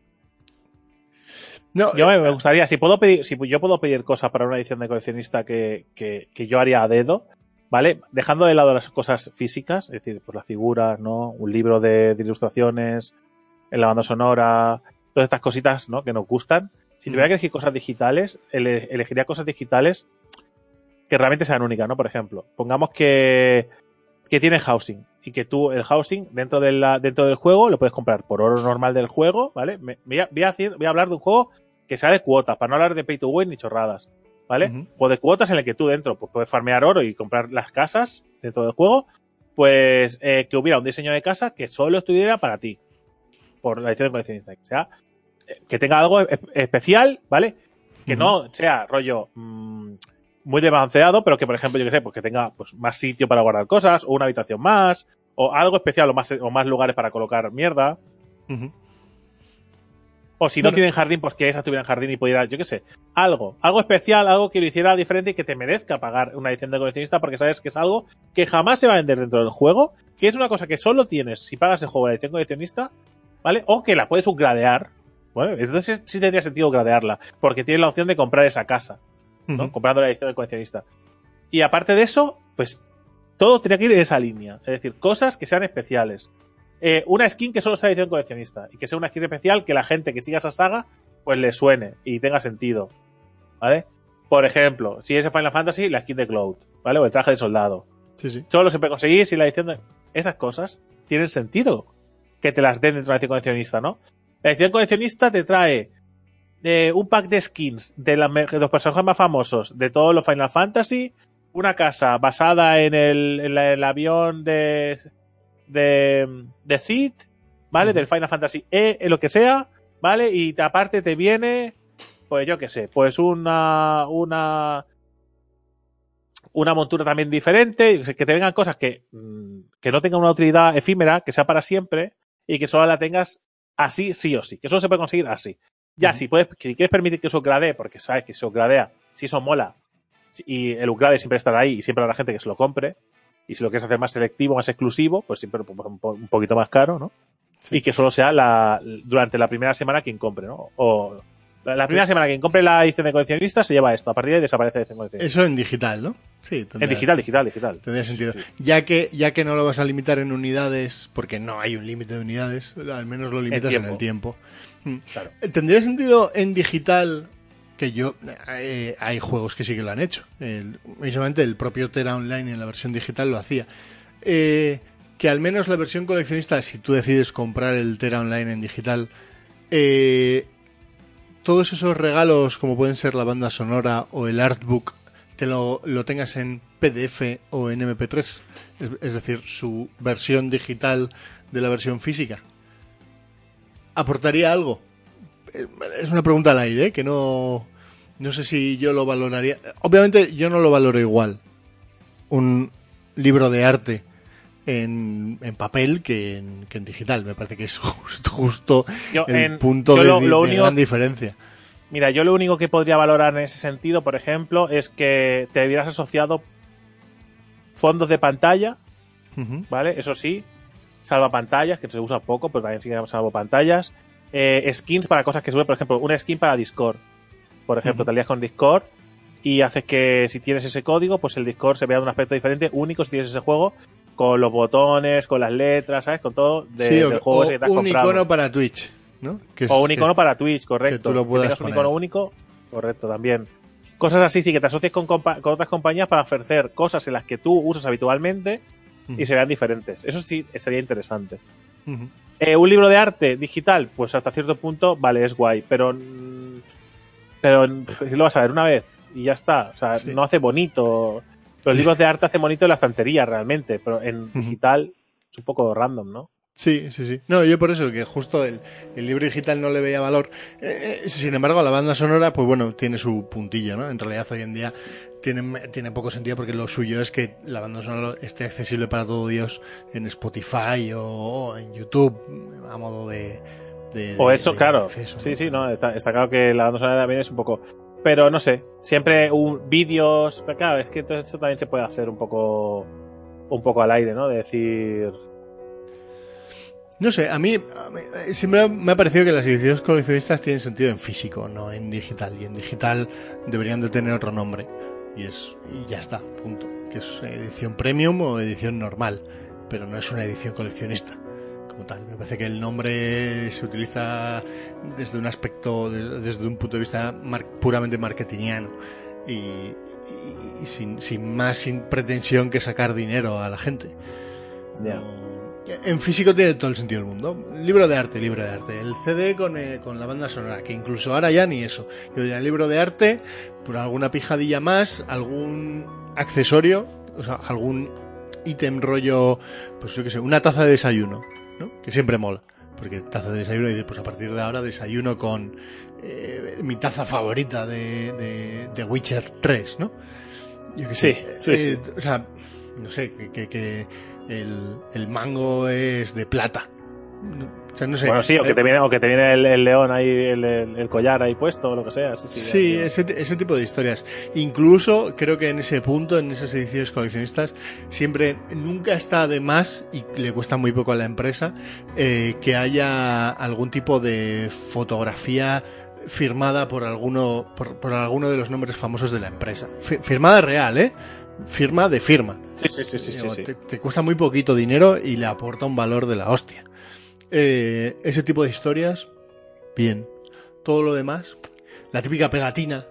No, yo eh, me gustaría, si puedo pedir, si yo puedo pedir cosas para una edición de coleccionista que, que, que yo haría a dedo, ¿vale? Dejando de lado las cosas físicas, es decir, pues las figuras, ¿no? Un libro de, de ilustraciones, en la banda sonora, todas estas cositas, ¿no? Que nos gustan. Si tuviera que elegir cosas digitales, ele- elegiría cosas digitales que realmente sean únicas, ¿no? Por ejemplo, pongamos que, que tiene housing y que tú el housing dentro, de la, dentro del juego lo puedes comprar por oro normal del juego, ¿vale? Me, voy, a, voy, a decir, voy a hablar de un juego que sea de cuotas, para no hablar de pay to win ni chorradas, ¿vale? Uh-huh. O de cuotas en el que tú dentro pues, puedes farmear oro y comprar las casas dentro del juego, pues eh, que hubiera un diseño de casa que solo estuviera para ti, por la edición de coleccionista. O sea, que tenga algo e- especial, ¿vale? Que uh-huh. no sea rollo... Mmm, muy desbalanceado, pero que, por ejemplo, yo que sé, pues que tenga pues, más sitio para guardar cosas, o una habitación más, o algo especial, o más, o más lugares para colocar mierda. Uh-huh. O si no bueno. tienen jardín, pues que esa tuviera jardín y pudiera, yo qué sé, algo, algo especial, algo que lo hiciera diferente y que te merezca pagar una edición de coleccionista, porque sabes que es algo que jamás se va a vender dentro del juego, que es una cosa que solo tienes si pagas el juego de la edición coleccionista, ¿vale? O que la puedes upgradear. Bueno, entonces sí tendría sentido gradearla, porque tienes la opción de comprar esa casa, ¿no? Uh-huh. Comprando la edición del coleccionista. Y aparte de eso, pues todo tendría que ir en esa línea. Es decir, cosas que sean especiales. Eh, una skin que solo sea edición coleccionista y que sea una skin especial que la gente que siga esa saga pues le suene y tenga sentido, ¿vale? Por ejemplo, si es en Final Fantasy, la skin de Cloud, ¿vale? O el traje de soldado. Sí, sí. Solo se puede conseguir si la edición de... Esas cosas tienen sentido que te las den dentro de la edición coleccionista, ¿no? La edición coleccionista te trae eh, un pack de skins de, la, de los personajes más famosos de todos los Final Fantasy, una casa basada en el, en la, el avión de de, de Cid, ¿vale? Uh-huh. Del Final Fantasy E, lo que sea, ¿vale? Y aparte te viene, pues yo qué sé, pues una una una montura también diferente, que te vengan cosas que, que no tengan una utilidad efímera, que sea para siempre y que solo la tengas así, sí o sí, que solo se puede conseguir así. Ya, uh-huh. si puedes, si quieres permitir que se upgradee, porque sabes que se upgradea, si eso mola, y el upgrade siempre estará ahí y siempre habrá gente que se lo compre, y si lo quieres hacer más selectivo, más exclusivo, pues siempre un poquito más caro, ¿no? Sí. Y que solo sea la durante la primera semana quien compre, ¿no? O la primera sí. semana quien compre la edición de coleccionista se lleva esto, a partir de ahí desaparece la edición de coleccionista. Eso en digital, ¿no? Sí. Tendrá, en digital, digital, digital. Tendría sentido. Sí. Ya que ya que no lo vas a limitar en unidades, porque no hay un límite de unidades, al menos lo limitas en el tiempo. Claro. ¿Tendría sentido en digital? Que yo, eh, hay juegos que sí que lo han hecho. El, mismamente el propio Tera Online en la versión digital lo hacía. Eh, que al menos la versión coleccionista, si tú decides comprar el Tera Online en digital, eh, todos esos regalos, como pueden ser la banda sonora o el artbook, te lo, lo tengas en P D F o en M P tres. Es, es decir, su versión digital de la versión física. ¿Aportaría algo? Es una pregunta al aire, ¿eh? Que no, no sé si yo lo valoraría. Obviamente yo no lo valoro igual un libro de arte en, en papel que en, que en digital. Me parece que es justo, justo yo, el en, punto de, lo, lo de único, gran diferencia. Mira, yo lo único que podría valorar en ese sentido, por ejemplo, es que te hubieras asociado fondos de pantalla, uh-huh. ¿vale? Eso sí, salvapantallas, que se usa poco, pero también sigue salvapantallas. Eh, skins para cosas que suben, por ejemplo, una skin para Discord. Por ejemplo, uh-huh. te alías con Discord y haces que si tienes ese código, pues el Discord se vea de un aspecto diferente, único si tienes ese juego, con los botones, con las letras, ¿sabes? Con todo de, sí, o, del juego o ese que te has un comprado. Icono para Twitch, ¿no? Que es, o un icono que, para Twitch, correcto. Que tú lo puedas que tengas poner. Un icono único, correcto, también. Cosas así, sí, que te asocies con, compa- con otras compañías para ofrecer cosas en las que tú usas habitualmente uh-huh. y se vean diferentes. Eso sí sería interesante. Uh-huh. Eh, un libro de arte digital, pues hasta cierto punto, vale, es guay, pero pero lo vas a ver una vez y ya está, o sea, sí. no hace bonito. Los libros de arte hacen bonito en la estantería realmente, pero en digital uh-huh. es un poco random, ¿no? Sí, sí, sí. No, yo por eso, que justo el, el libro digital no le veía valor. Eh, eh, sin embargo, la banda sonora, pues bueno, tiene su puntillo, ¿no? En realidad, hoy en día tiene, tiene poco sentido porque lo suyo es que la banda sonora esté accesible para todo Dios en Spotify o, o en YouTube, a modo de... de o eso, de, claro. De acceso, sí, ¿no? sí, no, está, está claro que la banda sonora también es un poco... Pero no sé, siempre un vídeos... Pero claro, es que eso también se puede hacer un poco un poco al aire, ¿no? De decir... No sé, a mí, a mí siempre me ha parecido que las ediciones coleccionistas tienen sentido en físico, no en digital. Y en digital deberían de tener otro nombre. Y es y ya está, punto. Que es edición premium o edición normal. Pero no es una edición coleccionista como tal. Me parece que el nombre se utiliza desde un aspecto, desde un punto de vista mar, puramente marketingiano. Y, y, y sin, sin más sin pretensión que sacar dinero a la gente. Ya. Yeah. No, en físico tiene todo el sentido del mundo. Libro de arte, libro de arte. El C D con, eh, con la banda sonora, que incluso ahora ya ni eso. Yo diría libro de arte, por alguna pijadilla más, algún accesorio, o sea, algún ítem rollo, pues yo qué sé, una taza de desayuno, ¿no? Que siempre mola. Porque taza de desayuno y dices, pues a partir de ahora desayuno con eh, mi taza favorita de, de, de Witcher tres, ¿no? Yo qué sé. Sí, sí, eh, sí. O sea, no sé, que... que, que El, el mango es de plata. O sea, no sé. Bueno, sí, o que te viene, o que te viene el, el león ahí, el, el, el collar ahí puesto, o lo que sea. Sí, sí, sí ya, ese, ese tipo de historias. Incluso creo que en ese punto, en esas ediciones coleccionistas, siempre, nunca está de más, y le cuesta muy poco a la empresa, eh, que haya algún tipo de fotografía firmada por alguno, por, por alguno de los nombres famosos de la empresa. F- firmada real, ¿eh? Firma de firma. Sí, sí, sí, sí, Digo, sí, sí. Te, te cuesta muy poquito dinero y le aporta un valor de la hostia. Eh, ese tipo de historias, bien. Todo lo demás, la típica pegatina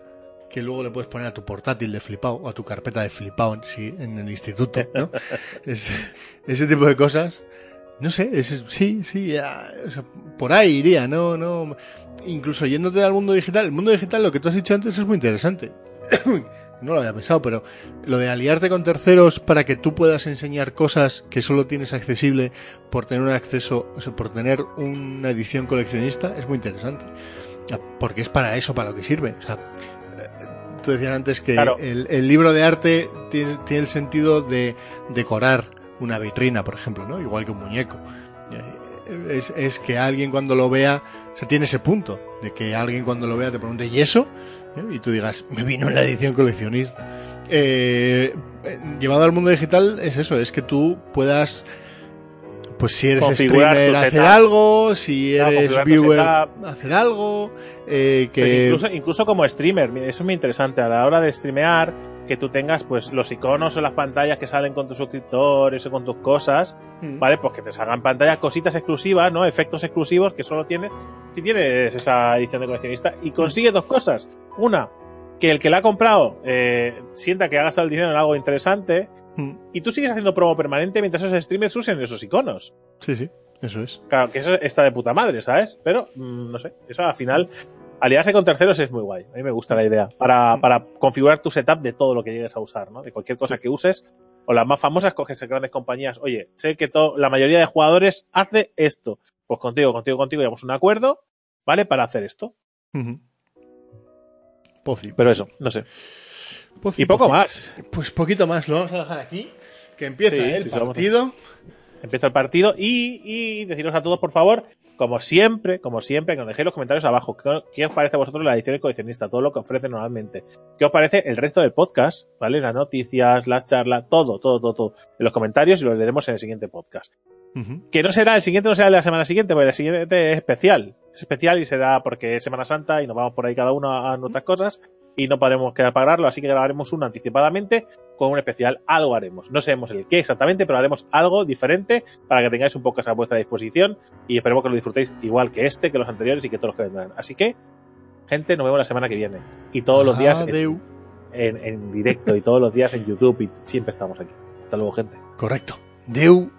que luego le puedes poner a tu portátil de flipao o a tu carpeta de flipao en, sí, en el instituto, ¿no? es, ese tipo de cosas, no sé, es, sí, sí, ya, o sea, por ahí iría, no, no, incluso yéndote al mundo digital. El mundo digital, lo que tú has dicho antes, es muy interesante. No lo había pensado, pero lo de aliarte con terceros para que tú puedas enseñar cosas que solo tienes accesible por tener un acceso, o sea, por tener una edición coleccionista, es muy interesante. Porque es para eso, para lo que sirve. O sea, tú decías antes que claro. el, el libro de arte tiene, tiene el sentido de decorar una vitrina, por ejemplo, ¿no? Igual que un muñeco. Es, es que alguien cuando lo vea, o sea, tiene ese punto de que alguien cuando lo vea te pregunte ¿y eso? ¿Eh? Y tú digas, me vino en la edición coleccionista. Eh, llevado al mundo digital es eso, es que tú puedas, pues si eres streamer hacer algo, si eres no, viewer hacer algo, eh, que pues incluso, incluso como streamer, eso es muy interesante a la hora de streamear, que tú tengas pues los iconos o las pantallas que salen con tus suscriptores o con tus cosas, mm. ¿vale? Pues que te salgan pantallas, cositas exclusivas, ¿no? Efectos exclusivos que solo tienes si tienes esa edición de coleccionista y consigue mm. dos cosas. Una, que el que la ha comprado eh, sienta que ha gastado el dinero en algo interesante mm. y tú sigues haciendo promo permanente mientras esos streamers usen esos iconos. Sí, sí, eso es. Claro, que eso está de puta madre, ¿sabes? Pero, mmm, no sé, eso al final... Aliarse con terceros es muy guay. A mí me gusta la idea. Para, para configurar tu setup de todo lo que llegues a usar, ¿no? De cualquier cosa que uses. O las más famosas, coges grandes compañías. Oye, sé que to- la mayoría de jugadores hace esto. Pues contigo, contigo, contigo, llegamos a un acuerdo, ¿vale? Para hacer esto. Uh-huh. Poci. Pero eso, no sé. Poci, y poco poci. más. Pues poquito más. Lo vamos a dejar aquí. Que empieza sí, el sí, partido. Empieza el partido. Y, y deciros a todos, por favor... Como siempre, como siempre, que nos dejéis los comentarios abajo. ¿Qué, ¿Qué os parece a vosotros la edición de coleccionista? Todo lo que ofrece normalmente. ¿Qué os parece el resto del podcast? ¿Vale? Las noticias, las charlas, todo, todo, todo, todo. En los comentarios y lo leeremos en el siguiente podcast. Uh-huh. Que no será, el siguiente no será el de la semana siguiente, porque el siguiente es especial. Es especial y será porque es Semana Santa y nos vamos por ahí cada uno a, a nuestras cosas y no podremos quedar para grabarlo, así que grabaremos uno anticipadamente con un especial. Algo haremos. No sabemos el qué exactamente, pero haremos algo diferente para que tengáis un podcast a vuestra disposición y esperemos que lo disfrutéis igual que este, que los anteriores y que todos los que vendrán. Así que, gente, nos vemos la semana que viene. Y todos los días en, en, en directo y todos los días en YouTube y siempre estamos aquí. Hasta luego, gente. Correcto. Deu.